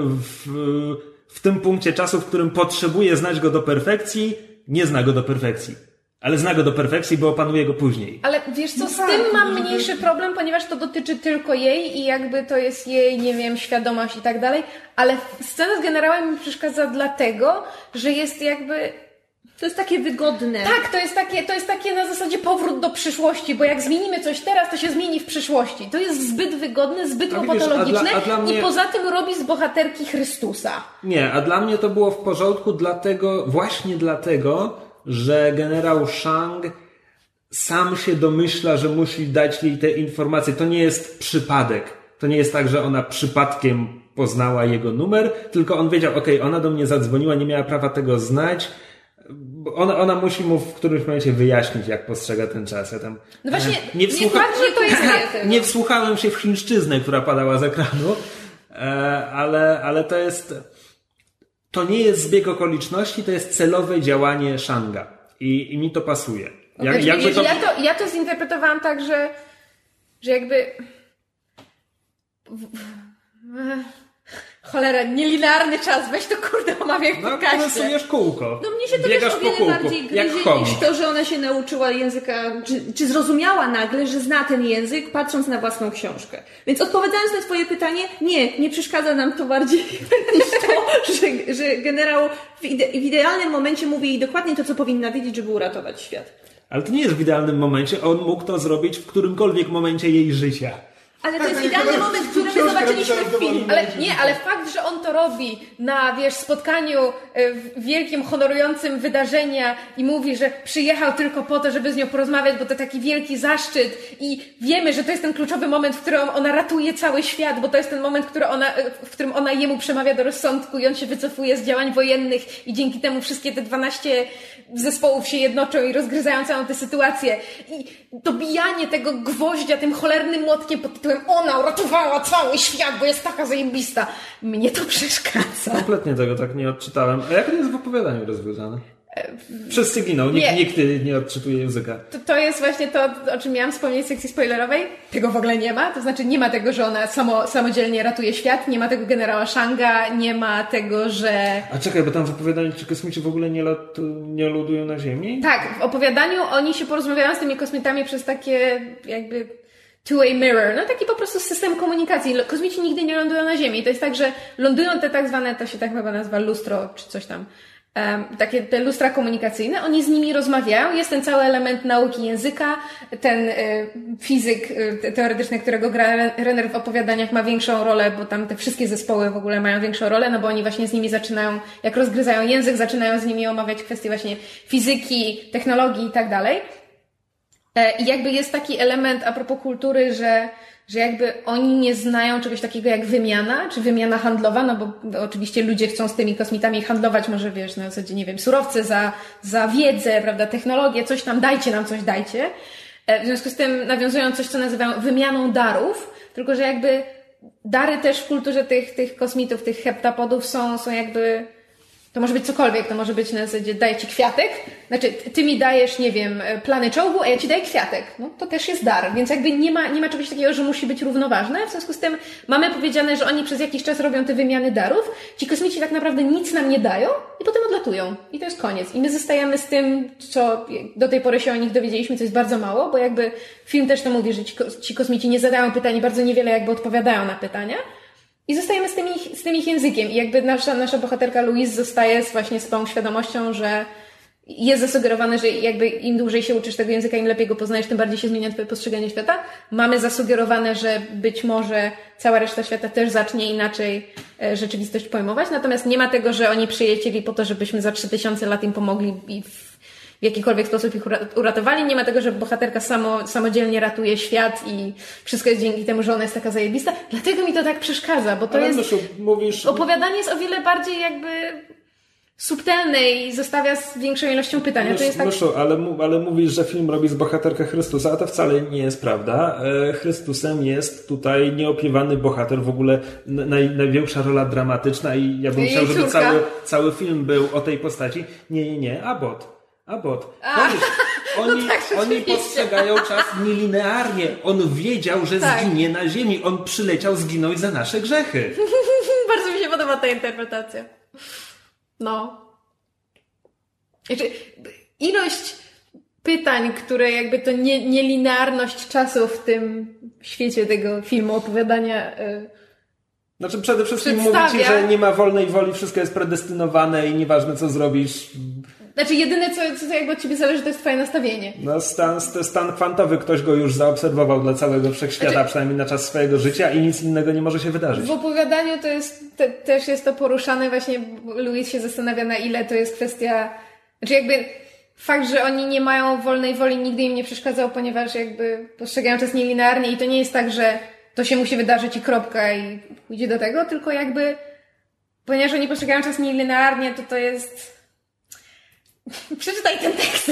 w tym punkcie czasu, w którym potrzebuje znać go do perfekcji, nie zna go do perfekcji. Ale zna go do perfekcji, bo opanuje go później. Ale wiesz co, z tym mam mniejszy problem, ponieważ to dotyczy tylko jej i jakby to jest jej, nie wiem, świadomość i tak dalej, ale scena z generałem mi przeszkadza dlatego, że jest jakby... To jest takie wygodne. Tak, to jest takie na zasadzie powrót do przyszłości, bo jak zmienimy coś teraz, to się zmieni w przyszłości. To jest zbyt wygodne, zbyt łopatologiczne i poza tym robi z bohaterki Chrystusa. Nie, a dla mnie to było w porządku właśnie dlatego, że generał Shang sam się domyśla, że musi dać jej te informacje. To nie jest przypadek. To nie jest tak, że ona przypadkiem poznała jego numer, tylko on wiedział, ona do mnie zadzwoniła, nie miała prawa tego znać. Ona musi mu w którymś momencie wyjaśnić, jak postrzega ten czas. Ja tam no właśnie, nie wsłuchałem się w chińszczyznę, która padała z ekranu, ale to nie jest zbieg okoliczności, to jest celowe działanie Shanga. I mi to pasuje. Ja to zinterpretowałam tak, że jakby... Cholera, nielinearny czas, weź to kurde omawiaj w podcaście. No, rysujesz kółko. No mnie się to biegasz też o wiele bardziej gryzie niż to, że ona się nauczyła języka, czy zrozumiała nagle, że zna ten język, patrząc na własną książkę. Więc odpowiadając na twoje pytanie, nie przeszkadza nam to bardziej niż to, że generał w idealnym momencie mówi jej dokładnie to, co powinna wiedzieć, żeby uratować świat. Ale to nie jest w idealnym momencie, on mógł to zrobić w którymkolwiek momencie jej życia. Ale to jest idealny moment, który my zobaczyliśmy w filmie. Ale fakt, że on to robi na, spotkaniu wielkim, honorującym wydarzenia i mówi, że przyjechał tylko po to, żeby z nią porozmawiać, bo to taki wielki zaszczyt i wiemy, że to jest ten kluczowy moment, w którym ona ratuje cały świat, bo to jest ten moment, w którym ona jemu przemawia do rozsądku i on się wycofuje z działań wojennych i dzięki temu wszystkie te 12 zespołów się jednoczą i rozgryzają całą tę sytuację. I dobijanie tego gwoździa tym cholernym młotkiem pod tytułem ona uratowała cały świat, bo jest taka zajebista. Mnie to przeszkadza. Kompletnie tego tak nie odczytałem. A jak to jest w opowiadaniu rozwiązane? Wszyscy giną, nikt nie odczytuje języka. To jest właśnie to, o czym miałam wspomnieć w sekcji spoilerowej. Tego w ogóle nie ma. To znaczy nie ma tego, że ona samodzielnie ratuje świat, nie ma tego generała Shanga, nie ma tego, że... A czekaj, bo tam w opowiadaniu ci kosmici w ogóle nie lądują na Ziemi? Tak, w opowiadaniu oni się porozmawiają z tymi kosmitami przez takie jakby... two-way mirror, no taki po prostu system komunikacji. Kosmici nigdy nie lądują na Ziemi. To jest tak, że lądują te tak zwane, to się tak chyba nazywa lustro, czy coś tam, takie te lustra komunikacyjne, oni z nimi rozmawiają, jest ten cały element nauki języka, ten fizyk teoretyczny, którego gra Renner w opowiadaniach ma większą rolę, bo tam te wszystkie zespoły w ogóle mają większą rolę, no bo oni właśnie z nimi zaczynają, jak rozgryzają język, zaczynają z nimi omawiać kwestie właśnie fizyki, technologii i tak dalej. I jakby jest taki element a propos kultury, że jakby oni nie znają czegoś takiego jak wymiana, czy wymiana handlowa, no bo oczywiście ludzie chcą z tymi kosmitami handlować, może wiesz, na zasadzie, nie wiem, surowce za wiedzę, prawda, technologię, coś tam, dajcie nam coś, dajcie. W związku z tym nawiązują coś, co nazywają wymianą darów, tylko że jakby dary też w kulturze tych kosmitów, tych heptapodów są jakby... To może być cokolwiek, to może być na zasadzie daję ci kwiatek, znaczy ty mi dajesz, nie wiem, plany czołgu, a ja ci daję kwiatek. No to też jest dar, więc jakby nie ma czegoś takiego, że musi być równoważne. W związku z tym mamy powiedziane, że oni przez jakiś czas robią te wymiany darów, ci kosmici tak naprawdę nic nam nie dają i potem odlatują. I to jest koniec. I my zostajemy z tym, co do tej pory się o nich dowiedzieliśmy, co jest bardzo mało, bo jakby film też to mówi, że ci kosmici nie zadają pytań, bardzo niewiele jakby odpowiadają na pytania. I zostajemy z tym ich językiem. I jakby nasza bohaterka Louise zostaje właśnie z tą świadomością, że jest zasugerowane, że jakby im dłużej się uczysz tego języka, im lepiej go poznajesz, tym bardziej się zmienia twoje postrzeganie świata. Mamy zasugerowane, że być może cała reszta świata też zacznie inaczej rzeczywistość pojmować. Natomiast nie ma tego, że oni przyjęli po to, żebyśmy za 3000 lat im pomogli i w jakikolwiek sposób ich uratowali. Nie ma tego, że bohaterka samodzielnie ratuje świat i wszystko jest dzięki temu, że ona jest taka zajebista. Dlatego mi to tak przeszkadza, bo to ale jest... mówisz... Opowiadanie jest o wiele bardziej jakby subtelne i zostawia z większą ilością pytań. To jest tak... ale mówisz, że film robi z bohaterkę Chrystusa, a to wcale nie jest prawda. Chrystusem jest tutaj nieopiewany bohater, w ogóle największa rola dramatyczna i ja bym chciał, żeby cały film był o tej postaci. Nie, Abbott. Oni postrzegają czas nielinearnie. On wiedział, że zginie na ziemi. On przyleciał zginąć za nasze grzechy. Bardzo mi się podoba ta interpretacja. No. Ilość pytań, które jakby to nielinearność czasu w tym świecie tego filmu, opowiadania Znaczy przede wszystkim mówi ci, że nie ma wolnej woli, wszystko jest predestynowane i nieważne co zrobisz. Znaczy jedyne co jakby od ciebie zależy, to jest twoje nastawienie. No stan kwantowy, ktoś go już zaobserwował dla całego wszechświata, przynajmniej na czas swojego życia i nic innego nie może się wydarzyć. W opowiadaniu to jest, też jest to poruszane, właśnie Louise się zastanawia, na ile to jest kwestia, znaczy jakby fakt, że oni nie mają wolnej woli, nigdy im nie przeszkadzał, ponieważ jakby postrzegają czas nielinearnie i to nie jest tak, że to się musi wydarzyć i kropka i pójdzie do tego, tylko jakby ponieważ oni postrzegają czas nielinearnie, to jest... Przeczytaj ten tekst.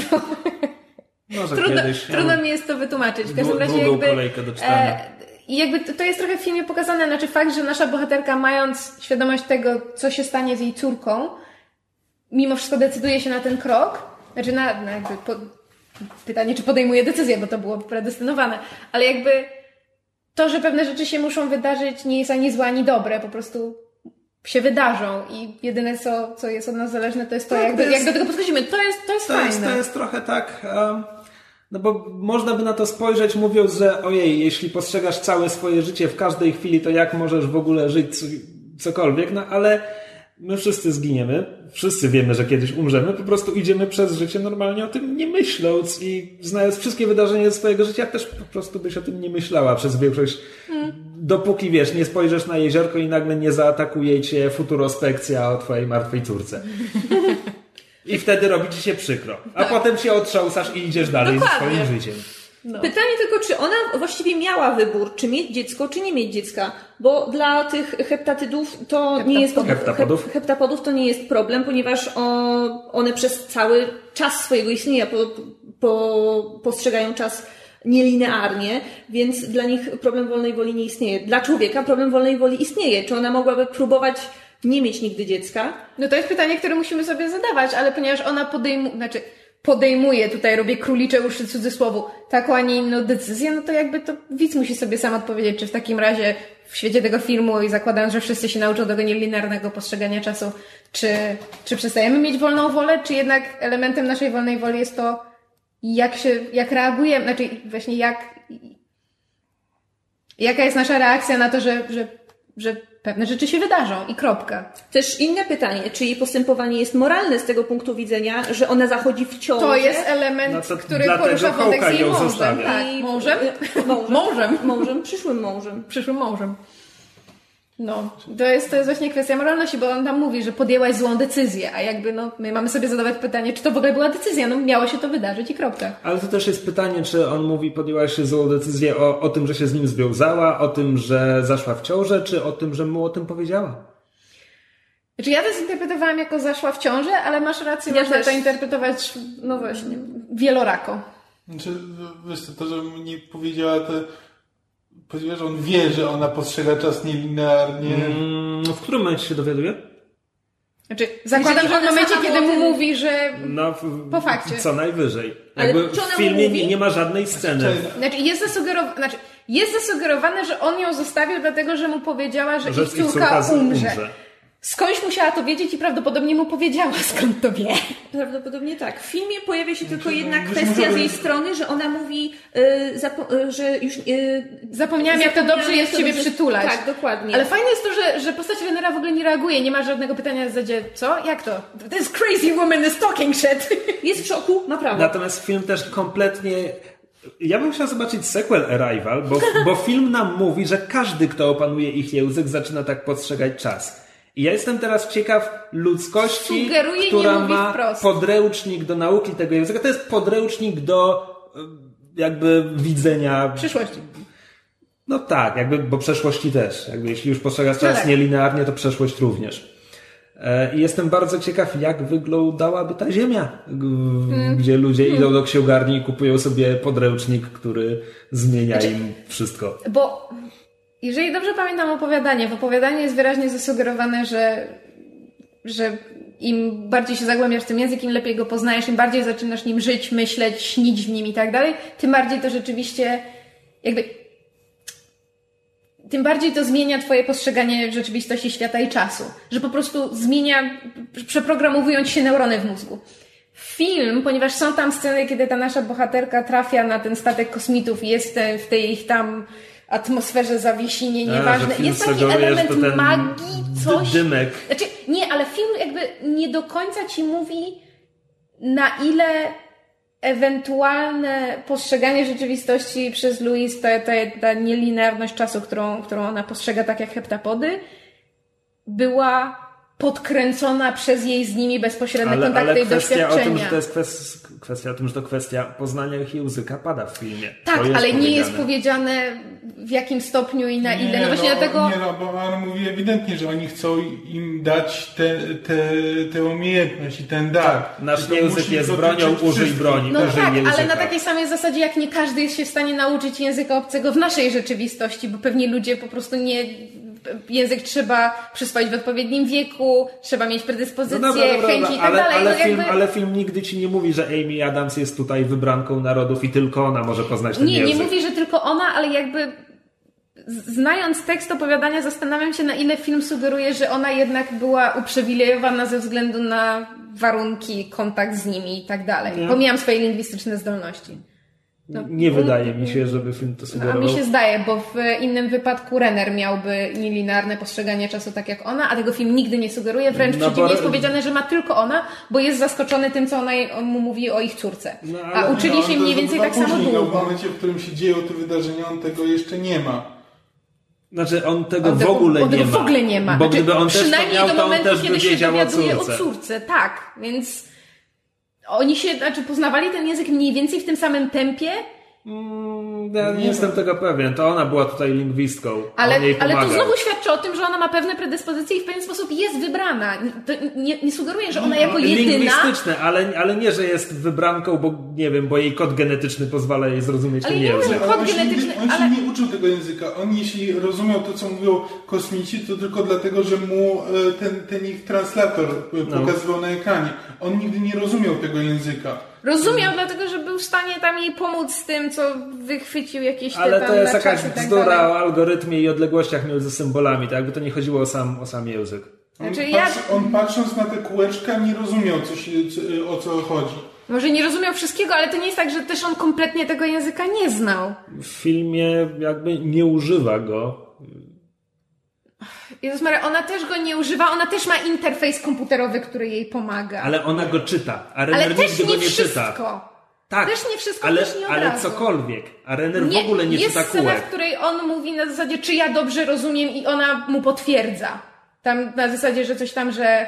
Trudno mi jest to wytłumaczyć. W każdym razie jakby kolejkę do czytania. I jakby to jest trochę w filmie pokazane, znaczy fakt, że nasza bohaterka, mając świadomość tego, co się stanie z jej córką, mimo wszystko decyduje się na ten krok, znaczy na jakby pytanie, czy podejmuje decyzję, bo to było predestynowane, ale jakby to, że pewne rzeczy się muszą wydarzyć, nie jest ani złe, ani dobre, po prostu się wydarzą i jedyne co jest od nas zależne, to jest to, jak do tego podchodzimy. To jest fajne. To jest trochę tak, no bo można by na to spojrzeć, mówiąc, że ojej, jeśli postrzegasz całe swoje życie w każdej chwili, to jak możesz w ogóle żyć cokolwiek, no ale my wszyscy zginiemy, wszyscy wiemy, że kiedyś umrzemy, po prostu idziemy przez życie normalnie o tym nie myśląc i znając wszystkie wydarzenia ze swojego życia, też po prostu byś o tym nie myślała przez większość, dopóki wiesz, nie spojrzysz na jeziorko i nagle nie zaatakuje cię futurospekcja o twojej martwej córce. I wtedy robi ci się przykro. A potem się otrząsasz i idziesz dalej ze swoim życiem. No. Pytanie tylko, czy ona właściwie miała wybór, czy mieć dziecko, czy nie mieć dziecka, bo dla tych heptatydów to nie jest heptapodów to nie jest problem, ponieważ one przez cały czas swojego istnienia postrzegają czas nielinearnie, więc dla nich problem wolnej woli nie istnieje. Dla człowieka problem wolnej woli istnieje. Czy ona mogłaby próbować nie mieć nigdy dziecka? No to jest pytanie, które musimy sobie zadawać, ale ponieważ ona podejmuje, tutaj robię królicze uszy cudzysłowu, taką, a nie inną decyzję, no to jakby to widz musi sobie sam odpowiedzieć, czy w takim razie w świecie tego filmu i zakładając, że wszyscy się nauczą tego nielinearnego postrzegania czasu, czy przestajemy mieć wolną wolę, czy jednak elementem naszej wolnej woli jest to, jak reagujemy, znaczy właśnie jaka jest nasza reakcja na to, że pewne rzeczy się wydarzą i kropka. Też inne pytanie, czy jej postępowanie jest moralne z tego punktu widzenia, że ona zachodzi w ciążę? To jest element, który porusza wątek z jej mążem. Tak. Mążem, przyszłym mążem. No, to jest właśnie kwestia moralności, bo on tam mówi, że podjęłaś złą decyzję, a jakby my mamy sobie zadawać pytanie, czy to w ogóle była decyzja, no miało się to wydarzyć i kropka. Ale to też jest pytanie, czy on mówi, podjęłaś się złą decyzję o tym, że się z nim związała, o tym, że zaszła w ciążę, czy o tym, że mu o tym powiedziała? Znaczy ja to zinterpretowałam jako zaszła w ciążę, ale masz rację, można to interpretować, no właśnie, wielorako. Znaczy, wiesz to, że mu nie powiedziała, to powiedziała, że on wie, że ona postrzega czas nielinearnie. W którym momencie się dowiaduje? Znaczy, zakładam, że w momencie, kiedy mu mówi, że po fakcie. Co najwyżej. Jakby w filmie nie ma żadnej sceny. Znaczy, jest zasugerowane, że on ją zostawił, dlatego, że mu powiedziała, że ich córka umrze. Skądś musiała to wiedzieć i prawdopodobnie mu powiedziała, skąd to wie. Prawdopodobnie tak. W filmie pojawia się tylko jedna kwestia z jej strony, że ona mówi, że już... Zapomniałam, jak to dobrze jest ciebie przytulać. Tak, dokładnie. Ale fajne jest to, że postać Renera w ogóle nie reaguje, nie ma żadnego pytania w zasadzie, co? Jak to? This crazy woman is talking shit. Jest w szoku, naprawdę. Natomiast film też kompletnie... Ja bym chciał zobaczyć sequel Arrival, bo film nam mówi, że każdy, kto opanuje ich język, zaczyna tak postrzegać czas. I ja jestem teraz ciekaw ludzkości, Sugeruje, która nie mówi ma wprost. podręcznik do nauki tego języka. To jest podręcznik do jakby widzenia... Przyszłości. No tak, jakby, bo przeszłości też. Jakby jeśli już postrzegasz czas tak. nielinearnie, to przeszłość również. I jestem bardzo ciekaw, jak wyglądałaby ta ziemia, gdzie ludzie idą do księgarni i kupują sobie podręcznik, który zmienia im wszystko. Bo jeżeli dobrze pamiętam opowiadanie, w opowiadaniu jest wyraźnie zasugerowane, że im bardziej się zagłębiasz w tym język, im lepiej go poznajesz, im bardziej zaczynasz nim żyć, myśleć, śnić w nim i tak dalej, tym bardziej to rzeczywiście tym bardziej to zmienia twoje postrzeganie rzeczywistości, świata i czasu. Że po prostu zmienia, przeprogramowując się neurony w mózgu. Film, ponieważ są tam sceny, kiedy ta nasza bohaterka trafia na ten statek kosmitów i jest w tej ich tam atmosferze zawiesinie, nieważne. Jest taki element magii, coś. Dymek. Znaczy, nie, ale film jakby nie do końca ci mówi, na ile ewentualne postrzeganie rzeczywistości przez Louise, ta nielinearność czasu, którą ona postrzega tak jak heptapody, była podkręcona przez jej z nimi bezpośrednie kontakty i doświadczenia. Ale kwestia o tym, że to kwestia poznania ich języka pada w filmie. Tak, ale nie jest powiedziane w jakim stopniu i na ile. No właśnie dlatego... Nie, bo on mówi ewidentnie, że oni chcą im dać tę umiejętność i ten dar. Tak, nasz język jest bronią, użyj broni. No użyj tak, języka. ale na takiej samej zasadzie, jak nie każdy jest się w stanie nauczyć języka obcego w naszej rzeczywistości, bo pewnie ludzie po prostu nie... Język trzeba przyswoić w odpowiednim wieku, trzeba mieć predyspozycje, chęci i tak dalej. Ale film nigdy ci nie mówi, że Amy Adams jest tutaj wybranką narodów i tylko ona może poznać ten język. Nie mówi, że tylko ona, ale jakby znając tekst opowiadania zastanawiam się, na ile film sugeruje, że ona jednak była uprzywilejowana ze względu na warunki, kontakt z nimi i tak dalej. Pomijam swoje lingwistyczne zdolności. Nie wydaje mi się, żeby film to sugerował. A mi się zdaje, bo w innym wypadku Renner miałby nielinearne postrzeganie czasu tak jak ona, a tego film nigdy nie sugeruje. Wręcz przeciwnie, jest powiedziane, że ma tylko ona, bo jest zaskoczony tym, co on mu mówi o ich córce. A uczyli się mniej więcej tak samo długo. W momencie, w którym się dzieją te wydarzenia, on tego jeszcze nie ma. Znaczy on tego w ogóle nie ma. Bo gdyby on też to miał, to on też by wiedział o córce. Tak, więc oni się, poznawali ten język mniej więcej w tym samym tempie? Ja nie jestem tego pewien. To ona była tutaj lingwistką. Ale to znowu świadczy o tym, że ona ma pewne predyspozycje i w pewien sposób jest wybrana. To nie sugeruje, że ona jako jedyna... Lingwistyczne, ale nie, że jest wybranką, bo nie wiem, bo jej kod genetyczny pozwala jej zrozumieć ten język. On się nie uczył tego języka. On jeśli rozumiał to, co mówią kosmici, to tylko dlatego, że mu ten ich translator pokazywał na ekranie. On nigdy nie rozumiał tego języka. Rozumiał, dlatego, że był w stanie tam jej pomóc z tym, co wychwycił jakieś te ale tam to jest na jakaś czas i tak bzdura dalej. o algorytmie i odległościach między symbolami, tak? Jakby to nie chodziło o sam język. On patrząc na te kółeczka nie rozumiał, o co chodzi. Może nie rozumiał wszystkiego, ale to nie jest tak, że też on kompletnie tego języka nie znał. W filmie jakby nie używa go. Jezus Maria, ona też go nie używa, ona też ma interfejs komputerowy, który jej pomaga. Ale ona go czyta, a Renner nigdy go nie czyta. Tak, też nie wszystko, ale, też nie od ale razu. cokolwiek. A Renner w ogóle nie czyta jest scena, kółek. w której on mówi na zasadzie, czy ja dobrze rozumiem i ona mu potwierdza. Tam na zasadzie, że coś tam, że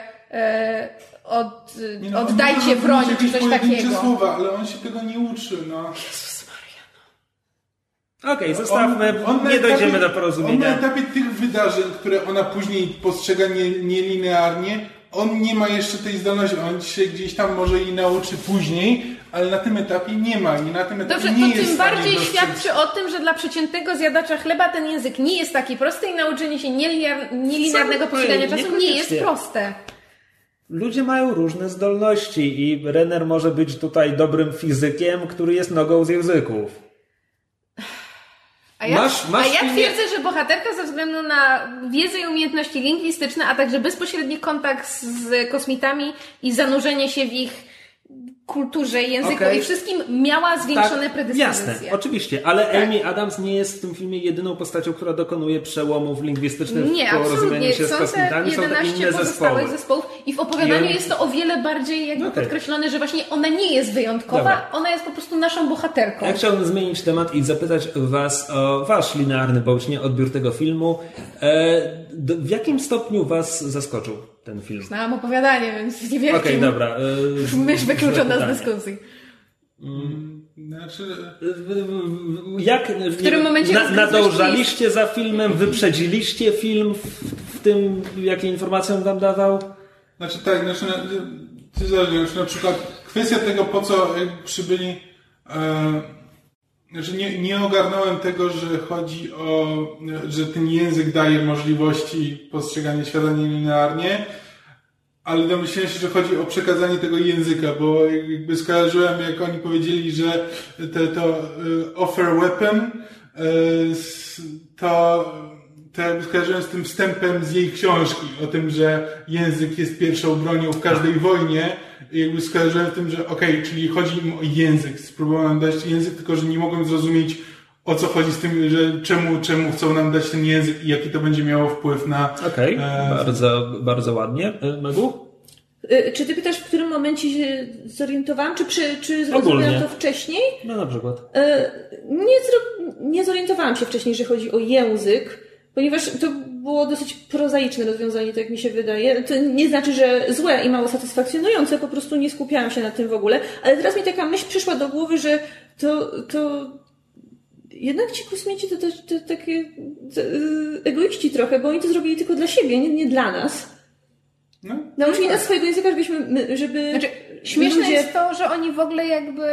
oddajcie broń, czy coś takiego. Słowa, ale on się tego nie uczy, no. Jezus Maria, no. Okej, zostawmy, nie dojdziemy do porozumienia. On na etapie tych wydarzeń, które ona później postrzega nielinearnie, on nie ma jeszcze tej zdolności. On się gdzieś tam może jej nauczy później, ale na tym etapie nie ma. I na tym etapie dobrze, nie to jest tym bardziej świadczy o tym, że dla przeciętnego zjadacza chleba ten język nie jest taki prosty i nauczenie się nielinearnego postrzegania czasu nie jest proste. Ludzie mają różne zdolności i Renner może być tutaj dobrym fizykiem, który jest nogą z języków. A ja twierdzę, że bohaterka ze względu na wiedzę i umiejętności lingwistyczne, a także bezpośredni kontakt z kosmitami i zanurzenie się w ich kulturze, języku i wszystkim miała zwiększone predyspozycje. Jasne, oczywiście, ale Amy Adams nie jest w tym filmie jedyną postacią, która dokonuje przełomów lingwistycznych w porozumieniu się z kosmitami. Są to inne zespołów i w opowiadaniu jest to o wiele bardziej podkreślone, że właśnie ona nie jest wyjątkowa, ona jest po prostu naszą bohaterką. Ja chciałbym zmienić temat i zapytać was o wasz linearny, bołcznie odbiór tego filmu. W jakim stopniu was zaskoczył ten film? Znałam opowiadanie, więc nie wiem. Okej, dobra. Mysz wykluczona z dyskusji. Znaczy... Jak w którym momencie nadążaliście za filmem, wyprzedziliście film w tym, jakie informacje on wam dawał? Znaczy tak, na przykład kwestia tego, po co przybyli... Znaczy nie ogarnąłem tego, że chodzi o, że ten język daje możliwości postrzegania świata nielinearnie, ale domyśliłem się, że chodzi o przekazanie tego języka, bo jakby skojarzyłem, jak oni powiedzieli, że to offer weapon, to jakby skojarzyłem z tym wstępem z jej książki, o tym, że język jest pierwszą bronią w każdej wojnie. I jakby skojarzyłem w tym, że czyli chodzi im o język. Spróbowałem dać język, tylko że nie mogłem zrozumieć, o co chodzi z tym, że czemu chcą nam dać ten język i jaki to będzie miało wpływ na... Bardzo, bardzo ładnie. Magu? Czy ty pytasz, w którym momencie się zorientowałam, czy zrozumiałam to wcześniej? No na przykład. Nie zorientowałam się wcześniej, że chodzi o język, ponieważ to było dosyć prozaiczne rozwiązanie, tak jak mi się wydaje. To nie znaczy, że złe i mało satysfakcjonujące, po prostu nie skupiałam się na tym w ogóle. Ale teraz mi taka myśl przyszła do głowy, że to jednak ci kosmici to takie egoiści trochę, bo oni to zrobili tylko dla siebie, nie dla nas. Nauczyli nas swojego języka, żeby śmieszne ludzie... jest to, że oni w ogóle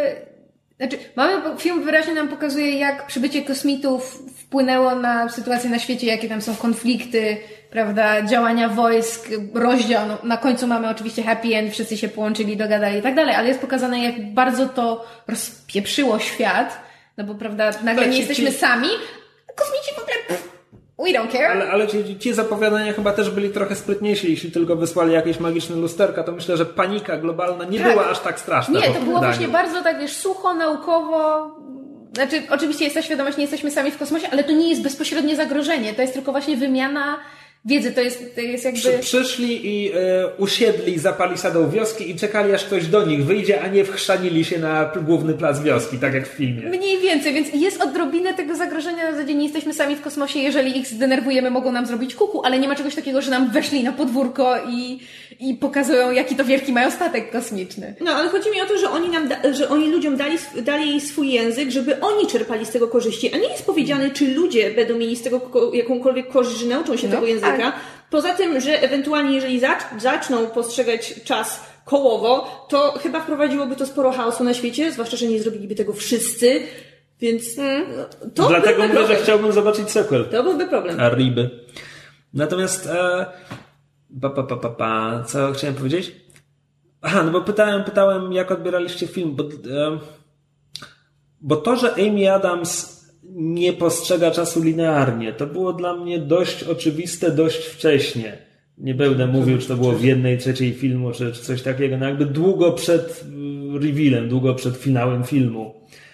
film wyraźnie nam pokazuje, jak przybycie kosmitów wpłynęło na sytuację na świecie, jakie tam są konflikty, prawda, działania wojsk, rozdział. Na końcu mamy oczywiście happy end, wszyscy się połączyli, dogadali i tak dalej, ale jest pokazane, jak bardzo to rozpieprzyło świat, no bo prawda, nagle nie jesteśmy sami, kosmici w ogóle... We don't care. Ale ci zapowiadania chyba też byli trochę sprytniejsi. Jeśli tylko wysłali jakieś magiczne lusterka, to myślę, że panika globalna nie była aż tak straszna. Nie, to było właśnie bardzo tak, sucho, naukowo. Znaczy, oczywiście jest ta świadomość, nie jesteśmy sami w kosmosie, ale to nie jest bezpośrednie zagrożenie. To jest tylko właśnie wymiana wiedzy. To jest jakby... Przyszli i usiedli za palisadą wioski i czekali, aż ktoś do nich wyjdzie, a nie wchrzanili się na główny plac wioski, tak jak w filmie. Mniej więcej, więc jest odrobinę tego zagrożenia na zasadzie nie jesteśmy sami w kosmosie, jeżeli ich zdenerwujemy, mogą nam zrobić kuku, ale nie ma czegoś takiego, że nam weszli na podwórko i pokazują, jaki to wielki mają statek kosmiczny. No, ale chodzi mi o to, że oni ludziom dali swój język, żeby oni czerpali z tego korzyści, a nie jest powiedziane, czy ludzie będą mieli z tego jakąkolwiek korzyść, że nauczą się tego języka. Tak. Poza tym, że ewentualnie jeżeli zaczną postrzegać czas kołowo, to chyba wprowadziłoby to sporo chaosu na świecie, zwłaszcza, że nie zrobiliby tego wszyscy, więc to dlatego mówię, że chciałbym zobaczyć sequel. To byłby problem. Arriby. Natomiast co chciałem powiedzieć? Aha, no bo pytałem, jak odbieraliście film, bo to, że Amy Adams nie postrzega czasu linearnie, to było dla mnie dość oczywiste, dość wcześnie. Nie będę mówił, czy to było w 1/3 filmu, czy coś takiego. No jakby długo przed revealem, długo przed finałem filmu.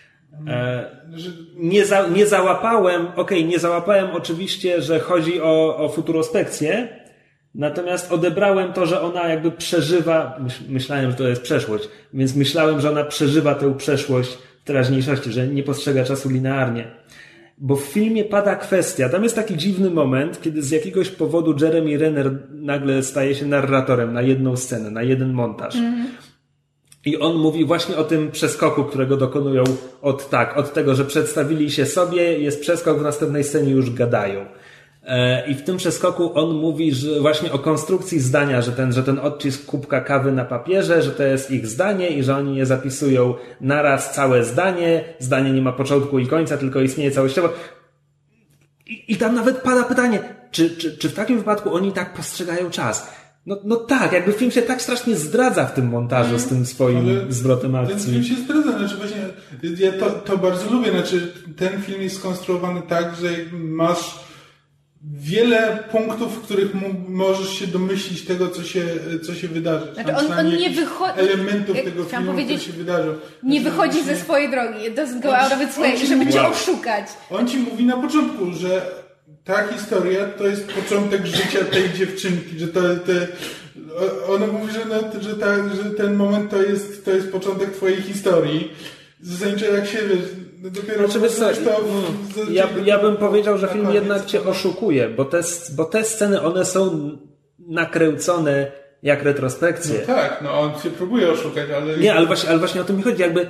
Nie załapałem oczywiście, że chodzi o futurospekcję, natomiast odebrałem to, że ona jakby przeżywa, myślałem, że to jest przeszłość, więc myślałem, że ona przeżywa tę przeszłość w teraźniejszości, że nie postrzega czasu linearnie. Bo w filmie pada kwestia, tam jest taki dziwny moment, kiedy z jakiegoś powodu Jeremy Renner nagle staje się narratorem na jedną scenę, na jeden montaż. I on mówi właśnie o tym przeskoku, którego dokonują od tego, że przedstawili się sobie, jest przeskok, w następnej scenie już gadają. I w tym przeskoku on mówi, że właśnie o konstrukcji zdania, że ten odcisk kubka kawy na papierze, że to jest ich zdanie i że oni nie zapisują naraz całe zdanie. Zdanie nie ma początku i końca, tylko istnieje całościowo. I tam nawet pada pytanie, czy w takim wypadku oni tak postrzegają czas? No tak, jakby film się tak strasznie zdradza w tym montażu z tym swoim zwrotem akcji. Ten film się zdradza. znaczy właśnie, ja to bardzo lubię, znaczy ten film jest skonstruowany tak, że masz wiele punktów, w których możesz się domyślić tego, co się wydarzy. Znaczy on nie wychodzi... elementów tego filmu, które się wydarzą. Nie wychodzi ze swojej drogi. It doesn't go out of its way, żeby cię oszukać. On ci mówi na początku, że ta historia to jest początek życia tej dziewczynki, że ona mówi, że ten moment to jest początek twojej historii. Zasadniczo jak się wiesz, dopiero ja bym powiedział, że film jednak cię oszukuje, bo te sceny, one są nakręcone jak retrospekcje. No tak, no on się próbuje oszukać, ale... Nie, ale właśnie o to mi chodzi, jakby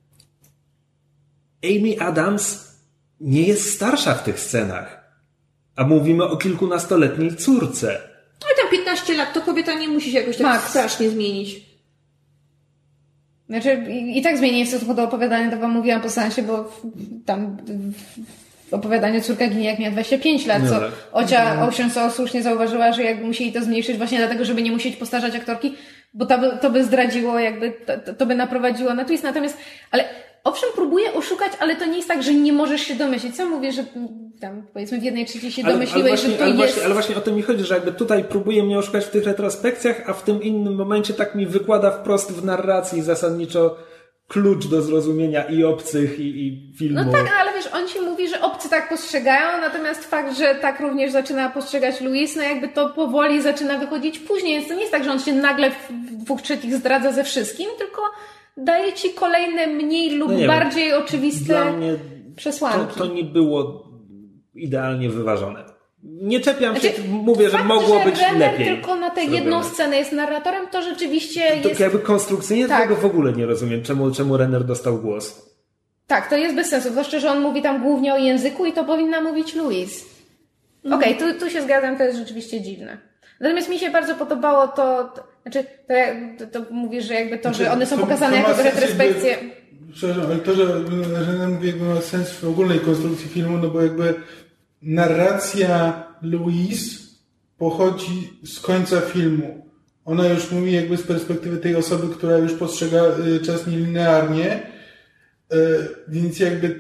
Amy Adams nie jest starsza w tych scenach, a mówimy o kilkunastoletniej córce. No i tam 15 lat, to kobieta nie musi się jakoś tak strasznie zmienić. Znaczy, i tak zmienię w stosunku do opowiadania, to wam mówiłam po seansie, bo tam w opowiadaniu córka ginie jak miała 25 lat, co Ocia Oceansaw słusznie zauważyła, że jakby musieli to zmniejszyć właśnie dlatego, żeby nie musieć postarzać aktorki, bo to by zdradziło, jakby to by naprowadziło na twist. Natomiast, ale owszem, próbuję oszukać, ale to nie jest tak, że nie możesz się domyślić. Sam mówię, że tam powiedzmy w 1/3 się domyśliłeś, że to jest... Ale właśnie o to mi chodzi, że jakby tutaj próbuje mnie oszukać w tych retrospekcjach, a w tym innym momencie tak mi wykłada wprost w narracji zasadniczo klucz do zrozumienia i obcych, i filmu. No tak, ale wiesz, on ci mówi, że obcy tak postrzegają, natomiast fakt, że tak również zaczyna postrzegać Louise, no jakby to powoli zaczyna wychodzić później, więc to nie jest tak, że on się nagle w 2/3 zdradza ze wszystkim, tylko daje ci kolejne mniej lub bardziej oczywiste dla mnie przesłanki. To nie było idealnie wyważone. Nie czepiam się, mówię, że mogło być lepiej. Tylko na tę jedną scenę jest narratorem, to rzeczywiście jest... To jakby konstrukcyjnie tego w ogóle nie rozumiem, czemu Renner dostał głos. Tak, to jest bez sensu, zwłaszcza, że on mówi tam głównie o języku i to powinna mówić Louise. Okej, tu się zgadzam, to jest rzeczywiście dziwne. Natomiast mi się bardzo podobało to mówisz, że jakby to, że one są pokazane jako retrospekcje. Przepraszam, ale to, że Renner mówi, jakby ma sens w ogólnej konstrukcji filmu, no bo jakby narracja Louise pochodzi z końca filmu. Ona już mówi jakby z perspektywy tej osoby, która już postrzega czas nielinearnie, więc jakby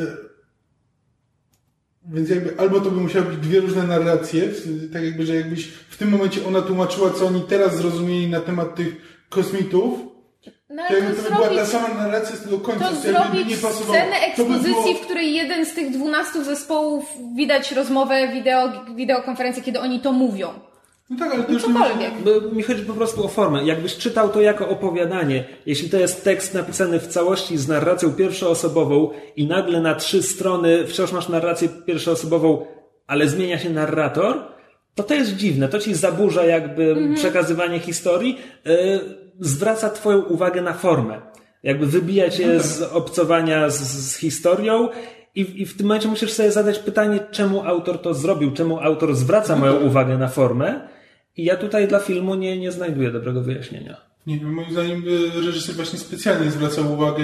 albo to by musiały być dwie różne narracje, tak jakby, że jakbyś w tym momencie ona tłumaczyła, co oni teraz zrozumieli na temat tych kosmitów, no, to by była ta sama narracja z tego końca. To zrobić scenę ekspozycji, w której jeden z tych 12 zespołów widać rozmowę, wideokonferencję, kiedy oni to mówią. No tak, ale to już cokolwiek. Mi chodzi po prostu o formę. Jakbyś czytał to jako opowiadanie, jeśli to jest tekst napisany w całości z narracją pierwszoosobową i nagle na 3 strony wciąż masz narrację pierwszoosobową, ale zmienia się narrator, to jest dziwne. To ci zaburza jakby przekazywanie historii, zwraca twoją uwagę na formę. Jakby wybija cię z obcowania z historią i w tym momencie musisz sobie zadać pytanie, czemu autor to zrobił, czemu autor zwraca moją uwagę na formę. I ja tutaj dla filmu nie znajduję dobrego wyjaśnienia. Nie wiem, moim zdaniem reżyser właśnie specjalnie zwracał uwagę,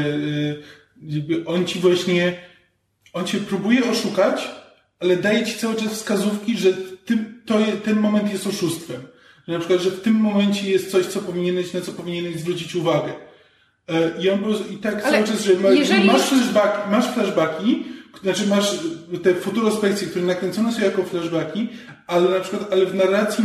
on cię próbuje oszukać, ale daje ci cały czas wskazówki, że ten moment jest oszustwem. Że na przykład, że w tym momencie jest coś, na co powinieneś zwrócić uwagę. I tak ale cały czas, że masz flashbacki, znaczy masz te futurospekcje, które nakręcone są jako flashbacki, ale na przykład, w narracji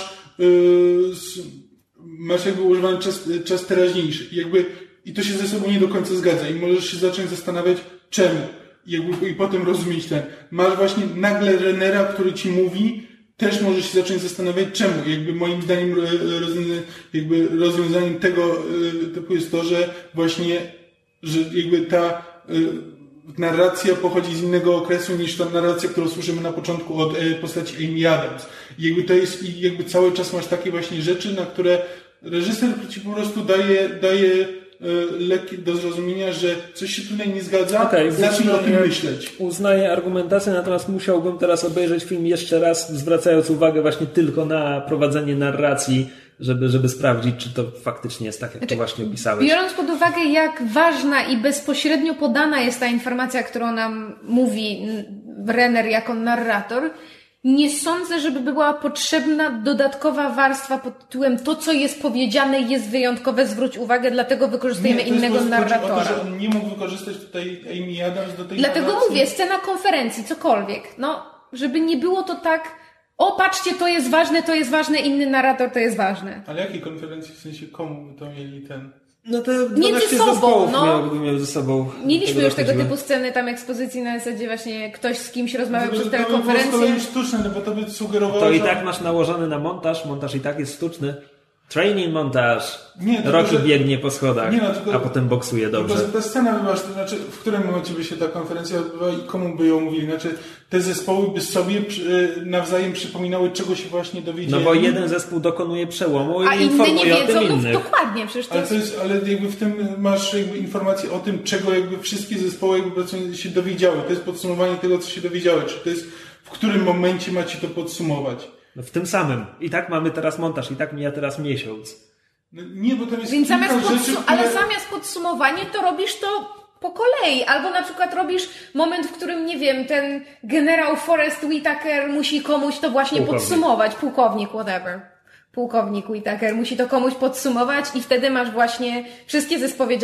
masz jakby używany czas teraźniejszy. I to się ze sobą nie do końca zgadza. I możesz się zacząć zastanawiać, czemu. I potem rozumieć masz właśnie nagle Rennera, który ci mówi, też możesz się zacząć zastanawiać, czemu. Jakby moim zdaniem rozwiązaniem tego typu jest to, że właśnie, że jakby ta narracja pochodzi z innego okresu niż ta narracja, którą słyszymy na początku od postaci Amy Adams. I jakby to jest, i jakby cały czas masz takie właśnie rzeczy, na które reżyser ci po prostu daje lekkie do zrozumienia, że coś się tutaj nie zgadza, zacznij o tym myśleć. Uznaję argumentację, natomiast musiałbym teraz obejrzeć film jeszcze raz, zwracając uwagę właśnie tylko na prowadzenie narracji, żeby sprawdzić, czy to faktycznie jest tak, jak to właśnie opisałeś. Biorąc pod uwagę, jak ważna i bezpośrednio podana jest ta informacja, którą nam mówi Renner jako narrator, nie sądzę, żeby była potrzebna dodatkowa warstwa pod tytułem to, co jest powiedziane, jest wyjątkowe, zwróć uwagę, dlatego wykorzystujemy innego narratora. Chodzi o to, że on nie mógł wykorzystać tutaj Amy Adams do tej Dlatego narracji. mówię, scena konferencji, cokolwiek. No, żeby nie było to tak, o patrzcie, to jest ważne, inny narrator to jest ważne. Ale jakiej konferencji, w sensie komu by to mieli ten... No te Między sobą, miał ze sobą. Mieliśmy już tego typu sceny, tam ekspozycji na zasadzie właśnie ktoś z kimś rozmawiał przez telekonferencję. To było sztuczne, no bo to by sugerowało, to i że... tak masz nałożony na montaż i tak jest sztuczny. Training montaż. Nie, Rocky biegnie po schodach, tylko, a potem boksuje dobrze. Tylko, ta scena by była, to znaczy, w którym momencie by się ta konferencja odbywała i komu by ją mówili? Znaczy, te zespoły by sobie nawzajem przypominały, czego się właśnie dowiedzieli. No bo jeden zespół dokonuje przełomu a i informuje inni nie wiedzą, o tym innych. Dokładnie, przecież to ale jakby w tym masz jakby informację o tym, czego jakby wszystkie zespoły jakby się dowiedziały. To jest podsumowanie tego, co się dowiedziały. Czy to jest, w którym momencie macie to podsumować? No w tym samym. I tak mamy teraz montaż, i tak mija teraz miesiąc. No nie, bo tam jest Więc kilka rzeczy, ale zamiast podsumowanie, to robisz to po kolei. Albo na przykład robisz moment, w którym, nie wiem, ten generał Forrest Whitaker musi komuś to właśnie podsumować. Pułkownik, whatever. Pułkownik Whitaker musi to komuś podsumować i wtedy masz właśnie wszystkie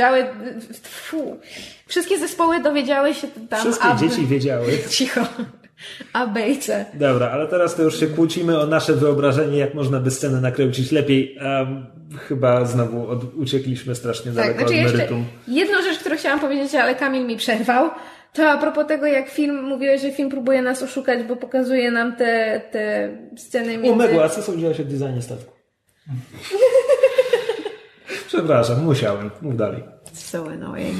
zespoły dowiedziały się tam. Wszystkie dzieci wiedziały. Cicho. A bejce. Dobra, ale teraz to już się kłócimy o nasze wyobrażenie, jak można by scenę nakręcić lepiej. Chyba znowu uciekliśmy strasznie daleko od meritum. Jedną rzecz, którą chciałam powiedzieć, ale Kamil mi przerwał, to a propos tego, jak mówiłeś, że film próbuje nas oszukać, bo pokazuje nam te sceny między... Megła, a co sądziłaś o designie statku? Przepraszam, musiałem. Mów dalej. So annoying.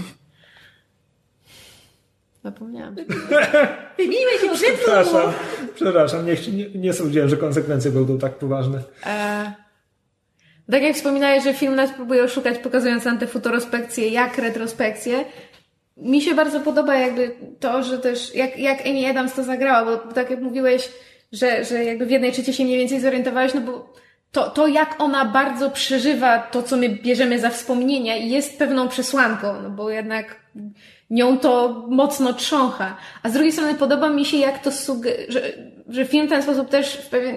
Zapomniałam. Wybiłeś ją Przepraszam, nie sądziłem, że konsekwencje będą tak poważne. Tak jak wspominałeś, że film nas próbuje oszukać, pokazując nam te futurospekcje, jak retrospekcje. Mi się bardzo podoba jakby to, że też jak Amy Adams to zagrała, bo tak jak mówiłeś, że jakby w 1/3 się mniej więcej zorientowałeś, no bo to jak ona bardzo przeżywa to, co my bierzemy za wspomnienia i jest pewną przesłanką, no bo jednak nią to mocno trzącha. A z drugiej strony podoba mi się, jak to że film w ten sposób też w pewien...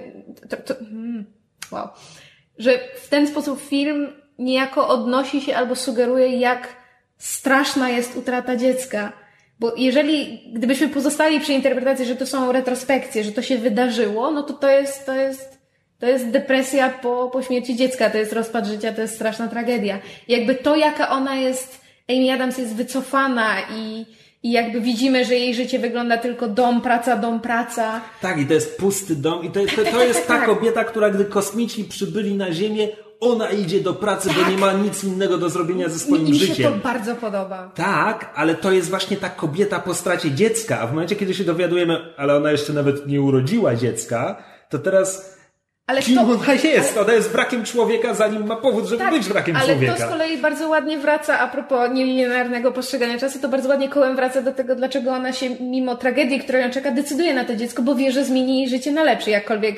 Że w ten sposób film niejako odnosi się albo sugeruje, jak straszna jest utrata dziecka. Bo gdybyśmy pozostali przy interpretacji, że to są retrospekcje, że to się wydarzyło, no to jest depresja po śmierci dziecka, to jest rozpad życia, to jest straszna tragedia. I jakby to, jaka ona jest, Amy Adams jest wycofana i jakby widzimy, że jej życie wygląda tylko dom, praca. Tak, i to jest pusty dom. I to jest ta kobieta, która gdy kosmici przybyli na Ziemię, ona idzie do pracy, bo nie ma nic innego do zrobienia ze swoim życiem. Mi się to bardzo podoba. Tak, ale to jest właśnie ta kobieta po stracie dziecka. A w momencie, kiedy się dowiadujemy, ale ona jeszcze nawet nie urodziła dziecka, to teraz... Kim ona jest? Ona jest wrakiem człowieka, zanim ma powód, żeby być wrakiem człowieka. Ale to z kolei bardzo ładnie wraca, a propos nielinearnego postrzegania czasu, to bardzo ładnie kołem wraca do tego, dlaczego ona się, mimo tragedii, która ją czeka, decyduje na to dziecko, bo wie, że zmieni jej życie na lepsze, jakkolwiek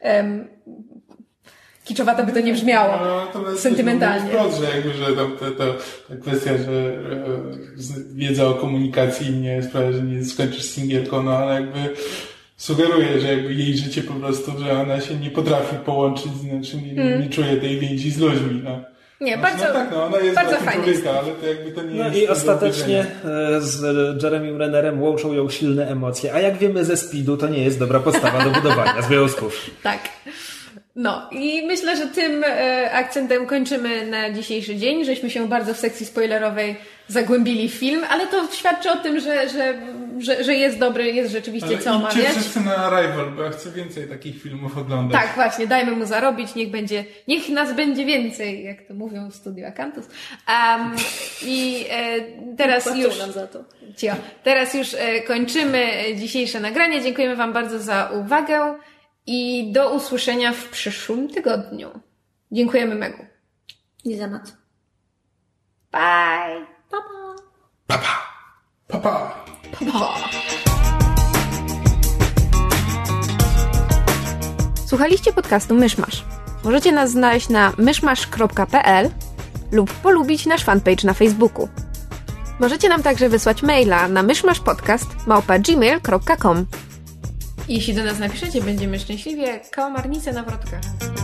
kiczowato by to nie brzmiało. Sentymentalnie. Wprost, że tam ta kwestia, że wiedza o komunikacji nie sprawia, że nie skończysz singielką, no ale jakby sugeruje, że jakby jej życie po prostu, że ona się nie potrafi połączyć, znaczy nie czuje tej więzi z ludźmi. No. Nie, znaczy, bardzo, tak, no, ona jest bardzo fajna człowieka, ale to jakby to nie jest... I ostatecznie z Jeremym Rennerem łączą ją silne emocje, a jak wiemy ze Speedu, to nie jest dobra podstawa do budowania związków. Tak. No i myślę, że tym akcentem kończymy na dzisiejszy dzień, żeśmy się bardzo w sekcji spoilerowej zagłębili w film, ale to świadczy o tym, że jest dobry, jest rzeczywiście co omawiać. Ale idźcie wszyscy na Arrival, bo ja chcę więcej takich filmów oglądać. Tak, właśnie, dajmy mu zarobić, niech nas będzie więcej, jak to mówią w Studiu Akantus. Teraz już... nam za to. Teraz już kończymy dzisiejsze nagranie. Dziękujemy Wam bardzo za uwagę i do usłyszenia w przyszłym tygodniu. Dziękujemy, Megu. Nie za noc. Bye! Pa, pa. Słuchaliście podcastu Myszmasz. Możecie nas znaleźć na myszmasz.pl lub polubić nasz fanpage na Facebooku. Możecie nam także wysłać maila na myszmaszpodcast@gmail.com. Jeśli do nas napiszecie, będziemy szczęśliwie. Kałamarnice na wrotkach.